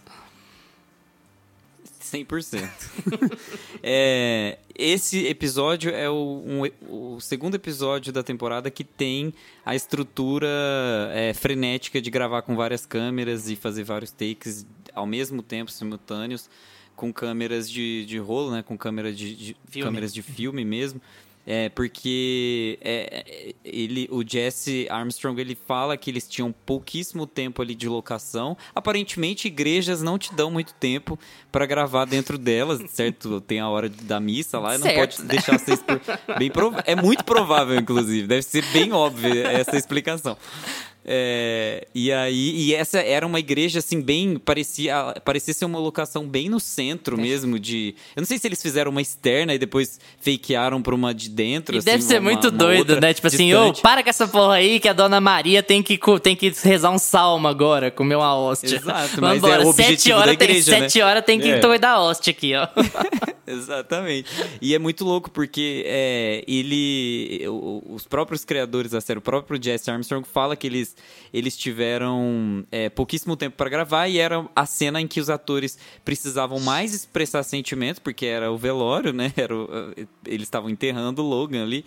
cem por cento. é, esse episódio é o, um, o segundo episódio da temporada que tem a estrutura é, frenética de gravar com várias câmeras e fazer vários takes ao mesmo tempo, simultâneos, com câmeras de, de rolo, né? Com câmera de, de, câmeras de filme mesmo. É, porque é, ele, o Jesse Armstrong, ele fala que eles tinham pouquíssimo tempo ali de locação. Aparentemente, igrejas não te dão muito tempo para gravar dentro delas, certo? Tem a hora da missa lá, certo, não pode né? deixar vocês... Por... Bem prov... É muito provável, inclusive. Deve ser bem óbvia essa explicação. É, e aí, e essa era uma igreja assim bem, parecia, parecia ser uma locação bem no centro mesmo de, eu não sei se eles fizeram uma externa e depois fakearam pra uma de dentro. E assim, deve ser uma, muito uma doido, né? Tipo assim, ô, para com essa porra aí que a Dona Maria tem que, tem que rezar um salmo agora, comer uma hóstia. Exato, mas Vambora, é o objetivo sete horas da igreja, tem, né? Sete horas tem que É. tomar da hóstia aqui, ó. Exatamente. E é muito louco porque é, ele, o- os próprios criadores da série, o próprio Jesse Armstrong fala que eles, eles tiveram é, pouquíssimo tempo para gravar e era a cena em que os atores precisavam mais expressar sentimentos, porque era o velório, né? Era o- eles estavam enterrando o Logan ali.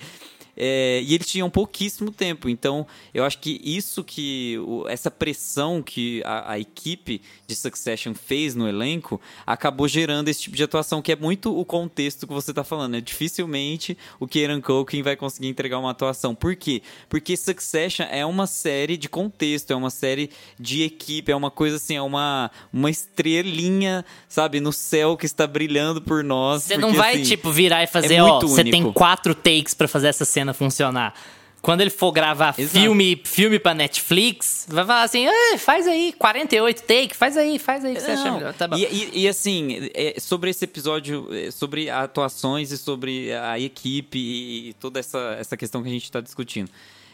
É, e eles tinham pouquíssimo tempo, então eu acho que isso que o- essa pressão que a, a equipe de Succession fez no elenco acabou gerando esse tipo de atuação, que é muito o contexto que você está falando, né? Dificilmente o Kieran Culkin vai conseguir entregar uma atuação. Por quê? Porque Succession é uma série de contexto, é uma série de equipe, é uma coisa assim, é uma, uma estrelinha, sabe, no céu que está brilhando por nós. Você não porque, vai, assim, tipo, virar e fazer, é ó, muito você tem único. quatro takes pra fazer essa cena funcionar. Quando ele for gravar Exato. filme, filme pra Netflix, vai falar assim, "Ah, faz aí, quarenta e oito take, faz aí, faz aí, que você acha Não, melhor." Tá bom. E, e- e, assim, é, sobre esse episódio, é, sobre atuações e sobre a equipe e, e toda essa, essa questão que a gente está discutindo.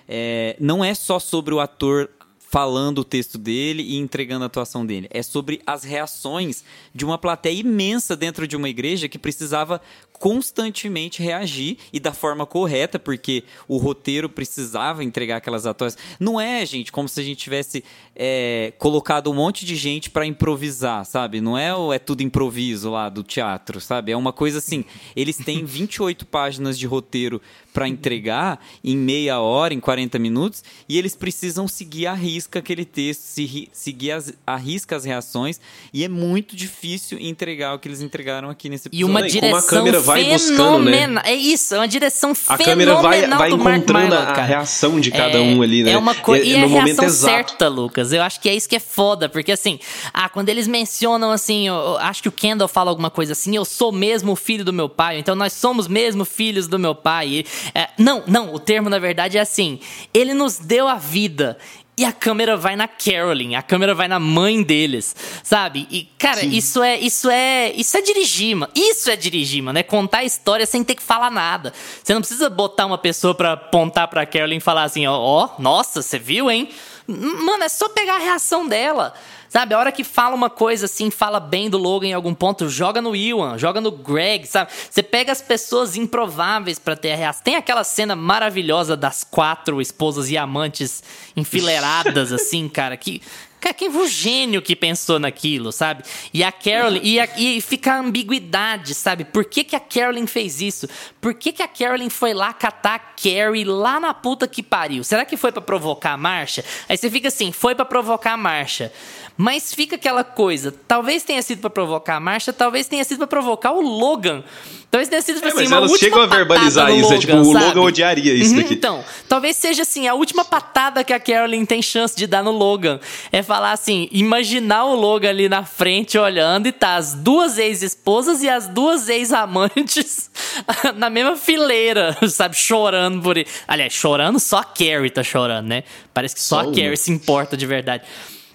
É, não é só sobre o ator falando o texto dele e entregando a atuação dele. É sobre as reações de uma plateia imensa dentro de uma igreja que precisava constantemente reagir e da forma correta, porque o roteiro precisava entregar aquelas atuações. Não é, gente, como se a gente tivesse é, colocado um monte de gente para improvisar, sabe? Não é o é tudo improviso lá do teatro, sabe? É uma coisa assim, eles têm vinte e oito páginas de roteiro para entregar em meia hora, em quarenta minutos, e eles precisam seguir à risca aquele texto, se ri- seguir as, à risca as reações, e é muito difícil entregar o que eles entregaram aqui nesse E episódio. uma E como a direção câmera vai buscando, fenomenal. né? É isso, é uma direção A fenomenal câmera vai, vai do Mark encontrando Mylod, a cara. reação de cada É- um ali, né? É uma coisa. E, no a momento reação exato. certa, Lucas. Eu acho que é isso que é foda. Porque assim, ah, quando eles mencionam assim, eu, eu acho que o Kendall fala alguma coisa assim, eu sou mesmo o filho do meu pai, então nós somos mesmo filhos do meu pai. E, é, não, não, o termo na verdade é assim: ele nos deu a vida. E a câmera vai na Carolyn, a câmera vai na mãe deles, sabe? E, cara, isso é, isso é, isso é dirigir, mano. Isso é dirigir, mano. É contar a história sem ter que falar nada. Você não precisa botar uma pessoa pra apontar pra Carolyn e falar assim, ó, ó, nossa, você viu, hein? Mano, é só pegar a reação dela. Sabe, a hora que fala uma coisa assim, fala bem do Logan em algum ponto, joga no Ewan, joga no Greg, sabe? Você pega as pessoas improváveis pra ter a reação. Tem aquela cena maravilhosa das quatro esposas e amantes enfileiradas, assim, cara, que... Cara, quem foi o gênio que pensou naquilo, sabe? E a Carolyn... E, a, e fica a ambiguidade, sabe? Por que, que a Carolyn fez isso? Por que, que a Carolyn foi lá catar a Carrie lá na puta que pariu? Será que foi pra provocar a marcha? Aí você fica assim, foi pra provocar a marcha. Mas fica aquela coisa, talvez tenha sido pra provocar a marcha, talvez tenha sido pra provocar o Logan. Talvez tenha sido, tipo É, assim, mas uma elas última chegam a verbalizar patada no isso, é Logan, tipo, o sabe? Logan odiaria isso Uhum, daqui. Então, talvez seja assim, a última patada que a Carolyn tem chance de dar no Logan. É falar assim, imaginar o Logan ali na frente olhando e tá as duas ex-esposas e as duas ex-amantes na mesma fileira, sabe, chorando por ele. Aliás, chorando, só a Carrie tá chorando, né? Parece que só, Só a uma. Carrie se importa de verdade.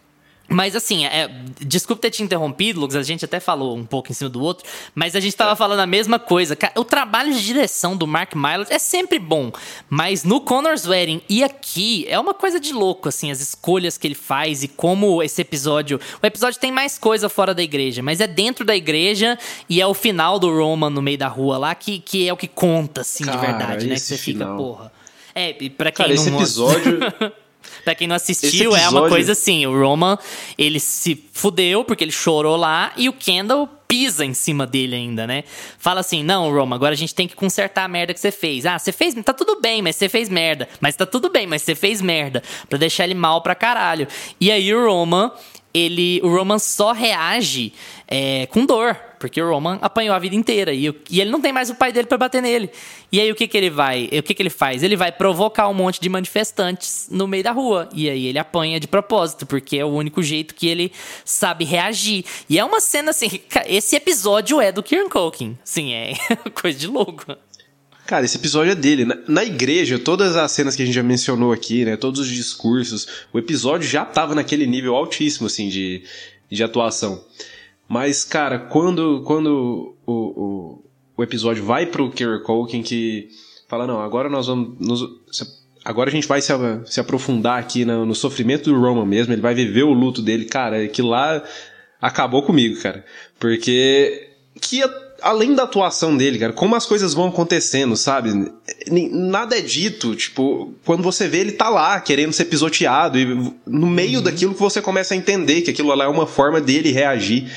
Mas assim, é, desculpa ter te interrompido, Lucas, a gente até falou um pouco em cima do outro, mas a gente tava falando a mesma coisa. O trabalho de direção do Mark Mylod é sempre bom, mas no Connor's Wedding e aqui é uma coisa de louco, assim, as escolhas que ele faz e como esse episódio... O episódio tem mais coisa fora da igreja, mas é dentro da igreja e é o final do Roman no meio da rua lá que, que é o que conta, assim, Cara, de verdade, né? Que você final. fica, porra... É, e pra quem Cara, não... esse episódio... Pra quem não assistiu, Esse episódio... é uma coisa assim, o Roman, ele se fudeu porque ele chorou lá e o Kendall pisa em cima dele ainda, né? Fala assim, não, Roman, agora a gente tem que consertar a merda que você fez. Ah, você fez, tá tudo bem, mas você fez merda. Mas tá tudo bem, mas você fez merda. Pra deixar ele mal pra caralho. E aí o Roman, ele, o Roman só reage é, com dor. Porque o Roman apanhou a vida inteira e, e ele não tem mais o pai dele pra bater nele. E aí o que que ele vai, o que que ele faz? Ele vai provocar um monte de manifestantes no meio da rua. E aí ele apanha de propósito, porque é o único jeito que ele sabe reagir. E é uma cena assim, esse episódio é do Kieran Culkin. Sim, é coisa de louco. Cara, esse episódio é dele. Na, na igreja, todas as cenas que a gente já mencionou aqui, né, todos os discursos, o episódio já tava naquele nível altíssimo, assim, de, de atuação. Mas, cara, quando, quando o, o, o episódio vai pro Kieran Culkin que fala, não, agora nós vamos... Nos, agora a gente vai se, se aprofundar aqui no, no sofrimento do Roman mesmo, ele vai viver o luto dele. Cara, aquilo lá acabou comigo, cara. Porque... que além da atuação dele, cara, como as coisas vão acontecendo, sabe? Nada é dito, tipo, quando você vê ele tá lá, querendo ser pisoteado, e no meio uhum. daquilo que você começa a entender que aquilo lá é uma forma dele reagir.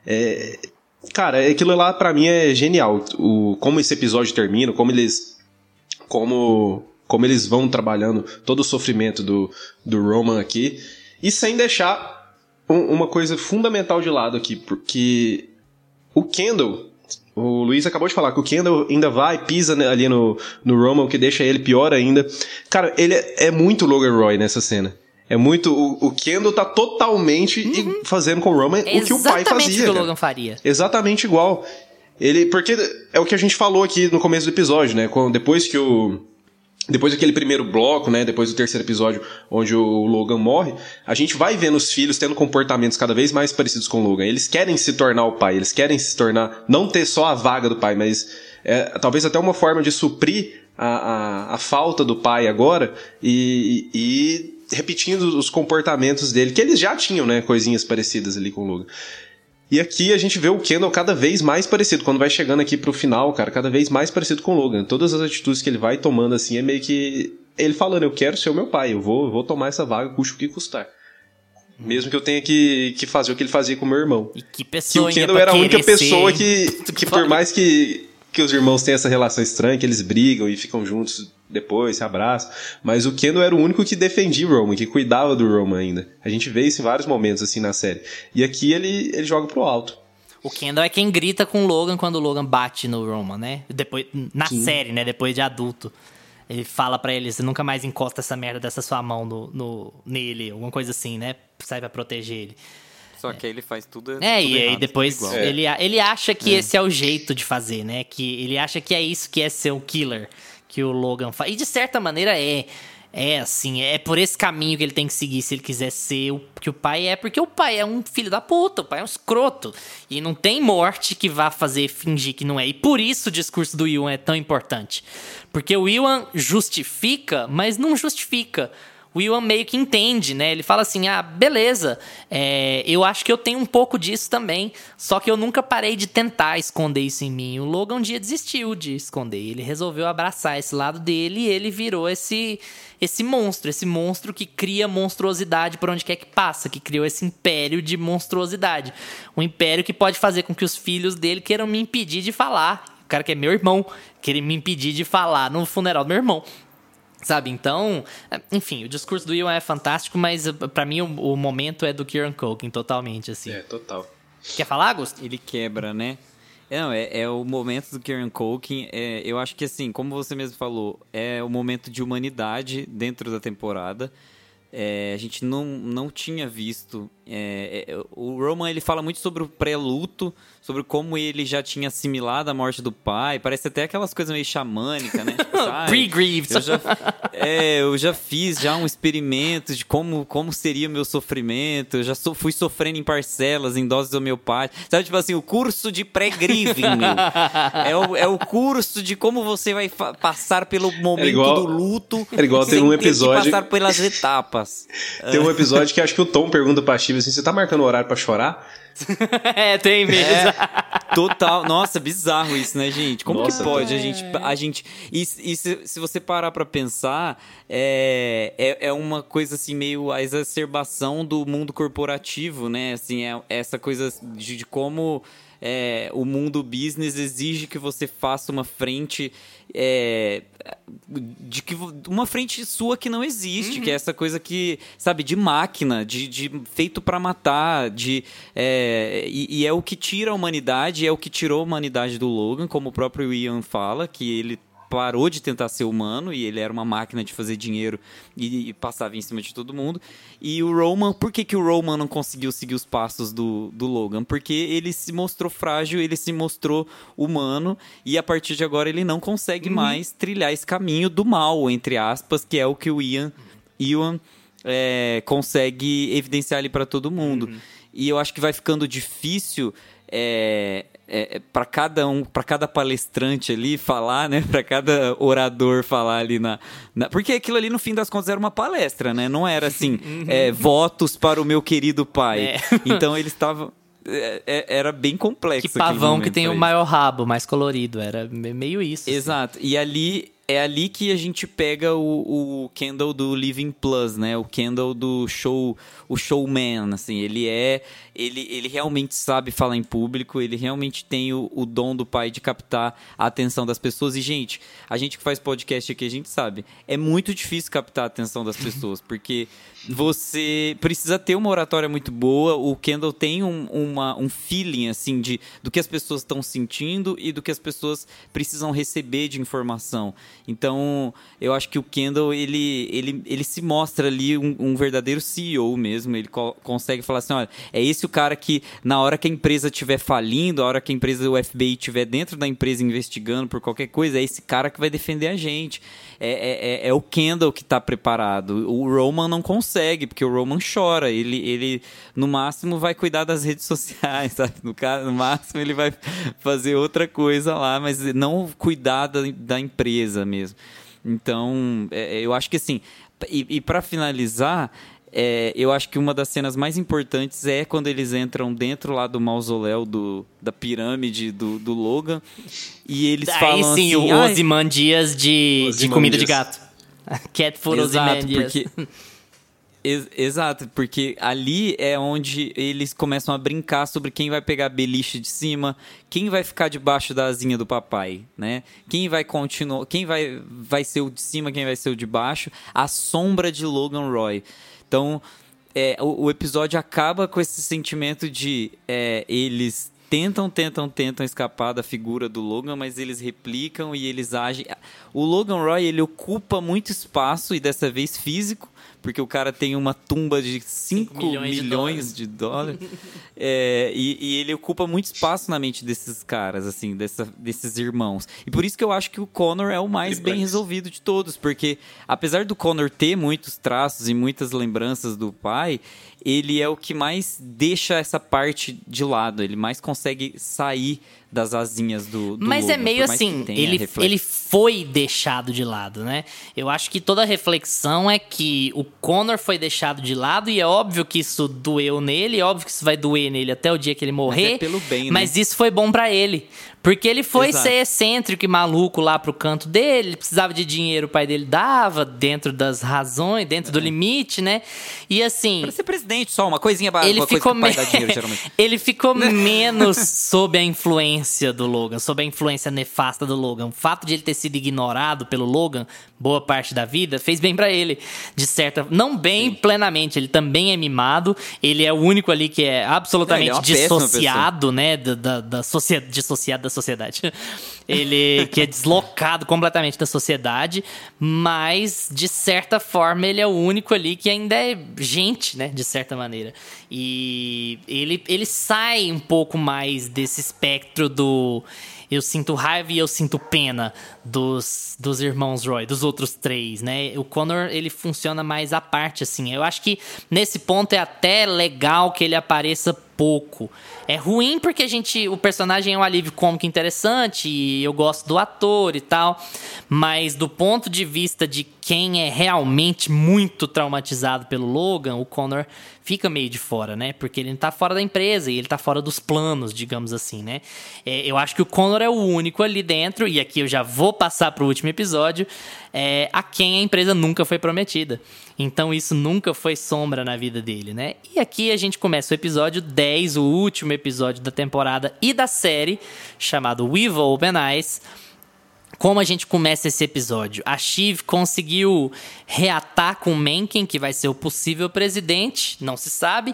É, cara, aquilo lá pra mim é genial. O, como esse episódio termina, como eles... Como, como eles vão trabalhando todo o sofrimento do, do Roman aqui, e sem deixar um, uma coisa fundamental de lado aqui, porque o Kendall... O Luiz acabou de falar que o Kendall ainda vai, pisa ali no, no Roman, o que deixa ele pior ainda. Cara, ele é, é muito Logan Roy nessa cena. É muito... O, o Kendall tá totalmente uhum. fazendo com o Roman é o que o pai fazia. Exatamente o que o Logan faria. Exatamente igual. Ele, porque é o que a gente falou aqui no começo do episódio, né? Quando, depois que o... Depois daquele primeiro bloco, né, depois do terceiro episódio onde o Logan morre, a gente vai vendo os filhos tendo comportamentos cada vez mais parecidos com o Logan. Eles querem se tornar o pai, eles querem se tornar, não ter só a vaga do pai, mas é, talvez até uma forma de suprir a, a, a falta do pai agora e, e repetindo os comportamentos dele, que eles já tinham, né, coisinhas parecidas ali com o Logan. E aqui a gente vê o Kendall cada vez mais parecido. Quando vai chegando aqui pro final, cara, cada vez mais parecido com o Logan. Todas as atitudes que ele vai tomando, assim, é meio que... ele falando, eu quero ser o meu pai, eu vou, eu vou tomar essa vaga, custe o que custar. Mesmo que eu tenha que, que fazer o que ele fazia com o meu irmão. E que pessoa. Que o Kendall era a única pessoa que, que por mais que, que os irmãos tenham essa relação estranha, que eles brigam e ficam juntos depois, se abraçam, mas o Kendall era o único que defendia o Roman, que cuidava do Roman ainda. A gente vê isso em vários momentos assim na série. E aqui ele, ele joga pro alto. O Kendall é quem grita com o Logan quando o Logan bate no Roman, né? Depois, na Sim. série, né? Depois de adulto. Ele fala pra ele, você nunca mais encosta essa merda dessa sua mão no, no, nele, alguma coisa assim, né? Sai pra proteger ele. Só que aí ele faz tudo. É, tudo e errado, aí depois ele, ele acha que é. esse é o jeito de fazer, né? Que ele acha que é isso que é ser o killer que o Logan faz. E de certa maneira é. É assim, é por esse caminho que ele tem que seguir se ele quiser ser o que o pai é. Porque o pai é um filho da puta, o pai é um escroto. E não tem morte que vá fazer fingir que não é. E por isso o discurso do Ewan é tão importante. Porque o Ewan justifica, mas não justifica. O Ewan meio que entende, né? Ele fala assim, ah, beleza, é, eu acho que eu tenho um pouco disso também, só que eu nunca parei de tentar esconder isso em mim. O Logan um dia desistiu de esconder, ele resolveu abraçar esse lado dele e ele virou esse, esse monstro, esse monstro que cria monstruosidade por onde quer que passa, que criou esse império de monstruosidade. Um império que pode fazer com que os filhos dele queiram me impedir de falar. O cara que é meu irmão, querer me impedir de falar no funeral do meu irmão. Sabe, então, enfim, o discurso do Ewan é fantástico, mas pra mim o, o momento é do Kieran Culkin, totalmente, assim. É, total. Quer falar, Augusto? Ele quebra, né? Não, é, é o momento do Kieran Culkin, é, eu acho que assim, como você mesmo falou, é o momento de humanidade dentro da temporada. É, a gente não, não tinha visto. É, é, o Roman, ele fala muito sobre o pré-luto, sobre como ele já tinha assimilado a morte do pai. Parece até aquelas coisas meio xamânicas, né? Tipo, Pre-grieved. Eu já, é, eu já fiz já um experimento de como, como seria o meu sofrimento. Eu já so, fui sofrendo em parcelas, em doses homeopáticas. Sabe, tipo assim, o curso de pré-grieving, meu. É o, é o curso de como você vai passar pelo momento é igual, do luto. É igual tem um episódio... Ter que passar pelas etapas. Tem um episódio que acho que o Tom pergunta pra Shiva assim, você tá marcando horário pra chorar? É, tem mesmo. É, total. Nossa, bizarro isso, né, gente? Como Nossa, que pode é. a gente... A gente e, e se, se você parar pra pensar, é, é, é uma coisa assim, meio a exacerbação do mundo corporativo, né? Assim, é essa coisa de, de como... É, o mundo business exige que você faça uma frente é, de que uma frente sua que não existe, uhum. que é essa coisa que, sabe, de máquina, de, de feito para matar, de é, e, e é o que tira a humanidade, é o que tirou a humanidade do Logan, como o próprio Ian fala, que ele parou de tentar ser humano e ele era uma máquina de fazer dinheiro e, e passava em cima de todo mundo. E o Roman, por que, que o Roman não conseguiu seguir os passos do, do Logan? Porque ele se mostrou frágil, ele se mostrou humano e a partir de agora ele não consegue uhum. mais trilhar esse caminho do mal, entre aspas, que é o que o Ian, Ian é, consegue evidenciar ali para todo mundo. Uhum. E eu acho que vai ficando difícil... É, é, para cada um, para cada palestrante ali falar, né? Para cada orador falar ali na, na... Porque aquilo ali, no fim das contas, era uma palestra, né? Não era assim, é, votos para o meu querido pai. É. Então eles estavam... É, era bem complexo. Que pavão que tem o maior rabo, mais colorido. Era meio isso. Exato. Assim. E ali... É ali que a gente pega o, o Kendall do Living Plus, né? O Kendall do show, o showman, assim. Ele é... Ele, ele realmente sabe falar em público, ele realmente tem o, o dom do pai de captar a atenção das pessoas. E, gente, a gente que faz podcast aqui, a gente sabe, é muito difícil captar a atenção das pessoas, porque você precisa ter uma oratória muito boa. O Kendall tem um, uma, um feeling, assim, de, do que as pessoas estão sentindo e do que as pessoas precisam receber de informação. Então, eu acho que o Kendall, ele, ele, ele se mostra ali um, um verdadeiro C E O mesmo. Ele co- consegue falar assim, olha, é esse o cara que, na hora que a empresa estiver falindo, a hora que a empresa, o F B I estiver dentro da empresa investigando por qualquer coisa, é esse cara que vai defender a gente. É, é, é o Kendall que está preparado. O Roman não consegue, porque o Roman chora. Ele, ele no máximo, vai cuidar das redes sociais, sabe? No, no máximo, ele vai fazer outra coisa lá, mas não cuidar da, da empresa mesmo. Então, é, eu acho que assim... E, e para finalizar... É, eu acho que uma das cenas mais importantes é quando eles entram dentro lá do mausoléu do, da pirâmide do, do Logan e eles Aí falam sim, assim... o Ozymandias de, de comida de gato. Cat food Ozymandias. Porque, ex, exato, porque ali é onde eles começam a brincar sobre quem vai pegar a beliche de cima, quem vai ficar debaixo da asinha do papai, né? Quem vai continuar, quem vai, vai ser o de cima, quem vai ser o de baixo. A sombra de Logan Roy. Então, é, o, o episódio acaba com esse sentimento de é, eles tentam, tentam, tentam escapar da figura do Logan, mas eles replicam e eles agem. O Logan Roy, ele ocupa muito espaço, e dessa vez físico, porque o cara tem uma tumba de cinco milhões, milhões de dólares. De dólares. É, e, e ele ocupa muito espaço na mente desses caras, assim, dessa, desses irmãos. E por isso que eu acho que o Connor é o mais bem resolvido de todos, porque apesar do Connor ter muitos traços e muitas lembranças do pai, ele é o que mais deixa essa parte de lado, ele mais consegue sair das asinhas do, do Mas Logan, é meio assim, ele, ele foi deixado de lado, né? Eu acho que toda a reflexão é que o Connor foi deixado de lado e é óbvio que isso doeu nele, é óbvio que isso vai doer nele até o dia que ele morrer. Mas é pelo bem, mas né? Isso foi bom pra ele. Porque ele foi Exato. ser excêntrico e maluco lá pro canto dele, ele precisava de dinheiro, o pai dele dava, dentro das razões, dentro é. do limite, né? E assim... Pra ser presidente só, uma coisinha barata, ele uma ficou coisa que o pai me... dá dinheiro, geralmente. Ele ficou menos sob a influência do Logan, sob a influência nefasta do Logan. O fato de ele ter sido ignorado pelo Logan boa parte da vida fez bem pra ele, de certa... Não bem Sim. plenamente, ele também é mimado, ele é o único ali que é absolutamente é, é dissociado, né, da, da, da sociedade, dissociado da sociedade. Ele que é deslocado completamente da sociedade, mas, de certa forma, ele é o único ali que ainda é gente, né? De certa maneira. E ele, ele sai um pouco mais desse espectro do... Eu sinto raiva e eu sinto pena dos, dos irmãos Roy, dos outros três, né? O Connor, ele funciona mais à parte, assim. Eu acho que nesse ponto é até legal que ele apareça pouco. É ruim porque a gente, o personagem é um alívio cômico interessante e eu gosto do ator e tal, mas do ponto de vista de quem é realmente muito traumatizado pelo Logan, o Connor fica meio de fora, né? Porque ele tá fora da empresa e ele tá fora dos planos, digamos assim, né? É, eu acho que o Connor é o único ali dentro, e aqui eu já vou passar pro último episódio, é, a quem a empresa nunca foi prometida. Então isso nunca foi sombra na vida dele, né? E aqui a gente começa o episódio dez, o último episódio da temporada e da série, chamado With Open Eyes. Como a gente começa esse episódio? A Shiv conseguiu reatar com o Mencken, que vai ser o possível presidente, não se sabe.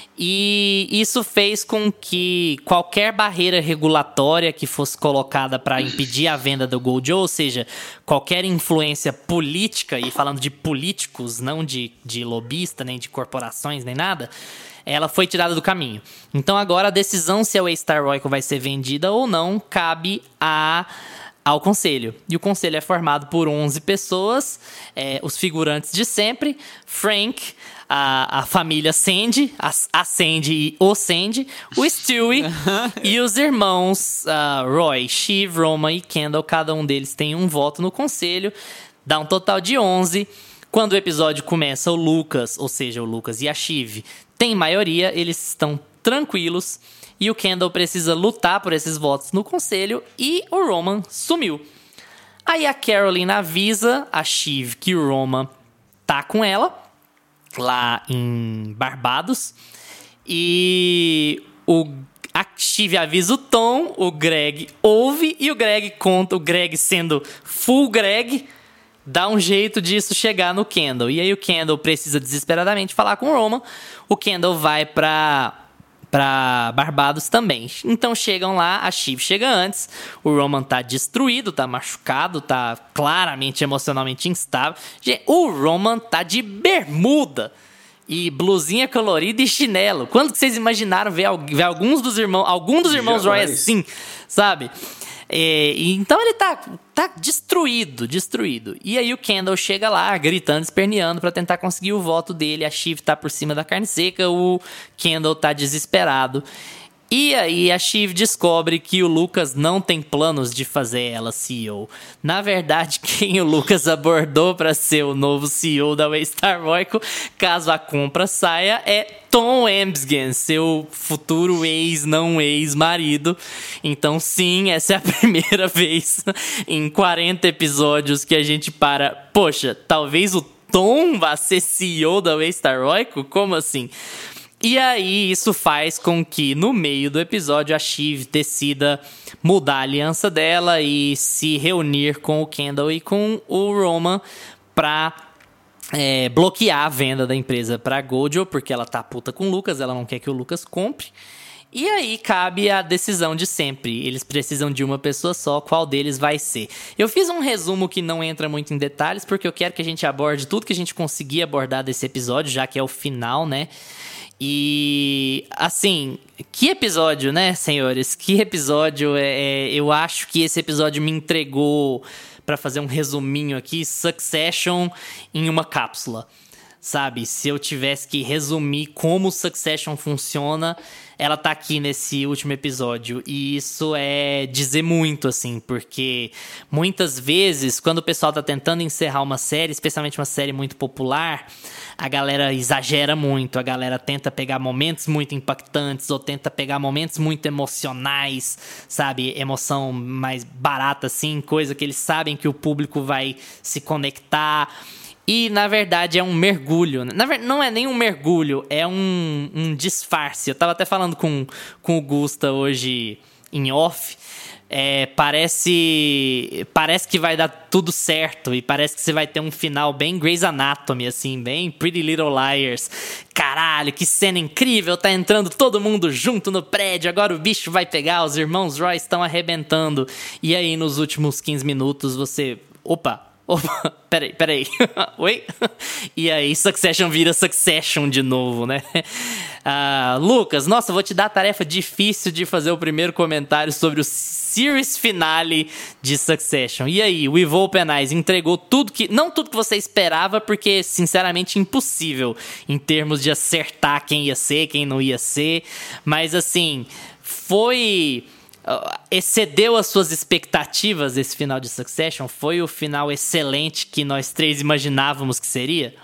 E isso fez com que qualquer barreira regulatória que fosse colocada para impedir a venda do Gojo, ou seja, qualquer influência política, e falando de políticos, não de, de lobista, nem de corporações, nem nada, ela foi tirada do caminho. Então agora a decisão se a Waystar Royco vai ser vendida ou não cabe a... ao conselho. E o conselho é formado por onze pessoas, é, os figurantes de sempre, Frank, a, a família Sandy, a, a Sandy e o Sandy, o Stewie e os irmãos uh, Roy, Shiv, Roma e Kendall. Cada um deles tem um voto no conselho, dá um total de onze. Quando o episódio começa, o Lucas, ou seja, o Lucas e a Shiv, tem maioria, eles estão tranquilos. E o Kendall precisa lutar por esses votos no conselho e o Roman sumiu. Aí a Caroline avisa a Shiv que o Roman tá com ela, lá em Barbados. E o, a Shiv avisa o Tom, o Greg ouve e o Greg conta, o Greg sendo full Greg, dá um jeito disso chegar no Kendall. E aí o Kendall precisa desesperadamente falar com o Roman. O Kendall vai pra... pra Barbados também. Então chegam lá, a Shiv chega antes, o Roman tá destruído, tá machucado, tá claramente emocionalmente instável. Gente, o Roman tá de bermuda e blusinha colorida e chinelo. Quando que vocês imaginaram ver, ver alguns dos irmãos, algum dos irmãos Roy assim, sabe? É, então ele tá, tá destruído, destruído. E aí o Kendall chega lá, gritando, esperneando pra tentar conseguir o voto dele. A Shiv tá por cima da carne seca, o Kendall tá desesperado. E aí a Shiv descobre que o Lucas não tem planos de fazer ela C E O. Na verdade, quem o Lucas abordou para ser o novo C E O da Waystar Royco, caso a compra saia, é Tom Amsgen, seu futuro ex, não ex-marido. Então sim, essa é a primeira vez em quarenta episódios que a gente para... Poxa, talvez o Tom vá ser C E O da Waystar Royco? Como assim? E aí isso faz com que no meio do episódio a Shiv decida mudar a aliança dela e se reunir com o Kendall e com o Roman pra é, bloquear a venda da empresa pra Gojo, porque ela tá puta com o Lucas, ela não quer que o Lucas compre. E aí cabe a decisão de sempre. Eles precisam de uma pessoa só, qual deles vai ser? Eu fiz um resumo que não entra muito em detalhes, porque eu quero que a gente aborde tudo que a gente conseguir abordar desse episódio, já que é o final, né? E, assim, que episódio, né, senhores? Que episódio. É, eu acho que esse episódio me entregou, pra fazer um resuminho aqui, Succession em uma cápsula. Sabe, se eu tivesse que resumir como Succession funciona, ela tá aqui nesse último episódio. E isso é dizer muito, assim, porque muitas vezes, quando o pessoal tá tentando encerrar uma série, especialmente uma série muito popular, a galera exagera muito, a galera tenta pegar momentos muito impactantes ou tenta pegar momentos muito emocionais, sabe, emoção mais barata, assim, coisa que eles sabem que o público vai se conectar. E, na verdade, é um mergulho. Na verdade, não é nem um mergulho, é um, um disfarce. Eu tava até falando com, com o Gusta hoje em off. É, parece parece que vai dar tudo certo e parece que você vai ter um final bem Grey's Anatomy, assim, bem Pretty Little Liars. Caralho, que cena incrível, tá entrando todo mundo junto no prédio, agora o bicho vai pegar, os irmãos Roy estão arrebentando. E aí, nos últimos quinze minutos, você... Opa! Opa, peraí, peraí. Oi? E aí, Succession vira Succession de novo, né? Ah, Lucas, nossa, vou te dar a tarefa difícil de fazer o primeiro comentário sobre o series finale de Succession. E aí, With Open Eyes entregou tudo que... Não tudo que você esperava, porque, sinceramente, impossível em termos de acertar quem ia ser, quem não ia ser. Mas, assim, foi... Uh, excedeu as suas expectativas esse final de Succession? Foi o final excelente que nós três imaginávamos que seria?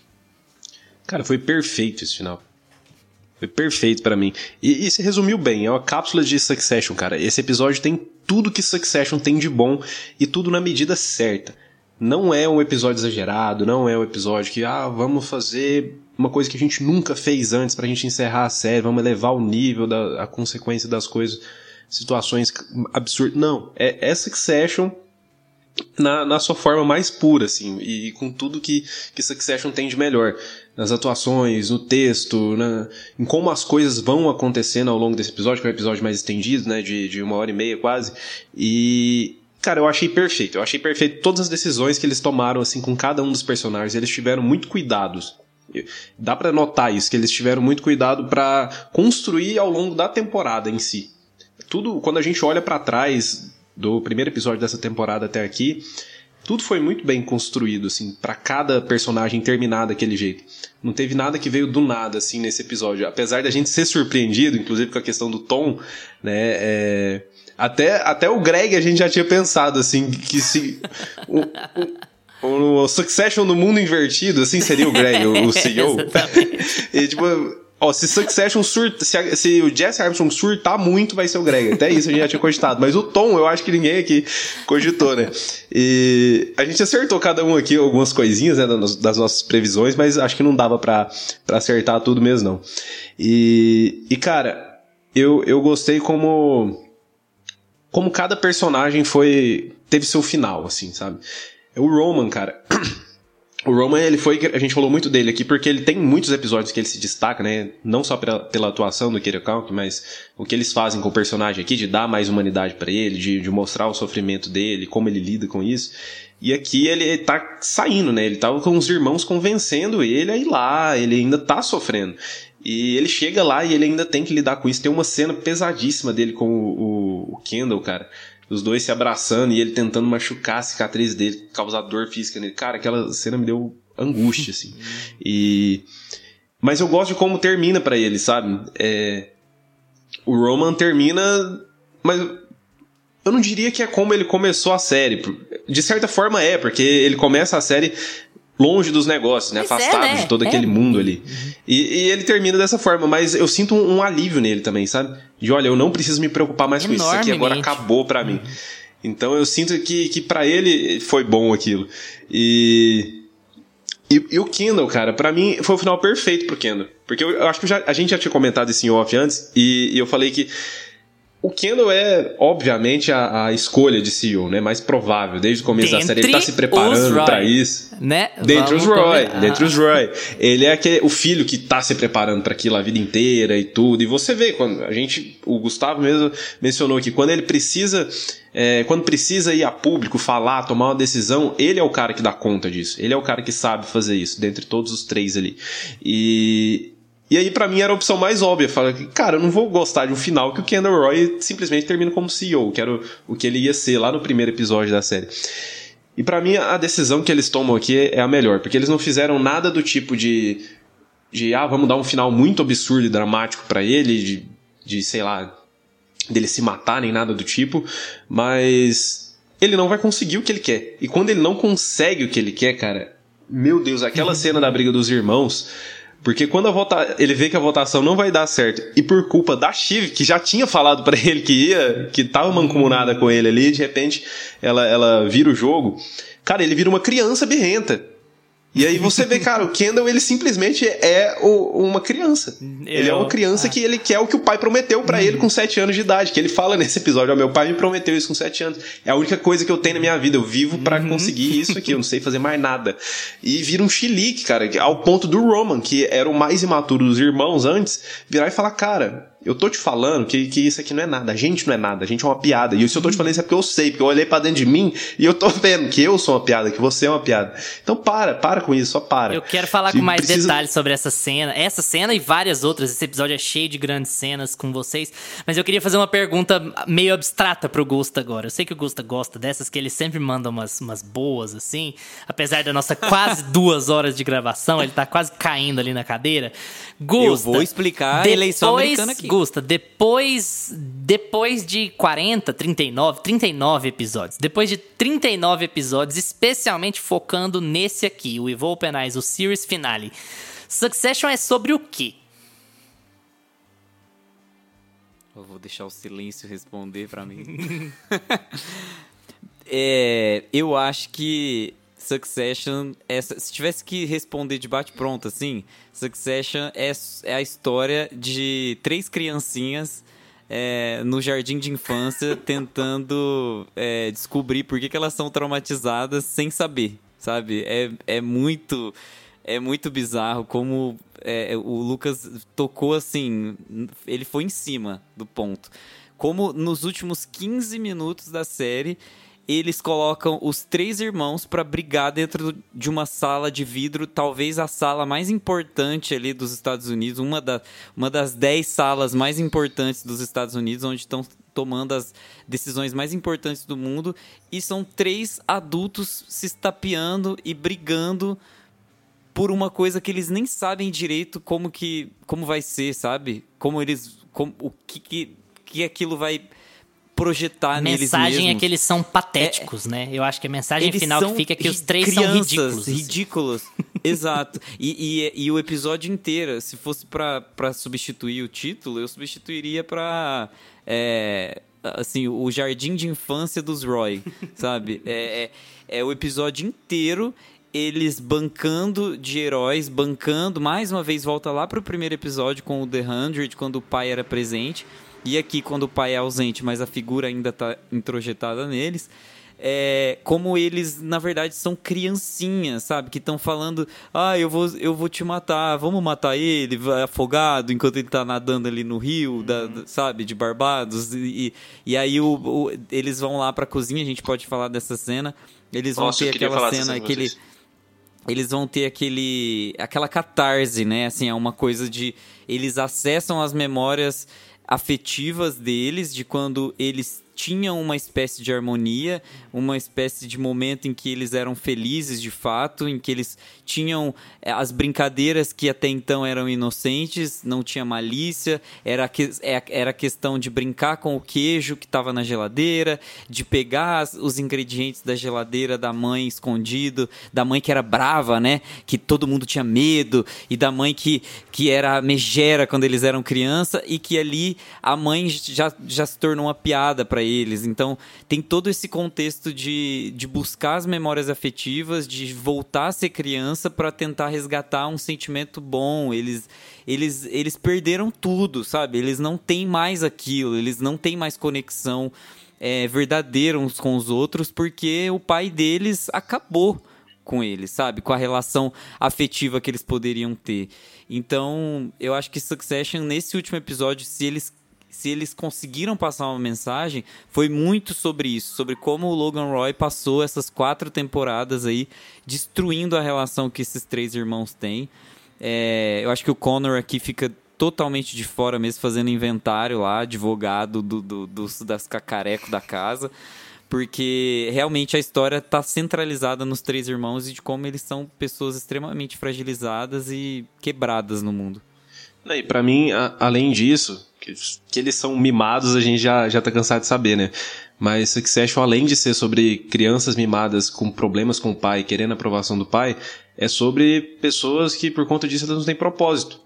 Cara, foi perfeito esse final. Foi perfeito pra mim. E, e se resumiu bem, é uma cápsula de Succession, cara. Esse episódio tem tudo que Succession tem de bom e tudo na medida certa. Não é um episódio exagerado, não é um episódio que, ah, vamos fazer uma coisa que a gente nunca fez antes pra gente encerrar a série, vamos elevar o nível, da, a consequência das coisas... situações absurdas. Não, é, é Succession na, na sua forma mais pura, assim, e com tudo que, que Succession tem de melhor. Nas atuações, no texto, na, em como as coisas vão acontecendo ao longo desse episódio, que é um episódio mais estendido, né, de, de uma hora e meia quase. E, cara, eu achei perfeito. Eu achei perfeito todas as decisões que eles tomaram, assim, com cada um dos personagens. Eles tiveram muito cuidados. Dá pra notar isso, que eles tiveram muito cuidado pra construir ao longo da temporada em si. Tudo, quando a gente olha pra trás do primeiro episódio dessa temporada até aqui, tudo foi muito bem construído, assim, pra cada personagem terminar daquele jeito. Não teve nada que veio do nada, assim, nesse episódio. Apesar da gente ser surpreendido, inclusive com a questão do Tom, né, é... até, até o Greg a gente já tinha pensado, assim, que se... o, o, o Succession no mundo invertido, assim, seria o Greg, o, o C E O. E, tipo... Ó, se Succession surta, se, se o Jesse Armstrong surtar muito, vai ser o Greg. Até isso a gente já tinha cogitado. Mas o Tom, eu acho que ninguém aqui cogitou, né? E a gente acertou cada um aqui algumas coisinhas, né, das, das nossas previsões, mas acho que não dava pra, pra acertar tudo mesmo, não. E, e cara, eu, eu gostei como... Como cada personagem foi... Teve seu final, assim, sabe? O Roman, cara... O Roman, ele foi... A gente falou muito dele aqui porque ele tem muitos episódios que ele se destaca, né? Não só pela, pela atuação do Kieran Culkin, mas o que eles fazem com o personagem aqui, de dar mais humanidade pra ele, de, de mostrar o sofrimento dele, como ele lida com isso. E aqui ele tá saindo, né? Ele tava com os irmãos convencendo ele a ir lá, ele ainda tá sofrendo. E ele chega lá e ele ainda tem que lidar com isso. Tem uma cena pesadíssima dele com o, o, o Kendall, cara. Os dois se abraçando e ele tentando machucar a cicatriz dele, causar dor física nele. Cara, aquela cena me deu angústia, assim. E... Mas eu gosto de como termina pra ele, sabe? É... O Roman termina... Mas eu não diria que é como ele começou a série. De certa forma é, porque ele começa a série longe dos negócios, né? Mas Afastado é, né? de todo É. aquele mundo ali. E, e ele termina dessa forma, mas eu sinto um, um alívio nele também, sabe? De, olha, eu não preciso me preocupar mais com isso. Isso aqui agora Enormemente. acabou pra mim. Então eu sinto que, que pra ele foi bom aquilo. E... E, e o Kendall, cara, pra mim foi o final perfeito pro Kendall. Porque eu, eu acho que já, a gente já tinha comentado isso em off antes, e, e eu falei que o Kendall é, obviamente, a, a escolha de C E O, né? Mais provável. Desde o começo da série, ele tá se preparando pra isso. Né? Dentre os Vamos Roy, combinar. dentre os Roy. Ele é aquele, o filho que tá se preparando pra aquilo a vida inteira e tudo. E você vê, quando a gente, o Gustavo mesmo mencionou que quando ele precisa, é, quando precisa ir a público, falar, tomar uma decisão, ele é o cara que dá conta disso. Ele é o cara que sabe fazer isso, dentre todos os três ali. E... E aí, pra mim, era a opção mais óbvia. Falar que, cara, eu não vou gostar de um final que o Kendall Roy simplesmente termina como C E O, que era o, o que ele ia ser lá no primeiro episódio da série. E pra mim, a decisão que eles tomam aqui é a melhor, porque eles não fizeram nada do tipo de... de ah, vamos dar um final muito absurdo e dramático pra ele, de, de, sei lá, dele se matar, nem nada do tipo, mas ele não vai conseguir o que ele quer. E quando ele não consegue o que ele quer, cara, meu Deus, aquela cena da briga dos irmãos... Porque quando a vota... ele vê que a votação não vai dar certo, e por culpa da Shiv, que já tinha falado pra ele que ia, que tava mancomunada com ele ali, de repente ela, ela vira o jogo, cara, ele vira uma criança birrenta. E aí você vê, cara, o Kendall, ele simplesmente é o, uma criança. Ele é uma criança ah. que ele quer o que o pai prometeu pra hum. ele com sete anos de idade. Que ele fala nesse episódio, ó, meu pai me prometeu isso com sete anos. É a única coisa que eu tenho na minha vida. Eu vivo pra uhum. conseguir isso aqui. Eu não sei fazer mais nada. E vira um chilique, cara, ao ponto do Roman, que era o mais imaturo dos irmãos antes, virar e falar, cara... Eu tô te falando que, que isso aqui não é nada. A gente não é nada. A gente é uma piada. E se eu tô te falando isso é porque eu sei. Porque eu olhei pra dentro de mim e eu tô vendo que eu sou uma piada, que você é uma piada. Então para, para com isso. Só para. Eu quero falar com mais precisa... detalhes sobre essa cena. Essa cena e várias outras. Esse episódio é cheio de grandes cenas com vocês. Mas eu queria fazer uma pergunta meio abstrata pro Gusta agora. Eu sei que o Gusta gosta dessas, que ele sempre manda umas, umas boas, assim. Apesar da nossa quase duas horas de gravação, ele tá quase caindo ali na cadeira. Gusta, eu vou explicar a eleição americana aqui. Gusta, depois, depois de quarenta, trinta e nove, trinta e nove episódios, depois de trinta e nove episódios, especialmente focando nesse aqui, o Evil Open Eyes, o series finale, Succession é sobre o quê? Eu vou deixar o silêncio responder pra mim. é, eu acho que Succession, é, se tivesse que responder de bate-pronto, assim, Succession é, é a história de três criancinhas é, no jardim de infância tentando é, descobrir por que, que elas são traumatizadas sem saber, sabe? É, é, muito, é muito bizarro como é, o Lucas tocou assim, ele foi em cima do ponto. Como nos últimos quinze minutos da série... eles colocam os três irmãos para brigar dentro de uma sala de vidro, talvez a sala mais importante ali dos Estados Unidos, uma, da, uma das dez salas mais importantes dos Estados Unidos, onde estão tomando as decisões mais importantes do mundo, e são três adultos se estapeando e brigando por uma coisa que eles nem sabem direito como, que, como vai ser, sabe? Como eles... Como, o que, que, que aquilo vai... projetar neles mesmos. A mensagem é que eles são patéticos, é, né? Eu acho que a mensagem eles final que fica é que os três são ridículos. Assim. Ridículos, exato. E, e, e o episódio inteiro, se fosse pra, pra substituir o título, eu substituiria pra... É, assim, o jardim de infância dos Roy, sabe? É, é, é o episódio inteiro... eles bancando de heróis, bancando... Mais uma vez, volta lá pro primeiro episódio com o The Hundred, quando o pai era presente... E aqui, quando o pai é ausente, mas a figura ainda está introjetada neles, é, como eles, na verdade, são criancinhas, sabe? Que estão falando, ah, eu vou, eu vou te matar, vamos matar ele, vai afogado, enquanto ele está nadando ali no rio, da, da, sabe? De Barbados. E, e aí o, o, eles vão lá para a cozinha, a gente pode falar dessa cena. Eles vão Nossa, ter aquela cena, aquele... Eles vão ter aquele, aquela catarse, né? Assim, é uma coisa de... Eles acessam as memórias... afetivas deles, de quando eles tinham uma espécie de harmonia, uma espécie de momento em que eles eram felizes de fato, em que eles tinham as brincadeiras que até então eram inocentes, não tinha malícia, era, que, era questão de brincar com o queijo que estava na geladeira, de pegar as, os ingredientes da geladeira da mãe escondido, da mãe que era brava, né? Que todo mundo tinha medo, e da mãe que, que era megera quando eles eram criança, e que ali a mãe já, já se tornou uma piada para eles. Então tem todo esse contexto de, de buscar as memórias afetivas, de voltar a ser criança para tentar resgatar um sentimento bom. Eles, eles, eles perderam tudo, sabe? Eles não têm mais aquilo, eles não têm mais conexão é, verdadeira uns com os outros, porque o pai deles acabou com eles, sabe? Com a relação afetiva que eles poderiam ter. Então, eu acho que Succession, nesse último episódio, se eles se eles conseguiram passar uma mensagem, foi muito sobre isso, sobre como o Logan Roy passou essas quatro temporadas aí, destruindo a relação que esses três irmãos têm. É, eu acho que o Connor aqui fica totalmente de fora mesmo, fazendo inventário lá, advogado do, do, dos, das cacarecos da casa, porque realmente a história está centralizada nos três irmãos e de como eles são pessoas extremamente fragilizadas e quebradas no mundo. E pra mim, a, além disso, que, que eles são mimados, a gente já, já tá cansado de saber, né? Mas Succession, além de ser sobre crianças mimadas com problemas com o pai, querendo a aprovação do pai, é sobre pessoas que, por conta disso, elas não têm propósito.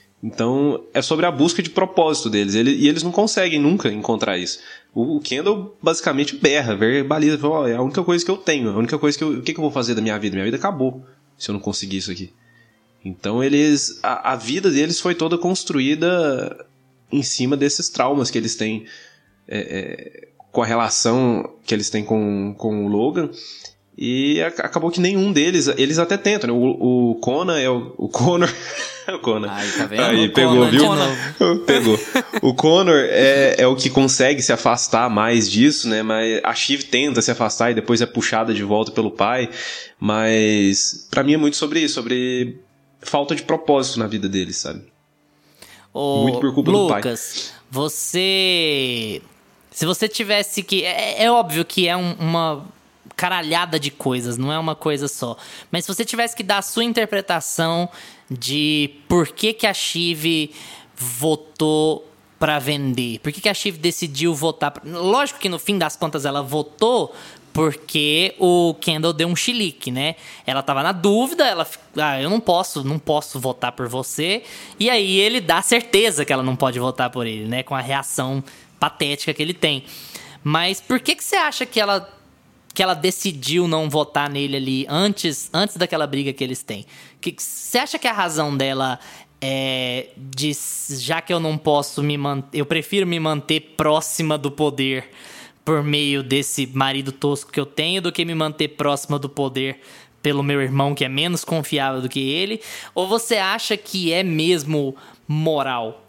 Então, é sobre a busca de propósito deles. Ele, e eles não conseguem nunca encontrar isso. O, o Kendall, basicamente, berra, verbaliza, fala, oh, é a única coisa que eu tenho, a única coisa que eu... O que, que eu vou fazer da minha vida? Minha vida acabou. se eu não conseguir isso aqui. Então eles... A, a vida deles foi toda construída em cima desses traumas que eles têm é, é, com a relação que eles têm com, com o Logan. E a, acabou que nenhum deles... Eles até tentam, né? O, o Conan é o... O Connor... o Connor. Aí, tá vendo? Aí, o pegou, Conan viu? de novo. Pegou. O Connor é, é o que consegue se afastar mais disso, né? Mas a Shiv tenta se afastar e depois é puxada de volta pelo pai. Mas pra mim é muito sobre isso, sobre falta de propósito na vida deles, sabe? Ô, muito por culpa do pai. Lucas, você... Se você tivesse que... É, é óbvio que é um, uma caralhada de coisas, não é uma coisa só. Mas se você tivesse que dar a sua interpretação de por que, que a Shiv votou pra vender. Por que, que a Shiv decidiu votar... Pra... Lógico que no fim das contas ela votou porque o Kendall deu um chilique, né? Ela tava na dúvida, ela... Ah, eu não posso, não posso votar por você. E aí ele dá certeza que ela não pode votar por ele, né? Com a reação patética que ele tem. Mas por que, que você acha que ela... que ela decidiu não votar nele ali antes, antes daquela briga que eles têm? Que, você acha que a razão dela é de, já que eu não posso me manter, eu prefiro me manter próxima do poder por meio desse marido tosco que eu tenho do que me manter próxima do poder pelo meu irmão que é menos confiável do que ele? Ou você acha que é mesmo moral?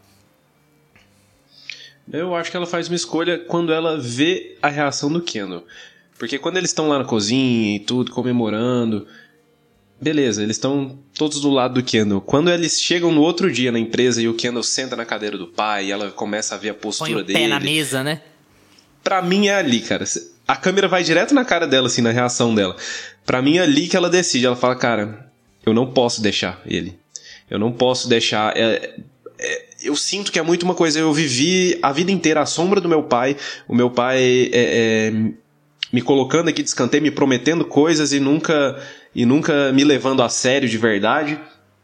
Eu acho que ela faz uma escolha quando ela vê a reação do Kendall. Porque quando eles estão lá na cozinha e tudo, comemorando... Beleza, eles estão todos do lado do Kendall. Quando eles chegam no outro dia na empresa e o Kendall senta na cadeira do pai e ela começa a ver a postura Põe o dele... pé na mesa, né? Pra mim é ali, cara. A câmera vai direto na cara dela, assim, na reação dela. Pra mim é ali que ela decide. Ela fala, cara, eu não posso deixar ele. Eu não posso deixar... É, é, eu sinto que é muito uma coisa... Eu vivi a vida inteira à sombra do meu pai. O meu pai... É, é, me colocando aqui de escanteio, me prometendo coisas e nunca, e nunca me levando a sério de verdade.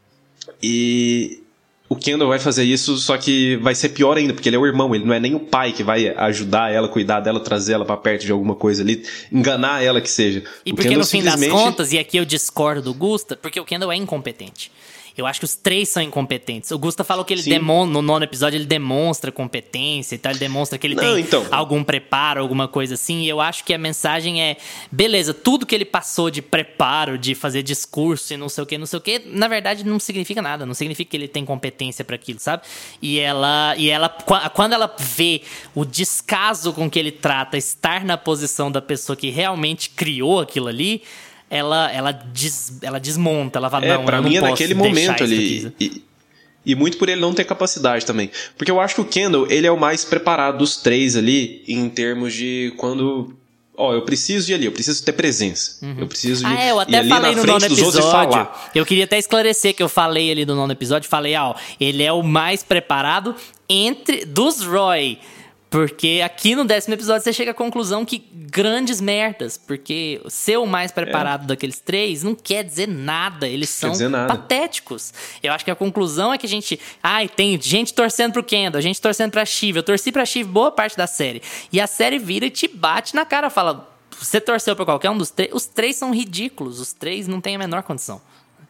E o Kendall vai fazer isso, só que vai ser pior ainda, porque ele é o irmão, ele não é nem o pai que vai ajudar ela, cuidar dela, trazer ela pra perto de alguma coisa ali, enganar ela que seja. E o porque Kendall no fim simplesmente... das contas, e aqui eu discordo do Gusta, porque o Kendall é incompetente. Eu acho que os três são incompetentes. O Gusta falou que ele demonstra, no nono episódio ele demonstra competência e tal, ele demonstra que ele Não, tem então... algum preparo, alguma coisa assim. E eu acho que a mensagem é, beleza, tudo que ele passou de preparo, de fazer discurso e não sei o que, não sei o que, na verdade não significa nada, não significa que ele tem competência pra aquilo, sabe? E ela, e ela, quando ela vê o descaso com que ele trata estar na posição da pessoa que realmente criou aquilo ali, ela, ela, des, ela desmonta, ela fala, É, não, pra eu não mim é posso naquele deixar momento isso ali. aqui. E, e muito por ele não ter capacidade também. Porque eu acho que o Kendall, ele é o mais preparado dos três ali, em termos de quando... Ó, oh, eu preciso ir ali, eu preciso ter presença. Uhum. Eu preciso de ah, é, eu até ir ali falei na no frente nono dos outros e episódio. falar. Eu queria até esclarecer que eu falei ali no nono episódio, falei, ó, ele é o mais preparado entre dos Roy. Porque aqui no décimo episódio você chega à conclusão que grandes merdas, porque ser o mais preparado é. daqueles três não quer dizer nada, eles são nada. patéticos. Eu acho que a conclusão é que a gente... Ai, tem gente torcendo pro Kendall, gente torcendo pra Shiv, eu torci pra Shiv boa parte da série. E a série vira e te bate na cara, fala, você torceu pra qualquer um dos três? Os três são ridículos, os três não têm a menor condição.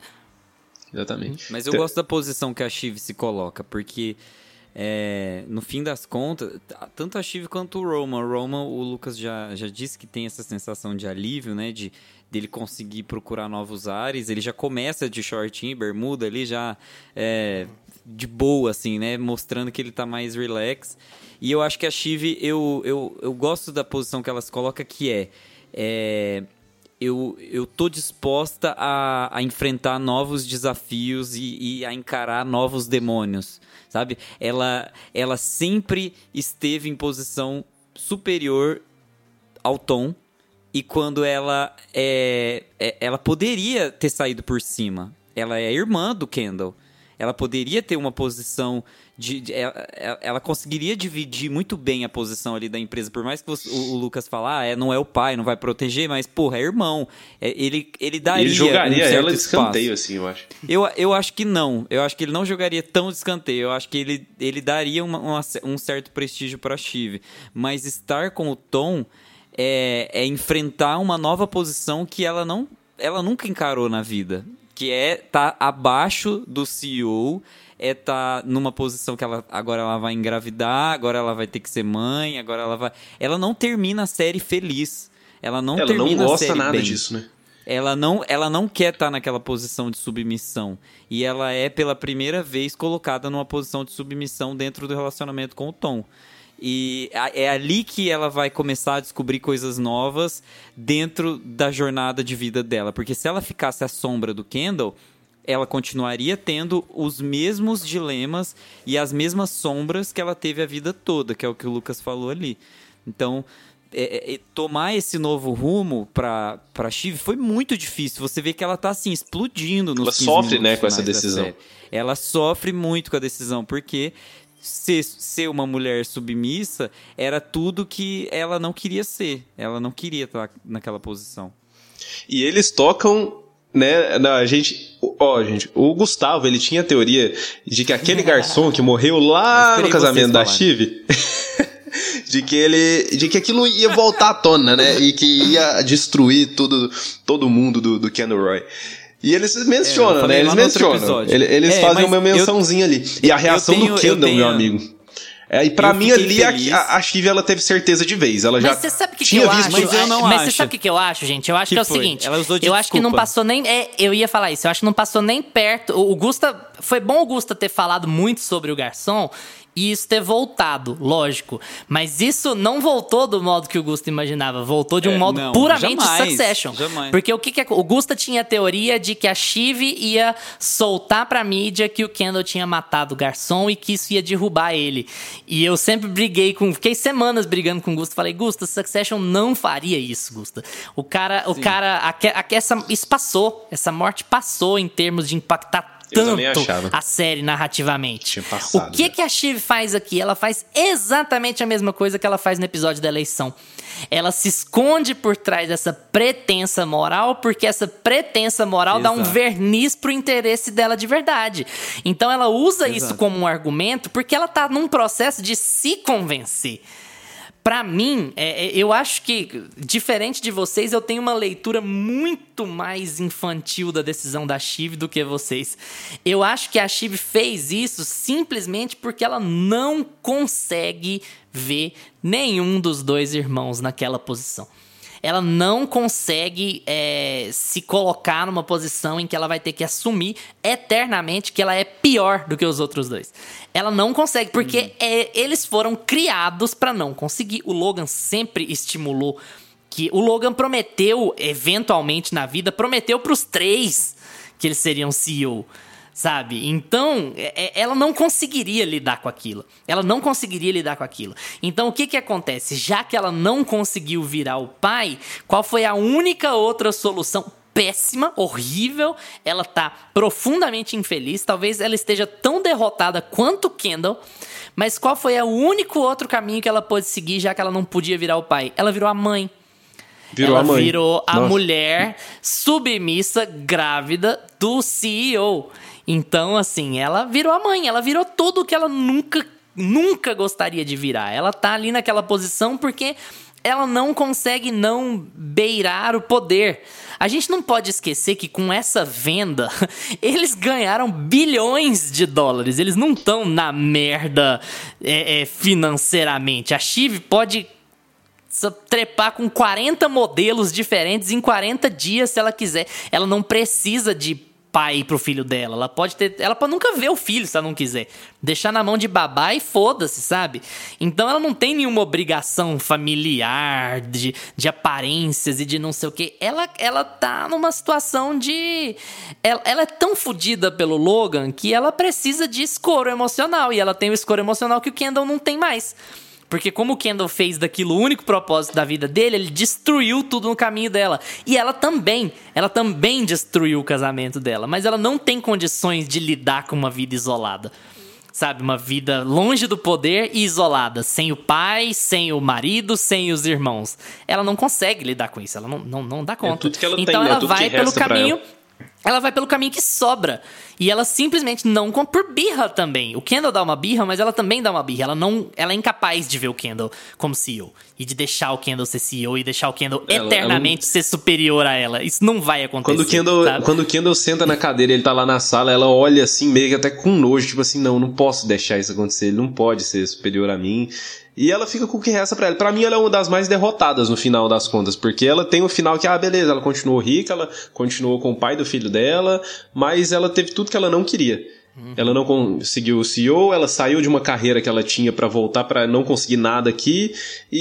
Exatamente. Mas eu gosto da posição que a Shiv se coloca, porque... É, no fim das contas, tanto a Shiv quanto o Roman, o Roman, o Lucas já, já disse que tem essa sensação de alívio, né, de dele conseguir procurar novos ares, ele já começa de shortinho, bermuda ali, já é, de boa, assim, né, mostrando que ele tá mais relax, e eu acho que a Shiv, eu, eu, eu gosto da posição que ela se coloca, que é, é eu, eu tô disposta a, a enfrentar novos desafios e, e a encarar novos demônios, sabe? Ela, ela sempre esteve em posição superior ao Tom, e quando ela é, é, ela poderia ter saído por cima. Ela é irmã do Kendall. Ela poderia ter uma posição de, de ela, ela conseguiria dividir muito bem a posição ali da empresa, por mais que o, o Lucas falar, ah, é, não é o pai, não vai proteger, mas porra, é irmão, é, ele, ele daria ele jogaria um ela de espaço. escanteio, assim, eu acho. Eu, eu acho que não, eu acho que ele não jogaria tão de escanteio, eu acho que ele, ele daria uma, uma, um certo prestígio pra Shiv, mas estar com o Tom é, é enfrentar uma nova posição que ela não, ela nunca encarou na vida. que é tá abaixo do C E O, é tá numa posição que ela agora ela vai engravidar, agora ela vai ter que ser mãe, agora ela vai... Ela não termina a série feliz. Ela não ela termina não gosta a série nada bem. disso, né? Ela não, ela não quer estar naquela posição de submissão. E ela é, pela primeira vez, colocada numa posição de submissão dentro do relacionamento com o Tom. E é ali que ela vai começar a descobrir coisas novas dentro da jornada de vida dela. Porque se ela ficasse à sombra do Kendall, ela continuaria tendo os mesmos dilemas e as mesmas sombras que ela teve a vida toda, que é o que o Lucas falou ali. Então... É, é, tomar esse novo rumo pra, pra Shiv foi muito difícil. Você vê que ela tá assim, explodindo nos Ela sofre, né, com essa finais da decisão. série. Ela sofre muito com a decisão, porque ser, ser uma mulher submissa era tudo que ela não queria ser. Ela não queria estar naquela posição. E eles tocam, né, na, a gente, ó, gente, o Gustavo, ele tinha a teoria de que aquele garçom que morreu lá no casamento da Shiv... de que ele, de que aquilo ia voltar à tona, né? E que ia destruir tudo, todo mundo do, do Ken Roy. E eles mencionam, é, né? Eles mencionam. Eles, eles é, fazem uma mençãozinha eu, ali. E a reação tenho, do Kendall, tenho... meu amigo. É, e pra eu mim ali a, a Shiv ela teve certeza de vez. Ela já mas sabe que tinha que eu visto. Acho? Mas eu não mas acho. Você sabe o que, que eu acho, gente? Eu acho que, que é o foi? seguinte. Ela usou de eu desculpa. acho que não passou nem. É, eu ia falar isso. Eu acho que não passou nem perto. O, o Gusta. Foi bom o Gusta ter falado muito sobre o garçom. E isso ter voltado, lógico. Mas isso não voltou do modo que o Gusta imaginava. Voltou de um é, modo não, puramente jamais, Succession. Jamais. Porque o que, que é, o Gusta tinha a teoria de que a Shiv ia soltar pra mídia que o Kendall tinha matado o garçom e que isso ia derrubar ele. E eu sempre briguei com... Fiquei semanas brigando com o Gusta. Falei, Gusta, Succession não faria isso, Gusta. O cara... O cara a, a, essa, isso passou. Essa morte passou em termos de impactar tanto a série narrativamente. Passado, o que, né? que a Shiv faz aqui? Ela faz exatamente a mesma coisa que ela faz no episódio da eleição. Ela se esconde por trás dessa pretensa moral, porque essa pretensa moral Exato. dá um verniz pro interesse dela de verdade. Então ela usa Exato. isso como um argumento porque ela tá num processo de se convencer. Pra mim, é, é, eu acho que, diferente de vocês, eu tenho uma leitura muito mais infantil da decisão da Shiv do que vocês. Eu acho que a Shiv fez isso simplesmente porque ela não consegue ver nenhum dos dois irmãos naquela posição. Ela não consegue é, se colocar numa posição em que ela vai ter que assumir eternamente que ela é pior do que os outros dois. Ela não consegue, porque uhum. é, eles foram criados pra não conseguir. O Logan sempre estimulou que... O Logan prometeu, eventualmente na vida, prometeu pros três que eles seriam C E O. Sabe? Então, ela não conseguiria lidar com aquilo. Ela não conseguiria lidar com aquilo. Então, o que que acontece? Já que ela não conseguiu virar o pai, qual foi a única outra solução? Péssima, horrível. Ela tá profundamente infeliz. Talvez ela esteja tão derrotada quanto Kendall. Mas qual foi o único outro caminho que ela pôde seguir, já que ela não podia virar o pai? Ela virou a mãe. Virou ela a mãe. virou a Nossa. mulher submissa, grávida do C E O. Então, assim, ela virou a mãe, ela virou tudo que ela nunca, nunca gostaria de virar. Ela tá ali naquela posição porque ela não consegue não beirar o poder. A gente não pode esquecer que com essa venda, eles ganharam bilhões de dólares. Eles não estão na merda é, é, financeiramente. A Shiv pode trepar com quarenta modelos diferentes em quarenta dias se ela quiser. Ela não precisa de pai pro filho dela. Ela pode ter... Ela pode nunca ver o filho se ela não quiser. Deixar na mão de babá e foda-se, sabe? Então ela não tem nenhuma obrigação familiar, de, de aparências e de não sei o quê. Ela, ela tá numa situação de... Ela, ela é tão fodida pelo Logan que ela precisa de escoro emocional. E ela tem o escoro emocional que o Kendall não tem mais. Porque como o Kendall fez daquilo o único propósito da vida dele, ele destruiu tudo no caminho dela. E ela também, ela também destruiu o casamento dela. Mas ela não tem condições de lidar com uma vida isolada. Sabe, uma vida longe do poder e isolada. Sem o pai, sem o marido, sem os irmãos. Ela não consegue lidar com isso, ela não, não, não dá conta. É tudo que ela então tem, ela é tudo vai que pelo resta pra caminho... ela. ela vai pelo caminho que sobra. E ela simplesmente não... Por birra também. O Kendall dá uma birra, mas ela também dá uma birra. Ela, não, ela é incapaz de ver o Kendall como C E O. E de deixar o Kendall ser C E O e deixar o Kendall ela, eternamente ela... ser superior a ela. Isso não vai acontecer. Quando o Kendall, sabe? quando o Kendall senta na cadeira e ele tá lá na sala, ela olha assim, meio que até com nojo. Tipo assim, não, não posso deixar isso acontecer. Ele não pode ser superior a mim. E ela fica com o que resta pra ela. Pra mim, ela é uma das mais derrotadas no final das contas. Porque ela tem o final que, ah, beleza, ela continuou rica, ela continuou com o pai do filho dela, mas ela teve tudo que ela não queria. Uhum. Ela não conseguiu o C E O, ela saiu de uma carreira que ela tinha pra voltar pra não conseguir nada aqui,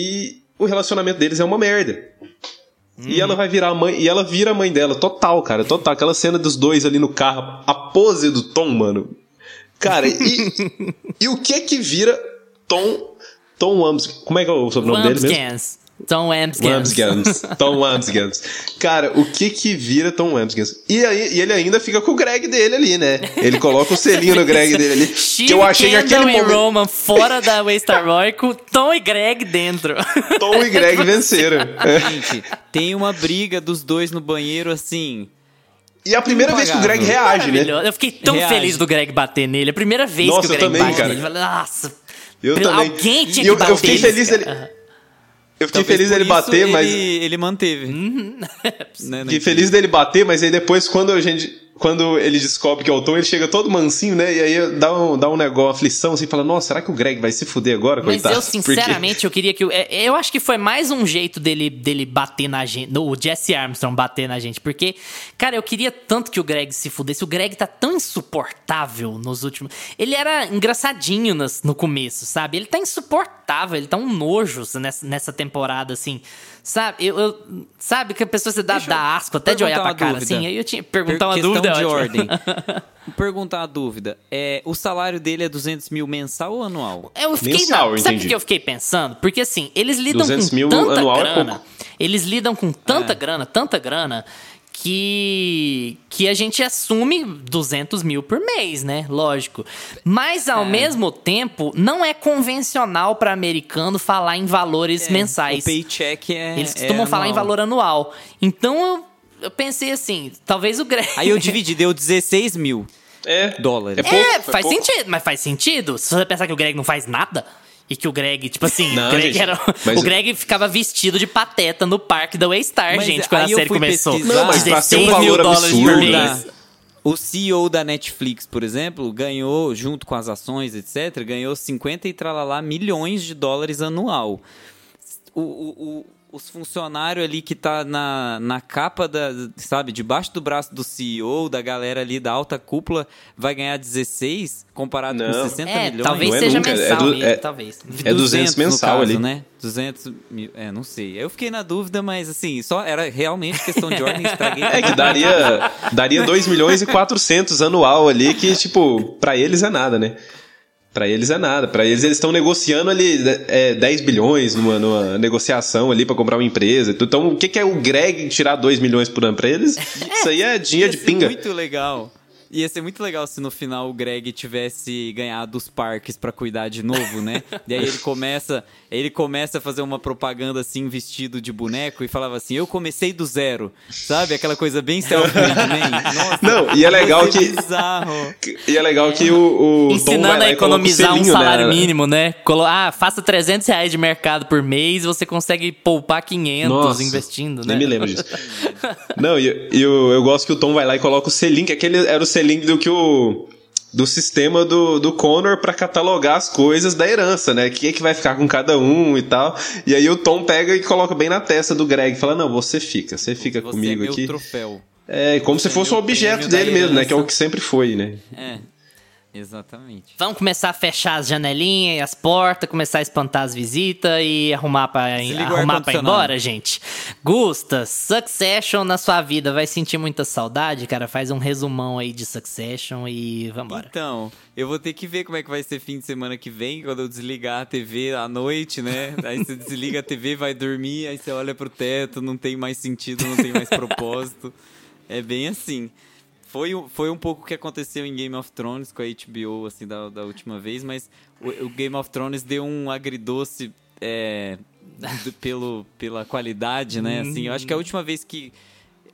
e o relacionamento deles é uma merda. Uhum. E ela vai virar a mãe, e ela vira a mãe dela, total, cara, total. Aquela cena dos dois ali no carro, a pose do Tom, mano. Cara, e, e o que é que vira Tom... Tom Wambsgans. Como é que é o sobrenome dele mesmo? Tom Wambsgans. Wambsgans. Tom Wambsgans. Cara, o que que vira Tom Wambsgans? E, aí, e ele ainda fica com o Greg dele ali, né? Ele coloca o selinho no Greg dele ali. Que eu achei que aquele momento... e Roman fora da Waystar Roy com Tom e Greg dentro. Tom e Greg venceram. Gente, tem uma briga dos dois no banheiro, assim... E é a primeira vez que o Greg reage, né? Eu fiquei tão reage. feliz do Greg bater nele. A primeira vez Nossa, que o Greg também, bate cara. nele. Nossa... Eu também. Alguém tinha eu, que bater eu fiquei feliz dele. Uhum. Eu fiquei Talvez feliz dele bater, ele, mas. Ele manteve. Uhum. né, Fiquei feliz dele bater, mas aí depois, quando a gente. Quando ele descobre que é o Tom, ele chega todo mansinho, né? E aí dá um, dá um negócio, uma aflição, assim, fala, nossa, será que o Greg vai se fuder agora, Mas coitado? eu, sinceramente, Porque... eu queria que... Eu, eu acho que foi mais um jeito dele, dele bater na gente... No, o Jesse Armstrong bater na gente. Porque, cara, eu queria tanto que o Greg se fudesse. O Greg tá tão insuportável nos últimos... Ele era engraçadinho nas, no começo, sabe? Ele tá insuportável, ele tá um nojo nessa, nessa temporada, assim... Sabe, eu, eu, sabe que a pessoa se dá, dá asco até de olhar pra cara, dúvida. assim. Aí eu tinha que perguntar per uma dúvida. de ordem. Perguntar a dúvida. É, o salário dele é duzentos mil mensal ou anual? Eu fiquei, mensal, não, eu sabe o que eu fiquei pensando? Porque assim, eles lidam com mil tanta anual grana. É eles lidam com tanta é. grana, tanta grana. Que, que a gente assume duzentos mil por mês, né? Lógico. Mas, ao é. mesmo tempo, não é convencional para americano falar em valores é. mensais. O paycheck é Eles costumam é falar em valor anual. Então, eu, eu pensei assim, talvez o Greg... Aí eu dividi, deu dezesseis mil é. dólares. É, pouco, é é faz pouco. sentido. Mas faz sentido. Se você pensar que o Greg não faz nada... E que o Greg, tipo assim, não, o, Greg gente, era, mas... o Greg ficava vestido de pateta no parque da Waystar, mas gente, quando a série começou. Pesquisar. Não, mas pra ser um valor absurdo, o C E O da Netflix, por exemplo, ganhou, junto com as ações, etcétera, ganhou cinquenta e tralalá milhões de dólares anual. O, o, o, os funcionários ali que tá na, na capa, da, sabe, debaixo do braço do C E O, da galera ali da alta cúpula, vai ganhar dezesseis, comparado não. com sessenta é, milhões. Talvez não é seja nunca. mensal é do, mesmo, é, talvez. É duzentos mensal caso, ali. né? duzentos mil, é, não sei. Eu fiquei na dúvida, mas assim, só era realmente questão de ordem, estraguei. É que daria, daria dois milhões e quatrocentos anual ali, que, tipo, pra eles é nada, né? Pra eles é nada. Pra eles, eles estão negociando ali é, dez bilhões numa, numa negociação ali pra comprar uma empresa. Então, o que, que é o Greg tirar dois milhões por ano pra eles? Isso aí é dinheiro de pinga. Muito legal. Ia ser muito legal se no final o Greg tivesse ganhado os parques pra cuidar de novo, né? E aí ele começa, ele começa a fazer uma propaganda assim, vestido de boneco, e falava assim, eu comecei do zero, sabe? Aquela coisa bem self-made man. Nossa, não, e é legal que... bizarro. E é legal que o, o ensinando a economizar um salário nela. mínimo, né? Ah, faça trezentos reais de mercado por mês e você consegue poupar quinhentos Nossa, investindo, né? Nem me lembro disso. Não, e, e eu, eu gosto que o Tom vai lá e coloca o selinho, que aquele era o selinho do que o... do sistema do, do Connor pra catalogar as coisas da herança, né? O que é que vai ficar com cada um e tal. E aí o Tom pega e coloca bem na testa do Greg e fala, não, você fica, você fica você comigo é meu aqui. Troféu. É, como você se fosse é um objeto dele mesmo, né? Que é o que sempre foi, né? É. Exatamente. Vamos começar a fechar as janelinhas e as portas, começar a espantar as visitas e arrumar pra, arrumar pra ir embora, gente. Gusta, Succession na sua vida, vai sentir muita saudade, cara? Faz um resumão aí de Succession e vambora. Então, eu vou ter que ver como é que vai ser fim de semana que vem, quando eu desligar a T V à noite, né? Aí você desliga a T V, vai dormir, aí você olha pro teto, não tem mais sentido, não tem mais propósito. É bem assim. Foi, foi um pouco o que aconteceu em Game of Thrones com a H B O, assim, da, da última vez, mas o, o Game of Thrones deu um agridoce é, do, pelo, pela qualidade, né? Assim, eu acho que a última vez que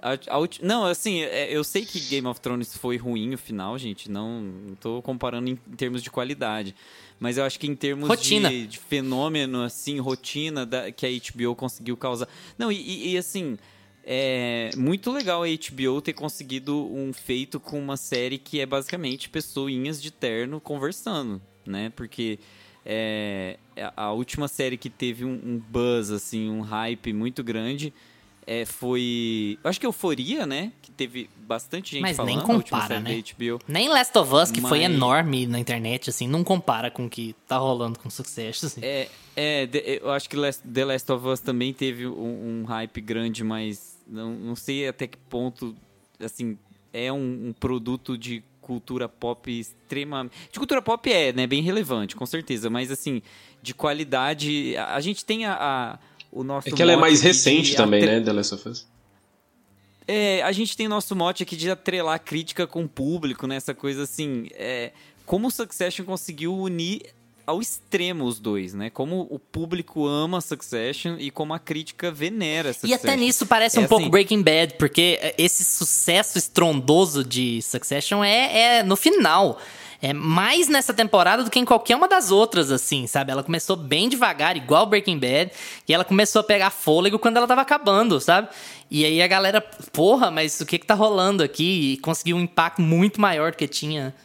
A, a ulti... Não, assim, é, eu sei que Game of Thrones foi ruim o final, gente. Não, não tô comparando em, em termos de qualidade. Mas eu acho que em termos rotina. De, de fenômeno, assim, rotina da, que a H B O conseguiu causar. Não, e, e, e assim, é muito legal a H B O ter conseguido um feito com uma série que é basicamente pessoinhas de terno conversando, né? Porque é, a última série que teve um, um buzz, assim, um hype muito grande... É, foi... Eu acho que Euforia, né? Que teve bastante gente Mas falando. nem compara, né? Da H B O. Nem Last of Us, que Mas... foi enorme na internet, assim, não compara com o que tá rolando com Succession, assim. É, é eu acho que The Last of Us também teve um, um hype grande, mas não, não sei até que ponto, assim, é um, um produto de cultura pop extremamente... De cultura pop é, né? Bem relevante, com certeza. Mas, assim, de qualidade... A, a gente tem a... a O nosso é que ela é mais recente de também, atre... né, The Last of Us? É, a gente tem nosso mote aqui de atrelar a crítica com o público, né? Essa coisa assim, é, como o Succession conseguiu unir ao extremo os dois, né? Como o público ama Succession e como a crítica venera Succession. E até nisso parece é um assim... pouco Breaking Bad, porque esse sucesso estrondoso de Succession é, é no final. É mais nessa temporada do que em qualquer uma das outras, assim, sabe? Ela começou bem devagar, igual Breaking Bad, e ela começou a pegar fôlego quando ela tava acabando, sabe? E aí a galera, porra, mas o que que tá rolando aqui? E conseguiu um impacto muito maior do que tinha.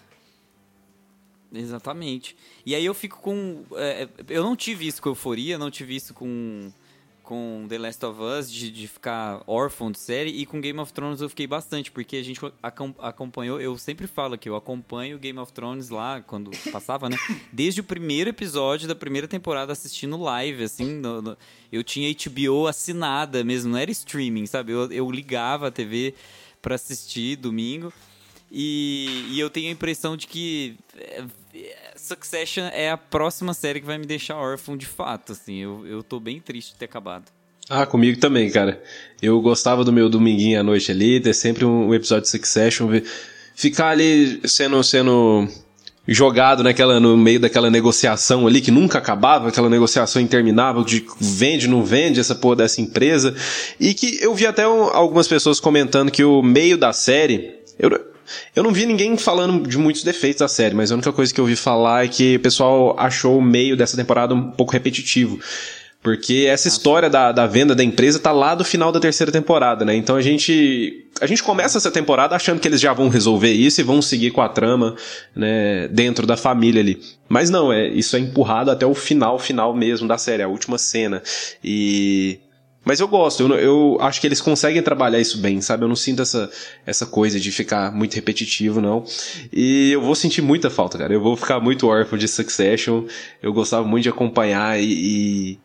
Exatamente. E aí eu fico com... É, eu não tive isso com Euforia, não tive isso com... com The Last of Us, de, de ficar órfão de série, e com Game of Thrones eu fiquei bastante, porque a gente acompanhou, eu sempre falo que eu acompanho Game of Thrones lá, quando passava, né, desde o primeiro episódio da primeira temporada assistindo live, assim, no, no, eu tinha H B O assinada mesmo, não era streaming, sabe, eu, eu ligava a T V pra assistir domingo, e, e eu tenho a impressão de que é, Succession é a próxima série que vai me deixar órfão de fato, assim, eu, eu tô bem triste de ter acabado. Ah, comigo também, cara. Eu gostava do meu dominguinho à noite ali, ter sempre um, um episódio de Succession, ficar ali sendo, sendo jogado naquela, no meio daquela negociação ali, que nunca acabava, aquela negociação interminável de vende, não vende essa porra dessa empresa, e que eu vi até um, algumas pessoas comentando que o meio da série... Eu, Eu não vi ninguém falando de muitos defeitos da série, mas a única coisa que eu ouvi falar é que o pessoal achou o meio dessa temporada um pouco repetitivo. Porque essa história da, da venda da empresa tá lá do final da terceira temporada, né? Então a gente, a gente começa essa temporada achando que eles já vão resolver isso e vão seguir com a trama, né, dentro da família ali. Mas não, é, isso é empurrado até o final, final mesmo da série, a última cena. E... Mas eu gosto, eu, eu acho que eles conseguem trabalhar isso bem, sabe? Eu não sinto essa, essa coisa de ficar muito repetitivo, não. E eu vou sentir muita falta, cara. Eu vou ficar muito órfão de Succession. Eu gostava muito de acompanhar e... e...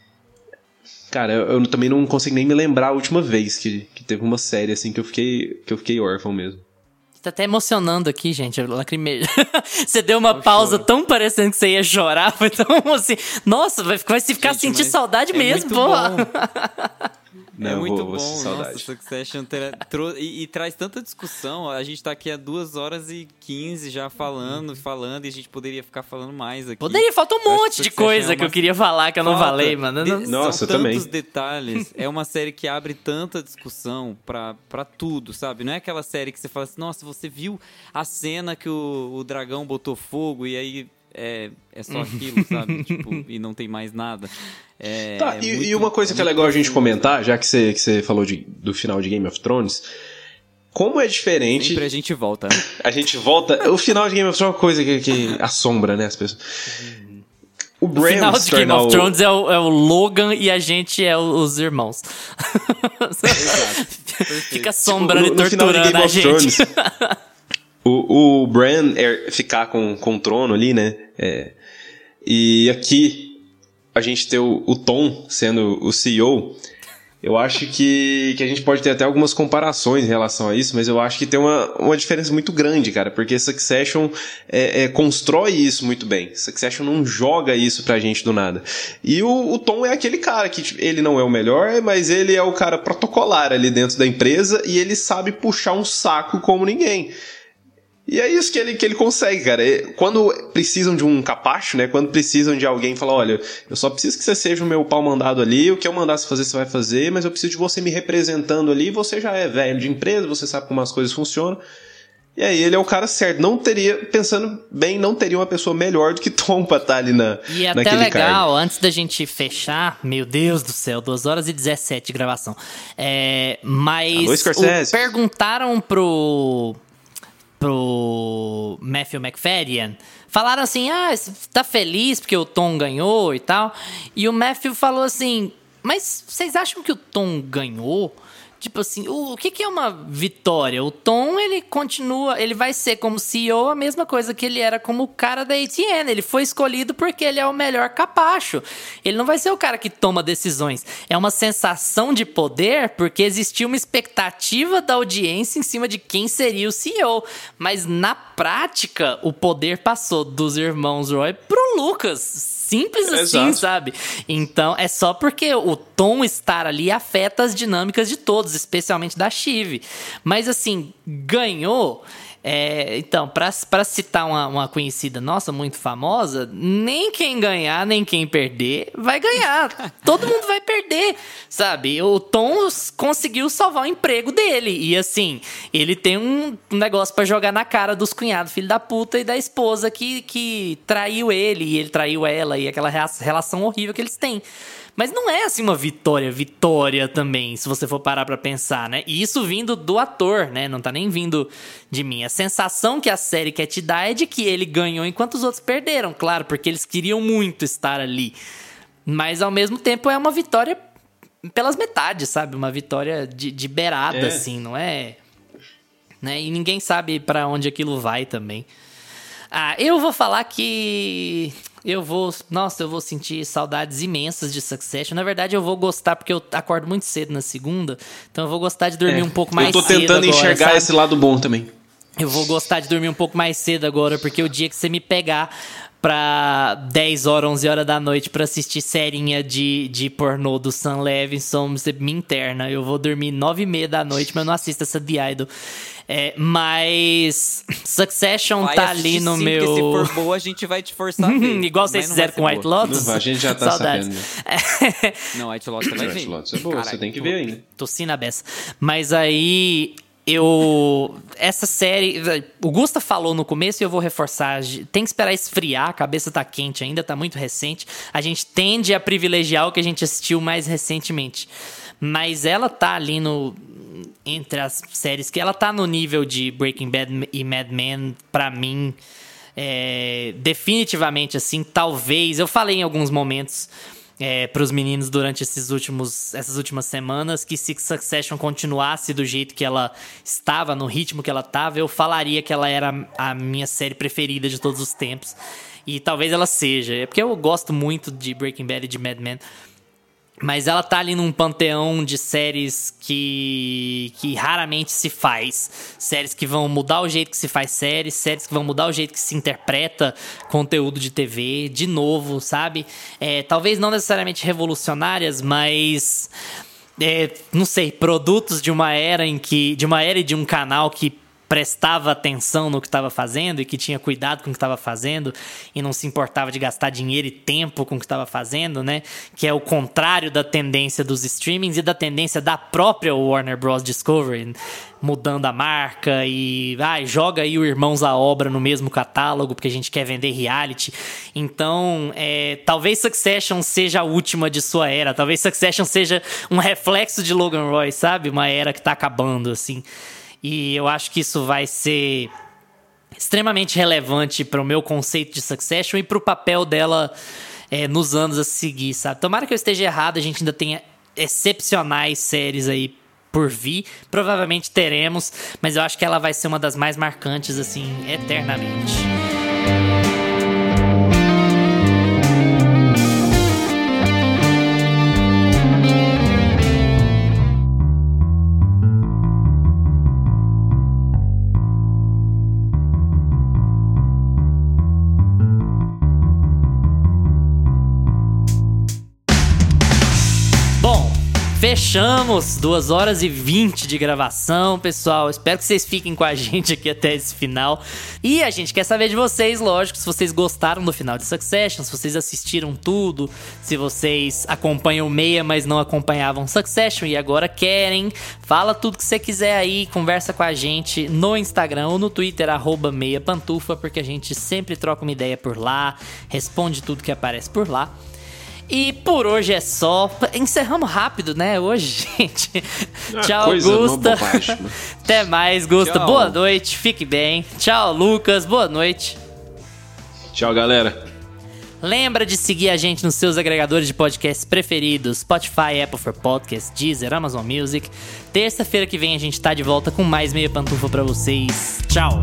Cara, eu, eu também não consigo nem me lembrar a última vez que, que teve uma série assim que eu fiquei, que eu fiquei órfão mesmo. Tá até emocionando aqui, gente. Lacrimeja. Você deu uma eu pausa choro. Tão parecendo que você ia chorar. Foi tão assim. Nossa, vai, vai se ficar gente, sentir saudade é mesmo, porra. Não, é muito vou, bom, vou nossa, Succession ter, tro, e, e traz tanta discussão. A gente tá aqui há duas horas e quinze já falando, falando, e a gente poderia ficar falando mais aqui. Poderia, falta um monte de coisa é uma... que eu queria falar que eu não falta. falei, mano. De, nossa, são também. Tantos detalhes. É uma série que abre tanta discussão pra, pra tudo, sabe? Não é aquela série que você fala assim, nossa, você viu a cena que o, o dragão botou fogo e aí... É, é só aquilo, sabe? Tipo, e não tem mais nada. É, tá, é e, muito, e uma coisa é que é legal a gente comentar, já que você, que você falou de, do final de Game of Thrones, como é diferente... Sempre a gente volta, né? A gente volta... O final de Game of Thrones é uma coisa que, que assombra, né, as pessoas. O, o final de Game of o... Thrones é o, é o Logan e a gente é o, os irmãos. Fica assombrando tipo, no, e torturando a gente. Thrones, O, o Bran é ficar com, com o trono ali, né? É, e aqui a gente ter o, o Tom sendo o C E O. Eu acho que, que a gente pode ter até algumas comparações em relação a isso, mas eu acho que tem uma, uma diferença muito grande, cara, porque Succession é, é, constrói isso muito bem. Succession não joga isso pra gente do nada. E o, o Tom é aquele cara que tipo, ele não é o melhor, mas ele é o cara protocolar ali dentro da empresa e ele sabe puxar um saco como ninguém. E é isso que ele, que ele consegue, cara. Quando precisam de um capacho, né? Quando precisam de alguém falar, olha, eu só preciso que você seja o meu pau mandado ali, o que eu mandasse fazer você vai fazer, mas eu preciso de você me representando ali, você já é velho de empresa, você sabe como as coisas funcionam. E aí ele é o cara certo. Não teria, pensando bem, não teria uma pessoa melhor do que Tom pra estar ali na, e até naquele legal, cargo. Antes da gente fechar, meu Deus do céu, duas horas e dezessete de gravação. É, mas Alô, o, perguntaram pro, pro Matthew Macfadyen, falaram assim, ah, você tá feliz porque o Tom ganhou e tal? E o Matthew falou assim, mas vocês acham que o Tom ganhou? Tipo assim, o, o que, que é uma vitória? O Tom, ele continua, ele vai ser como C E O a mesma coisa que ele era como o cara da A T N. Ele foi escolhido porque ele é o melhor capacho. Ele não vai ser o cara que toma decisões. É uma sensação de poder porque existia uma expectativa da audiência em cima de quem seria o C E O. Mas na prática, o poder passou dos irmãos Roy pro Lucas. Simples assim, Exato. sabe? Então, é só porque o Tom estar ali afeta as dinâmicas de todos, especialmente da Shiv. Mas, assim, ganhou... É, então, pra, pra citar uma, uma conhecida nossa, muito famosa, nem quem ganhar, nem quem perder vai ganhar. Todo mundo vai perder, sabe? O Tom conseguiu salvar o emprego dele. E assim, ele tem um negócio pra jogar na cara dos cunhados, filho da puta, e da esposa que, que traiu ele, e ele traiu ela, e aquela relação horrível que eles têm. Mas não é assim uma vitória, vitória também, se você for parar pra pensar, né? E isso vindo do ator, né? Não tá nem vindo de mim. A sensação que a série quer te dar é de que ele ganhou enquanto os outros perderam, claro, porque eles queriam muito estar ali. Mas ao mesmo tempo é uma vitória pelas metades, sabe? Uma vitória de, de beirada, é. assim, não é? Né? E ninguém sabe pra onde aquilo vai também. Ah, eu vou falar que eu vou... Nossa, eu vou sentir saudades imensas de Succession. Na verdade, eu vou gostar porque eu acordo muito cedo na segunda. Então eu vou gostar de dormir É, um pouco mais cedo. Eu tô tentando agora, enxergar sabe? esse lado bom também. Eu vou gostar de dormir um pouco mais cedo agora, porque o dia que você me pegar pra dez horas, onze horas da noite pra assistir serinha de, de pornô do Sam Levinson, você me interna. Eu vou dormir nove e meia da noite, mas eu não assisto essa The Idol. É, mas Succession vai tá ali no sim, meu... Porque se for boa, a gente vai te forçar a ver. Igual vocês fizeram com White boa. Lotus. Não vai, a gente já tá Saudades. sabendo. Não, White Lotus vai ver. White Lotus é boa, Caralho, você tem que tô- ver ainda. Tossina a beça. Mas aí... Eu... Essa série... O Gusta falou no começo e eu vou reforçar. Tem que esperar esfriar, a cabeça tá quente ainda, tá muito recente. A gente tende a privilegiar o que a gente assistiu mais recentemente. Mas ela tá ali no... Entre as séries que... Ela tá no nível de Breaking Bad e Mad Men, pra mim... É, definitivamente, assim, talvez... Eu falei em alguns momentos... É, para os meninos durante esses últimos, essas últimas semanas, que se Succession continuasse do jeito que ela estava, no ritmo que ela estava, eu falaria que ela era a minha série preferida de todos os tempos. E talvez ela seja. É porque eu gosto muito de Breaking Bad e de Mad Men. Mas ela tá ali num panteão de séries que, que raramente se faz. Séries que vão mudar o jeito que se faz séries, séries que vão mudar o jeito que se interpreta conteúdo de T V, de novo, sabe? É, talvez não necessariamente revolucionárias, mas... É, não sei, produtos de uma era em que... De uma era e de um canal que prestava atenção no que estava fazendo e que tinha cuidado com o que estava fazendo e não se importava de gastar dinheiro e tempo com o que estava fazendo, né? Que é o contrário da tendência dos streamings e da tendência da própria Warner Bros. Discovery, mudando a marca e ah, joga aí o Irmãos à Obra no mesmo catálogo porque a gente quer vender reality. Então, é, talvez Succession seja a última de sua era, talvez Succession seja um reflexo de Logan Roy, sabe? Uma era que tá acabando, assim. E eu acho que isso vai ser extremamente relevante para o meu conceito de Succession e para o papel dela é, nos anos a seguir, sabe? Tomara que eu esteja errado, a gente ainda tenha excepcionais séries aí por vir. Provavelmente teremos, mas eu acho que ela vai ser uma das mais marcantes, assim, eternamente. Fechamos duas horas e vinte de gravação, pessoal. Espero que vocês fiquem com a gente aqui até esse final. E a gente quer saber de vocês, lógico, se vocês gostaram do final de Succession, se vocês assistiram tudo, se vocês acompanham Meia, mas não acompanhavam Succession e agora querem. Fala tudo que você quiser aí, conversa com a gente no Instagram ou no Twitter, arroba Meia Pantufa, porque a gente sempre troca uma ideia por lá, responde tudo que aparece por lá. E por hoje é só. Encerramos rápido, né? Hoje, gente. Ah, Tchau, Gusta. Bobagem, né? Até mais, Gusta. Tchau. Boa noite. Fique bem. Tchau, Lucas. Boa noite. Tchau, galera. Lembra de seguir a gente nos seus agregadores de podcasts preferidos: Spotify, Apple for Podcasts, Deezer, Amazon Music. Terça-feira que vem a gente tá de volta com mais Meia Pantufa pra vocês. Tchau.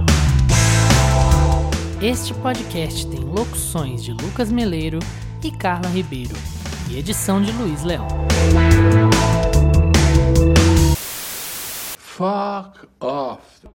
Este podcast tem locuções de Lucas Meleiro e Carla Ribeiro e edição de Luiz Leão. Fuck off.